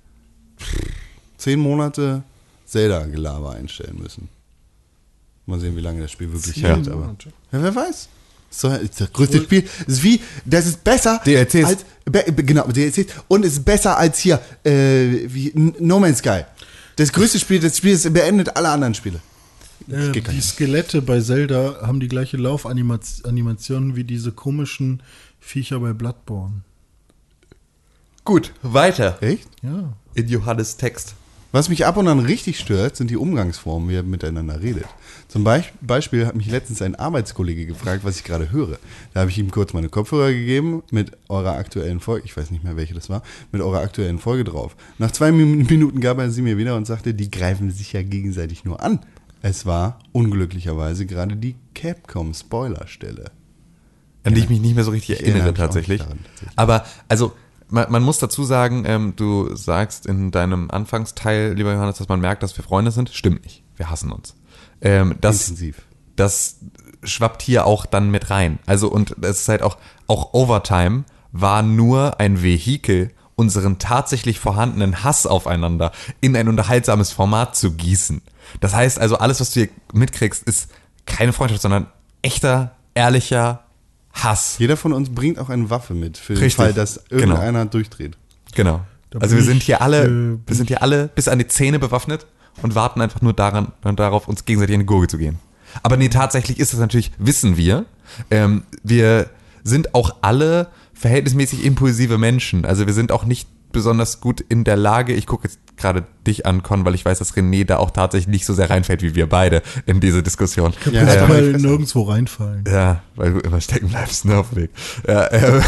10 Monate Zelda-Gelaber einstellen müssen. Mal sehen, wie lange das Spiel wirklich 10 hält. Aber Monate. ja, wer weiß. Ist das größte Spiel. Das ist besser DLCs. als genau, DLCs. Und es ist besser als hier wie No Man's Sky. Das größte Spiel, das Spiel beendet alle anderen Spiele. Geht gar Die nicht. Skelette bei Zelda haben die gleiche Laufanimation wie diese komischen Viecher bei Bloodborne. Gut, weiter. Echt? Ja. In Johannes Text. Was mich ab und an richtig stört, sind die Umgangsformen, wie er miteinander redet. Zum Beispiel hat mich letztens ein Arbeitskollege gefragt, was ich gerade höre. Da habe ich ihm kurz meine Kopfhörer gegeben mit eurer aktuellen Folge, ich weiß nicht mehr, welche das war, mit eurer aktuellen Folge drauf. Nach 2 Minuten gab er sie mir wieder und sagte, die greifen sich ja gegenseitig nur an. Es war unglücklicherweise gerade die Capcom-Spoilerstelle. An die ich mich nicht mehr so richtig erinnere erinnere mich auch tatsächlich. nicht daran, tatsächlich. Aber, also, man muss dazu sagen, du sagst in deinem Anfangsteil, lieber Johannes, dass man merkt, dass wir Freunde sind. Stimmt nicht. Wir hassen uns. Intensiv. Das schwappt hier auch dann mit rein. Also, und es ist halt auch Overtime war nur ein Vehikel, unseren tatsächlich vorhandenen Hass aufeinander in ein unterhaltsames Format zu gießen. Das heißt also, alles, was du hier mitkriegst, ist keine Freundschaft, sondern echter, ehrlicher Hass. Jeder von uns bringt auch eine Waffe mit, für den Richtig. Fall, dass irgendeiner durchdreht. Genau. Da Also bin wir sind ich, hier alle bis an die Zähne bewaffnet und warten einfach nur darauf, uns gegenseitig in die Gurgel zu gehen. Aber nee, tatsächlich ist das natürlich, wissen wir. Wir sind auch alle verhältnismäßig impulsive Menschen. Also wir sind auch nicht besonders gut in der Lage, ich gucke jetzt gerade dich an, Con, weil ich weiß, dass René da auch tatsächlich nicht so sehr reinfällt wie wir beide in diese Diskussion. Du Ja, kannst ja. mal nirgendwo reinfallen. Ja, weil du immer stecken bleibst, ne, auf dem Weg. Ja,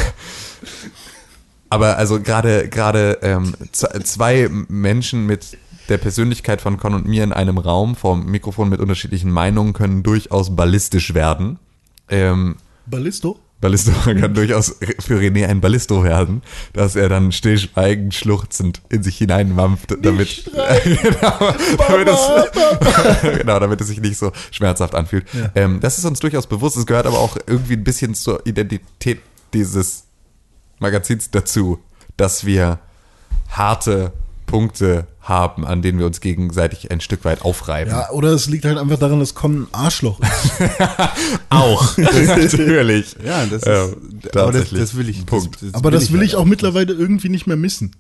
aber also gerade zwei Menschen mit der Persönlichkeit von Con und mir in einem Raum vor dem Mikrofon mit unterschiedlichen Meinungen können durchaus ballistisch werden. Ballisto? Ballisto kann durchaus für René ein Ballisto werden, dass er dann stillschweigend, schluchzend in sich hineinmampft, damit es sich nicht so schmerzhaft anfühlt. Ja. Das ist uns durchaus bewusst, es gehört aber auch irgendwie ein bisschen zur Identität dieses Magazins dazu, dass wir harte Punkte haben, an denen wir uns gegenseitig ein Stück weit aufreiben. Ja, oder es liegt halt einfach daran, dass Con ein Arschloch ist. Auch, natürlich. Ja, das ist, aber tatsächlich. das will ich. Punkt. Aber das will ich halt auch mittlerweile irgendwie nicht mehr missen.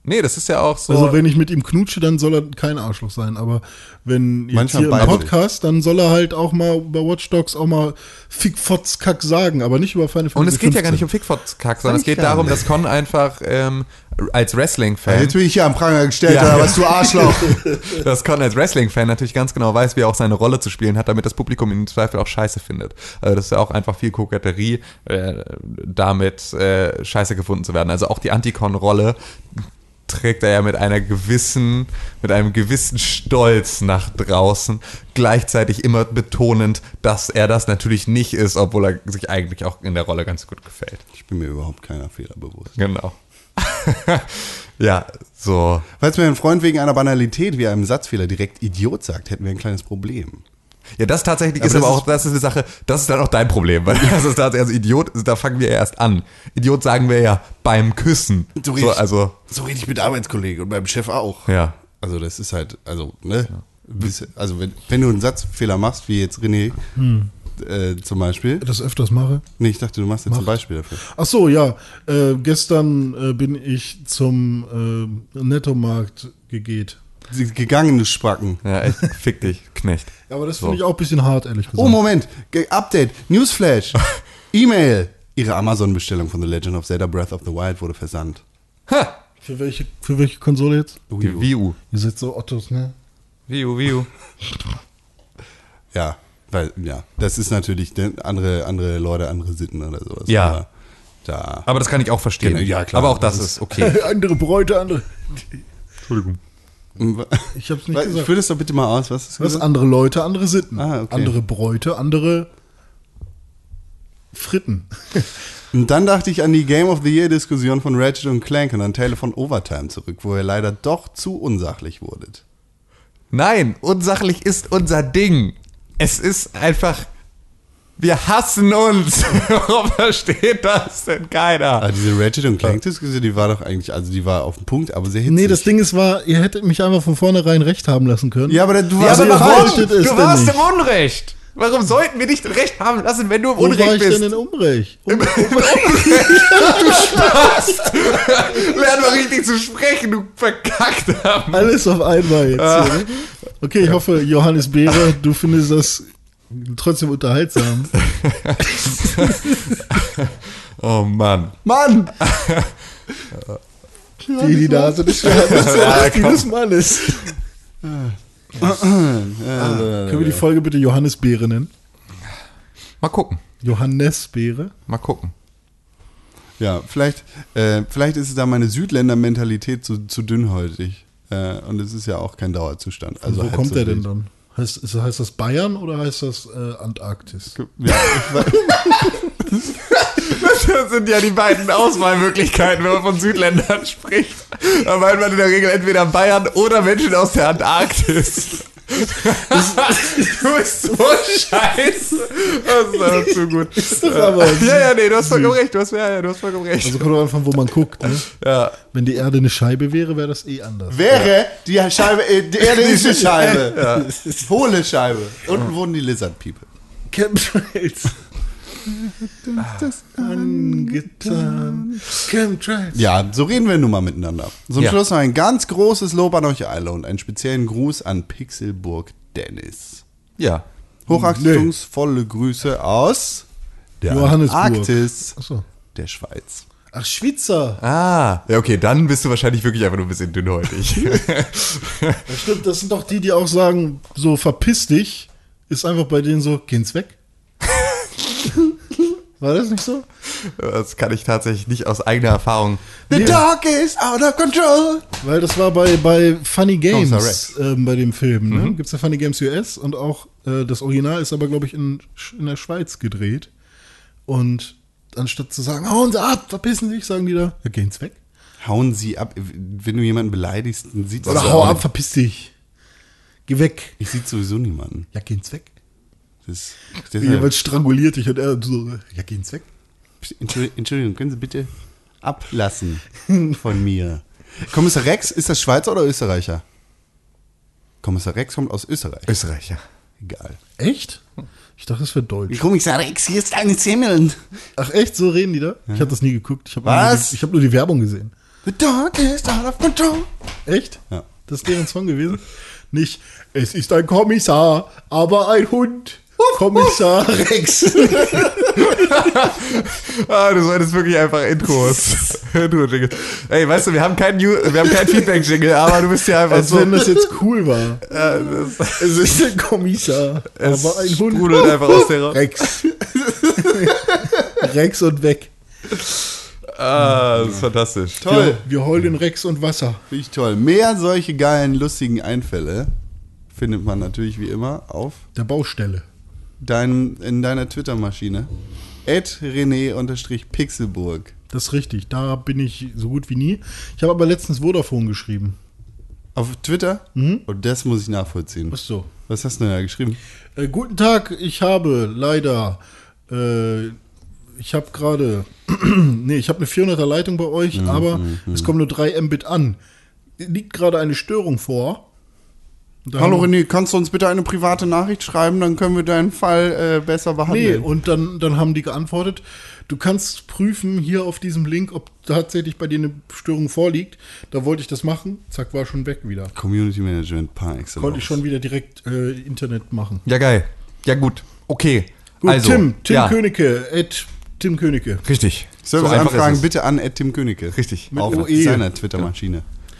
Nee, das ist ja auch so. Also wenn ich mit ihm knutsche, dann soll er kein Arschloch sein. Aber wenn jetzt Manchmal hier im beide. Podcast, dann soll er halt auch mal bei Watch Dogs auch mal Fick-Fotz-Kack sagen, aber nicht über Final Fantasy und es geht ja gar 15. nicht um Fickfotzkack, sondern es Eigentlich geht gar darum, nicht. dass Con einfach als Wrestling-Fan, Jetzt bin ich hier am Pranger gestellt, Ja. oder was, du Arschloch? dass Con als Wrestling-Fan natürlich ganz genau weiß, wie er auch seine Rolle zu spielen hat, damit das Publikum ihn im Zweifel auch scheiße findet. Also das ist ja auch einfach viel Koketterie, damit scheiße gefunden zu werden. Also auch die Anti-Con-Rolle trägt er ja mit einem gewissen Stolz nach draußen, gleichzeitig immer betonend, dass er das natürlich nicht ist, obwohl er sich eigentlich auch in der Rolle ganz gut gefällt. Ich bin mir überhaupt keiner Fehler bewusst. Genau. Ja, so. Falls mir ein Freund wegen einer Banalität wie einem Satzfehler direkt Idiot sagt, hätten wir ein kleines Problem. Ja, das tatsächlich Aber ist das aber ist- auch, das ist eine Sache, das ist dann auch dein Problem, weil das ist tatsächlich, also Idiot, da fangen wir ja erst an. Idiot sagen wir ja beim Küssen. So So, richtig. also, So rede ich mit Arbeitskollegen und meinem Chef auch. ja. Also das ist halt, also, ne? Also wenn du einen Satzfehler machst, wie jetzt René zum Beispiel. Das öfters mache. Nee, ich dachte, du machst jetzt ein Beispiel dafür. Ach so, ja. Gestern bin ich zum Nettomarkt gegeht. Die gegangene Spacken. Ja, echt, fick dich, Knecht. Ja, aber das So. finde ich auch ein bisschen hart, ehrlich gesagt. Oh, Moment. Update. Newsflash. E-Mail. Ihre Amazon-Bestellung von The Legend of Zelda Breath of the Wild wurde versandt. Ha! Für welche Konsole jetzt? Die Wii U. Ihr seid so Ottos, ne? Wii U. Ja, weil, ja, das ist natürlich andere Leute, andere Sitten oder sowas. Ja. Aber da. Aber das kann ich auch verstehen. Genau, ja, klar. Aber auch das Das ist okay. andere Bräute, andere. Entschuldigung. Ich hab's nicht Ich gesagt. führe das doch bitte mal aus. Was ist Was? Andere Leute, andere Sitten. Ah, okay. Andere Bräute, andere Fritten. Und dann dachte ich an die Game of the Year Diskussion von Ratchet und Clank und an Teile von Overtime zurück, wo ihr leider doch zu unsachlich wurdet. Nein, unsachlich ist unser Ding. Es ist einfach, wir hassen uns. Warum versteht das denn keiner? Aber diese Ratchet und Clank Diskussion, die war doch eigentlich, also die war auf den Punkt, aber sehr hitzig. Nee, das Ding ist, ihr hättet mich einfach von vornherein recht haben lassen können. Ja, aber du Ja, warst aber ihr warum? wolltet es Du denn warst nicht. im Unrecht. Warum sollten wir dich recht haben lassen, wenn du im Wo war Unrecht ich bist? denn in Unrecht? Lern mal richtig zu sprechen, du verkackter Mann. Alles auf einmal jetzt. Ah. Hier, ne? Okay, ich hoffe, Johannes Beere, du findest das trotzdem unterhaltsam. Oh Mann. Mann! Die Nase des Johannes Ja, komm. dieses Mannes. Können wir die Folge bitte Johannes Beere nennen? Mal gucken. Johannes Beere? Mal gucken. Ja, vielleicht ist es da meine Südländer-Mentalität zu dünnhäutig. Und es ist ja auch kein Dauerzustand. Also Wo halb kommt so der wild. denn dann? Heißt das Bayern oder heißt das Antarktis? Ja, Das sind ja die beiden Auswahlmöglichkeiten, wenn man von Südländern spricht. Da meint man in der Regel entweder Bayern oder Menschen aus der Antarktis. Du bist so scheiße. Das ist aber zu gut. Ist doch aber Nee, du hast vollkommen recht. Du hast vollkommen recht. Also kommt einfach, wo man guckt. Ne? Ja. Wenn die Erde eine Scheibe wäre, wäre das anders. wäre die Scheibe, die Erde ist eine Scheibe. Hohle Scheibe. Unten wohnen die Lizard People. Chemtrails. Angetan. Chemtrails. Ja, so reden wir nun mal miteinander. Zum Ja. Schluss noch ein ganz großes Lob an euch alle und einen speziellen Gruß an Pixelburg Dennis. Ja. Hochachtungsvolle Grüße aus der Johannesburg. Arktis Achso. der Schweiz. Ach, Schweizer. Ah. Ja, okay, dann bist du wahrscheinlich wirklich einfach nur ein bisschen dünnhäutig. Ja, stimmt, das sind doch die auch sagen, so verpiss dich, ist einfach bei denen so, geht's weg. War das nicht so? Das kann ich tatsächlich nicht aus eigener Erfahrung. The dog is out of control. Weil das war bei Funny Games, Kommissar bei dem Film. Ne? Gibt's ja Funny Games US und auch das Original ist aber, glaube ich, in der Schweiz gedreht. Und anstatt zu sagen, hauen Sie ab, verpissen Sie sich, sagen die da, ja, gehen's weg. Hauen sie ab. Wenn du jemanden beleidigst, dann sieht Oder das hau auch ab, nicht. verpiss dich. Geh weg. Ich sehe sowieso niemanden. Ja, gehen's weg. Das, Jemand stranguliert dich und er so, ja, gehen's weg. Entschuldigung, können Sie bitte ablassen von mir. Kommissar Rex, ist das Schweizer oder Österreicher? Kommissar Rex kommt aus Österreich. Österreicher. Egal. Echt? Ich dachte, das wäre deutsch. Kommissar Rex, hier ist eine Semmeln. Ach echt, so reden die da? Ich habe das nie geguckt. Ich habe Was? nur die Werbung gesehen. The dog is out of control. Echt? Ja. Das ist deren Song gewesen? Nicht, es ist ein Kommissar, aber ein Hund. Kommissar Rex. Du solltest wirklich einfach Intros. Ey, weißt du, wir haben kein Feedback-Jingle, aber du bist ja einfach Als so. wenn das jetzt cool war. Es ist ein Kommissar, aber ein Hund. Sprudelt einfach aus der Raum. Rex. Rex und weg. Das ist fantastisch. Toll. Wir heulen Rex und Wasser. Finde ich toll. Mehr solche geilen, lustigen Einfälle findet man natürlich wie immer auf Der Baustelle. in deiner Twitter-Maschine. @René_Pixelburg. Das ist richtig. Da bin ich so gut wie nie. Ich habe aber letztens Vodafone geschrieben. Auf Twitter? Und das muss ich nachvollziehen. Was so? Was hast du denn da geschrieben? Guten Tag, ich habe leider, ich habe gerade, ich habe eine 400er Leitung bei euch, aber es kommen nur 3 Mbit an. Liegt gerade eine Störung vor. Da Hallo haben- René, kannst du uns bitte eine private Nachricht schreiben, dann können wir deinen Fall besser Nee, behandeln. und dann haben die geantwortet, du kannst prüfen hier auf diesem Link, ob tatsächlich bei dir eine Störung vorliegt. Da wollte ich das machen, zack, war schon weg wieder. Community Management par excellence. Konnte ich schon wieder direkt Internet machen. Ja, geil. Ja, gut. Okay. Gut, also, Tim ja, Königke, Tim Königke. Richtig. Serviceanfragen einfach ist es. bitte an Tim Königke. Richtig. Mit Auf OE. seiner Twitter-Maschine.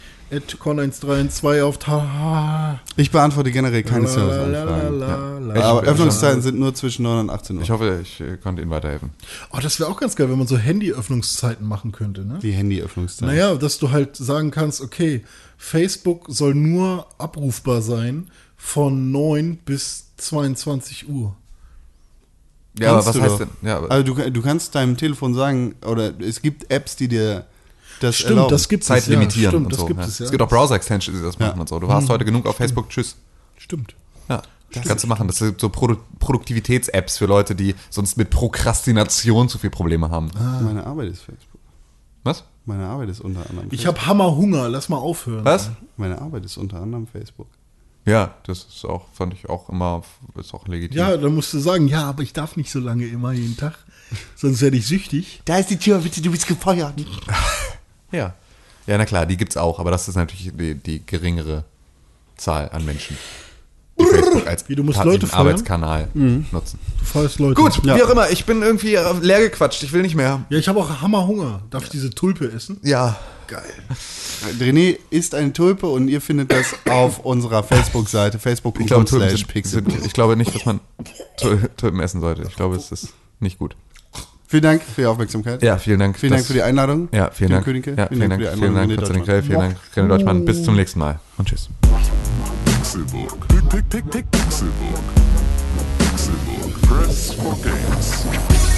@con1312 auf Ich beantworte generell keine Serviceanfragen. Ja. Aber Öffnungszeiten sind nur zwischen 9 und 18 Uhr. Ich hoffe, ich konnte Ihnen weiterhelfen. Oh, das wäre auch ganz geil, wenn man so Handy-Öffnungszeiten machen könnte, ne? Die Handy-Öffnungszeiten. Naja, dass du halt sagen kannst, okay, Facebook soll nur abrufbar sein von 9 bis 22 Uhr. Ja, aber Kannst was du heißt doch. denn? Ja, aber Also du kannst deinem Telefon sagen, oder es gibt Apps, die dir das Stimmt, erlauben. das gibt Zeit es. Ja, limitieren stimmt, und das so. gibt Ja. es, ja. Es gibt auch Browser-Extensions, die das machen Ja. und so. Du warst heute genug auf Facebook, tschüss. Stimmt. Ja, das kannst du machen. Das sind so Produktivitäts-Apps für Leute, die sonst mit Prokrastination zu viel Probleme haben. Meine Arbeit ist Facebook. Was? Meine Arbeit ist unter anderem Ich Facebook. habe Hammerhunger, lass mal aufhören. Was? Meine Arbeit ist unter anderem Facebook. Ja, das ist auch, fand ich auch immer, ist auch legitim. Ja, dann musst du sagen, ja, aber ich darf nicht so lange immer jeden Tag, sonst werde ich süchtig. Da ist die Tür, bitte, du bist gefeuert. Ja. Ja, na klar, die gibt's auch, aber das ist natürlich die geringere Zahl an Menschen, die Facebook als Wie, du musst tatsächlichen Leute feuern? Arbeitskanal nutzen. Du fährst Leute. Gut, Ja. wie auch immer, ich bin irgendwie leer gequatscht, ich will nicht mehr. Ja, ich habe auch Hammerhunger. Darf ich diese Tulpe essen? Ja. Geil. René ist eine Tulpe und ihr findet das auf unserer Facebook-Seite, Ich glaube, Tulpen facebook.com/pixel. ich glaube nicht, dass man Tulpen essen sollte. Ich glaube, es ist nicht gut. Vielen Dank für die Aufmerksamkeit. Ja, vielen Dank. Vielen Dank für die Einladung. Ja, vielen Tim Dank. Königke. Ja, vielen Dank. für die Vielen Dank, Einladung, René Konstantin Deutschmann. Grell, vielen Dank, René Deutschmann. Bis zum nächsten Mal und tschüss. Pixelburg. Pixelburg. Pixelburg. Press for games.